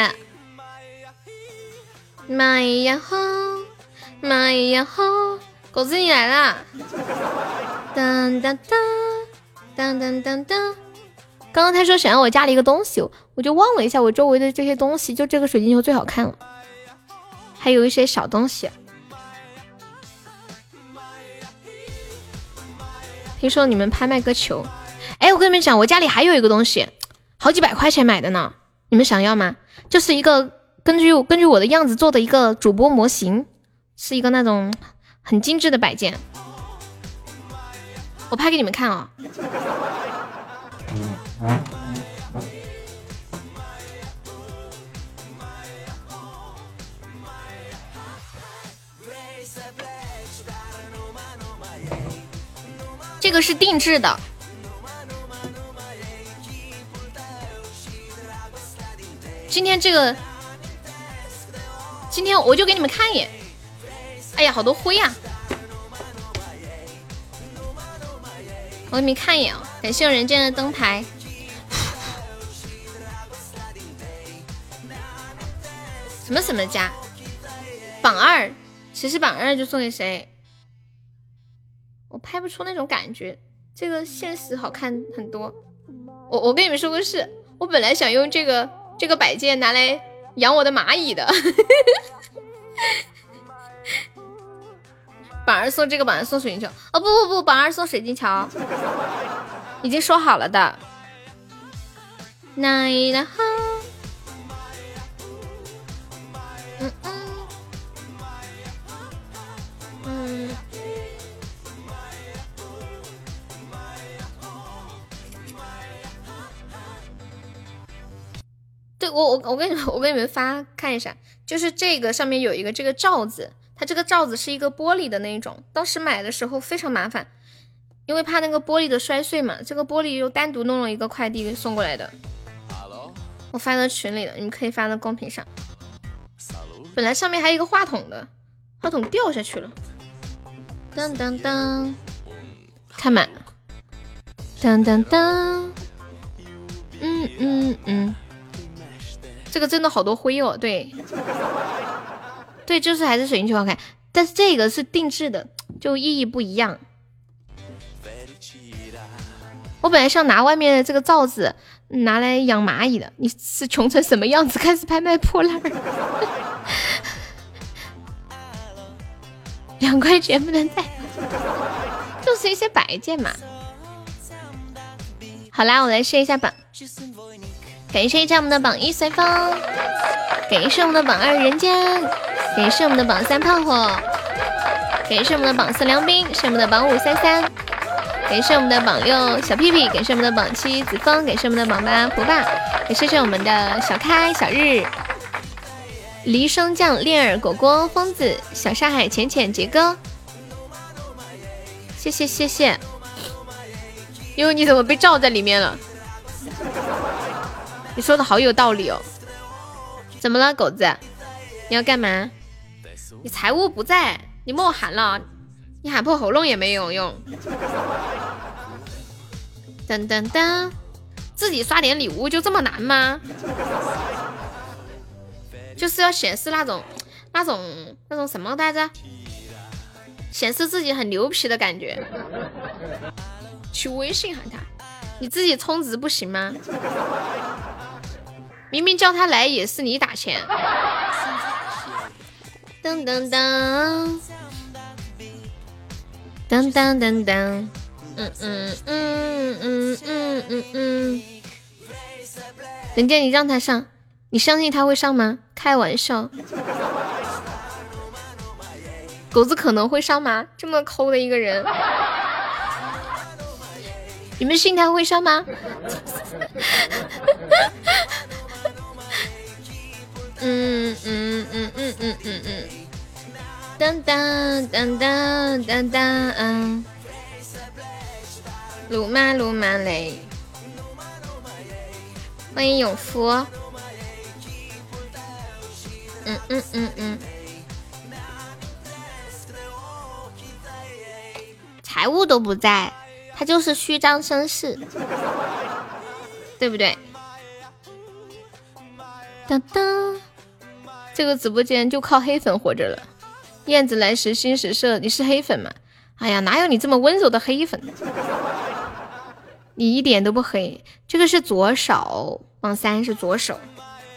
妈呀吼，妈呀吼，狗子你来啦！当当当当当当当。刚刚他说想要我家里一个东西，我就望了一下我周围的这些东西，就这个水晶球最好看了，还有一些小东西。听说你们拍卖个球，哎，我跟你们讲，我家里还有一个东西，好几百块钱买的呢，你们想要吗？就是一个根据我的样子做的一个主播模型，是一个那种很精致的摆件，我拍给你们看啊。这个是定制的，今天我就给你们看一眼。哎呀，好多灰呀！我给你们看一眼啊！感谢人间的灯牌。什么家？榜2，谁是榜2就送给谁。我拍不出那种感觉，这个现实好看很多。我跟你们说个事，我本来想用这个摆件拿来养我的蚂蚁的。榜二送这个，榜二送水晶球。哦不，榜二送水晶球，已经说好了的。那一的好，对我给你们发看一下，就是这个上面有一个这个罩子，它这个罩子是一个玻璃的那种，当时买的时候非常麻烦，因为怕那个玻璃的摔碎嘛，这个玻璃又单独弄了一个快递送过来的。我发到群里了，你们可以发到公屏上。本来上面还有一个话筒的，话筒掉下去了。当当当，看满。当当当，这个真的好多灰哦，对，对，就是还是水晶球好看，但是这个是定制的，就意义不一样。我本来是要拿外面的这个罩子拿来养蚂蚁的，你是穷成什么样子？开始拍卖破烂，2块钱不能带，就是一些摆件嘛。好啦，我来试一下榜。感谢一下我们的榜一随风，感谢我们的榜二人间，感谢我们的榜三炮火，感谢我们的榜四梁冰，是我们的榜五三三，感谢我们的榜六小屁屁，感谢我们的榜七子枫，感谢我们的榜八蒲爸，感谢我们的小开小日离升酱恋儿果果疯子小沙海浅浅杰哥，谢谢。因为你怎么被罩在里面了？你说的好有道理哦。怎么了，狗子？你要干嘛？你财务不在，你莫喊了，你喊破喉咙也没有用。噔噔噔，自己刷点礼物就这么难吗？就是要显示那种什么来着？显示自己很牛皮的感觉。去微信喊他，你自己充值不行吗？明明叫他来也是你打钱。噔噔噔，噔噔噔噔，人家你让他上，你相信他会上吗？开玩笑。狗子可能会上吗？这么抠的一个人。你们信他会上吗？当当当当当当，鲁马嘞！欢迎永福。财务都不在。他就是虚张声势，对不对？当当，这个直播间就靠黑粉活着了。燕子来时新时社，你是黑粉吗？哎呀，哪有你这么温柔的黑粉？你一点都不黑，这个是左手，榜三是左手。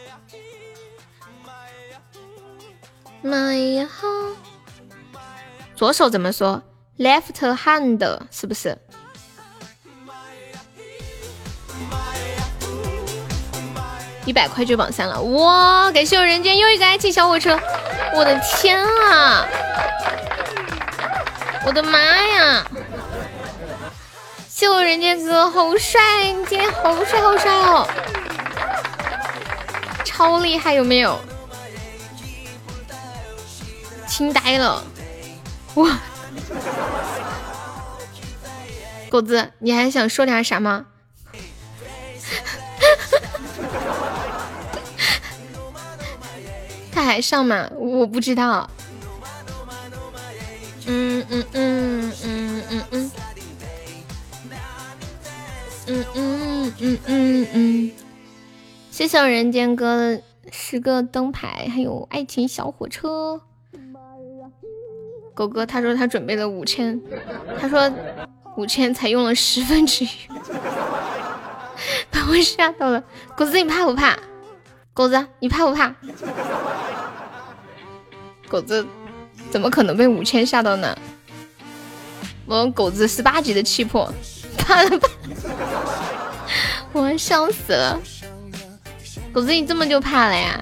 妈呀，左手怎么说 ？Left hand 是不是？100块就榜三了，哇！感谢我人间又一个爱情小火车，我的天啊！我的妈呀！谢我人间哥，好帅！你今天好帅好帅哦，超厉害，有没有？惊呆了，哇！狗子，你还想说点啥吗？他还上吗？我不知道。谢谢人间哥10个灯牌，还有爱情小火车。狗哥他说他准备了5000，他说5000才用了1/10，把我吓到了。狗子你怕不怕？ 狗子，你怕不怕？狗子怎么可能被5000吓到呢？我狗子18级的气魄，怕了吧？我笑死了。狗子，你这么就怕了呀？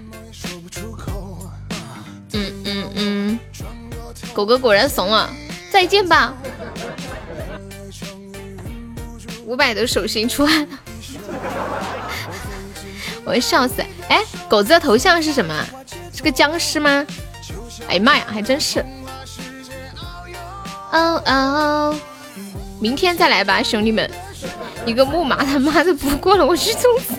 狗哥果然怂了，再见吧。500的手心出汗了，我会笑死。哎，狗子的头像是什么？是个僵尸吗？哎呀妈呀，还真是。哦哦，明天再来吧，兄弟们。一个木马他妈的不过了，我去粽子。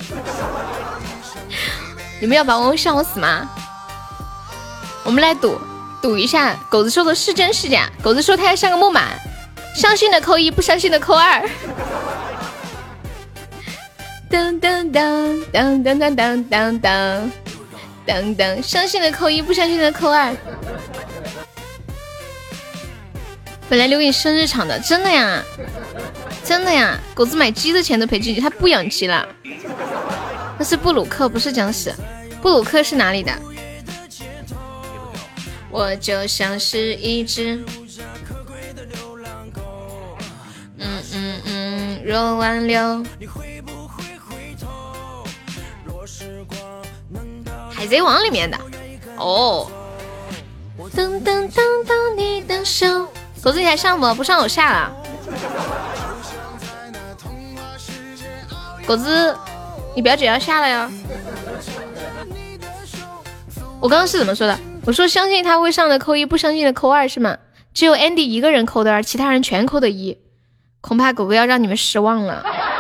你们要把我笑死吗？我们来赌一下，狗子说的是真是假？狗子说他要像个木马，伤心的扣1，不伤心的扣2。噔噔噔噔噔噔噔噔噔噔噔，伤心的扣1，不伤心的扣2。本来留给生日场的，真的呀，真的呀！狗子买鸡的钱都赔进去，他不养鸡了。那是布鲁克，不是僵尸。布鲁克是哪里的？我就像是一只若挽留。海贼王里面的哦。噔噔噔噔，你的手。狗子你还上不？不上我下了。狗子，你表姐要下了呀。我刚刚是怎么说的？我说相信他会上的扣1，不相信的扣2是吗？只有 Andy 一个人扣的2，其他人全扣的1。恐怕狗狗要让你们失望了。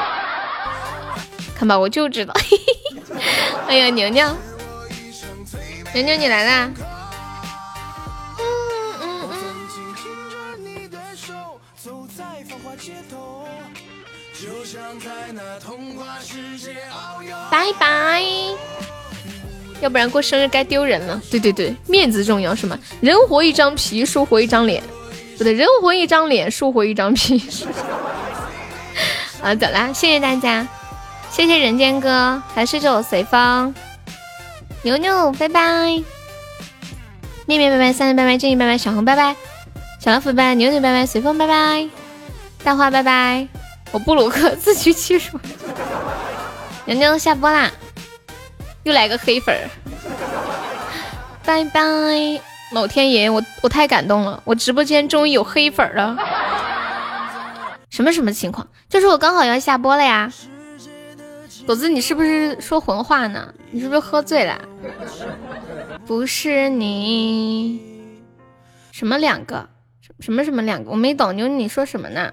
看吧，我就知道。哎呀，牛牛，牛牛你来啦！拜拜。要不然过生日该丢人了。对对对，面子重要是吗？人活一张皮，树活一张脸。不对，人活一张脸，树活一张皮。好，走啦，谢谢大家，谢谢人间哥，还是这首随风。牛牛拜拜，面面拜拜，三人拜拜，正义拜拜，小红拜拜，小老虎拜拜，牛牛拜拜，随风拜拜，大花拜拜，我布鲁克自取其辱。牛牛下播啦，又来个黑粉儿，拜拜。老天爷，我太感动了，我直播间终于有黑粉了。什么情况？就是我刚好要下播了呀。狗子，你是不是说混话呢？你是不是喝醉了？不是你什么两个？什么两个？我没懂，你说什么呢？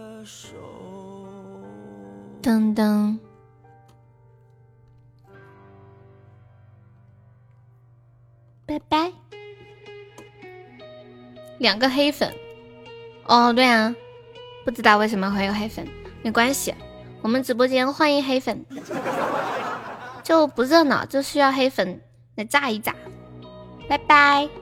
噔噔。拜拜。2个黑粉。哦，对啊，不知道为什么会有黑粉，没关系，我们直播间欢迎黑粉，就不热闹，就需要黑粉来炸一炸。拜拜。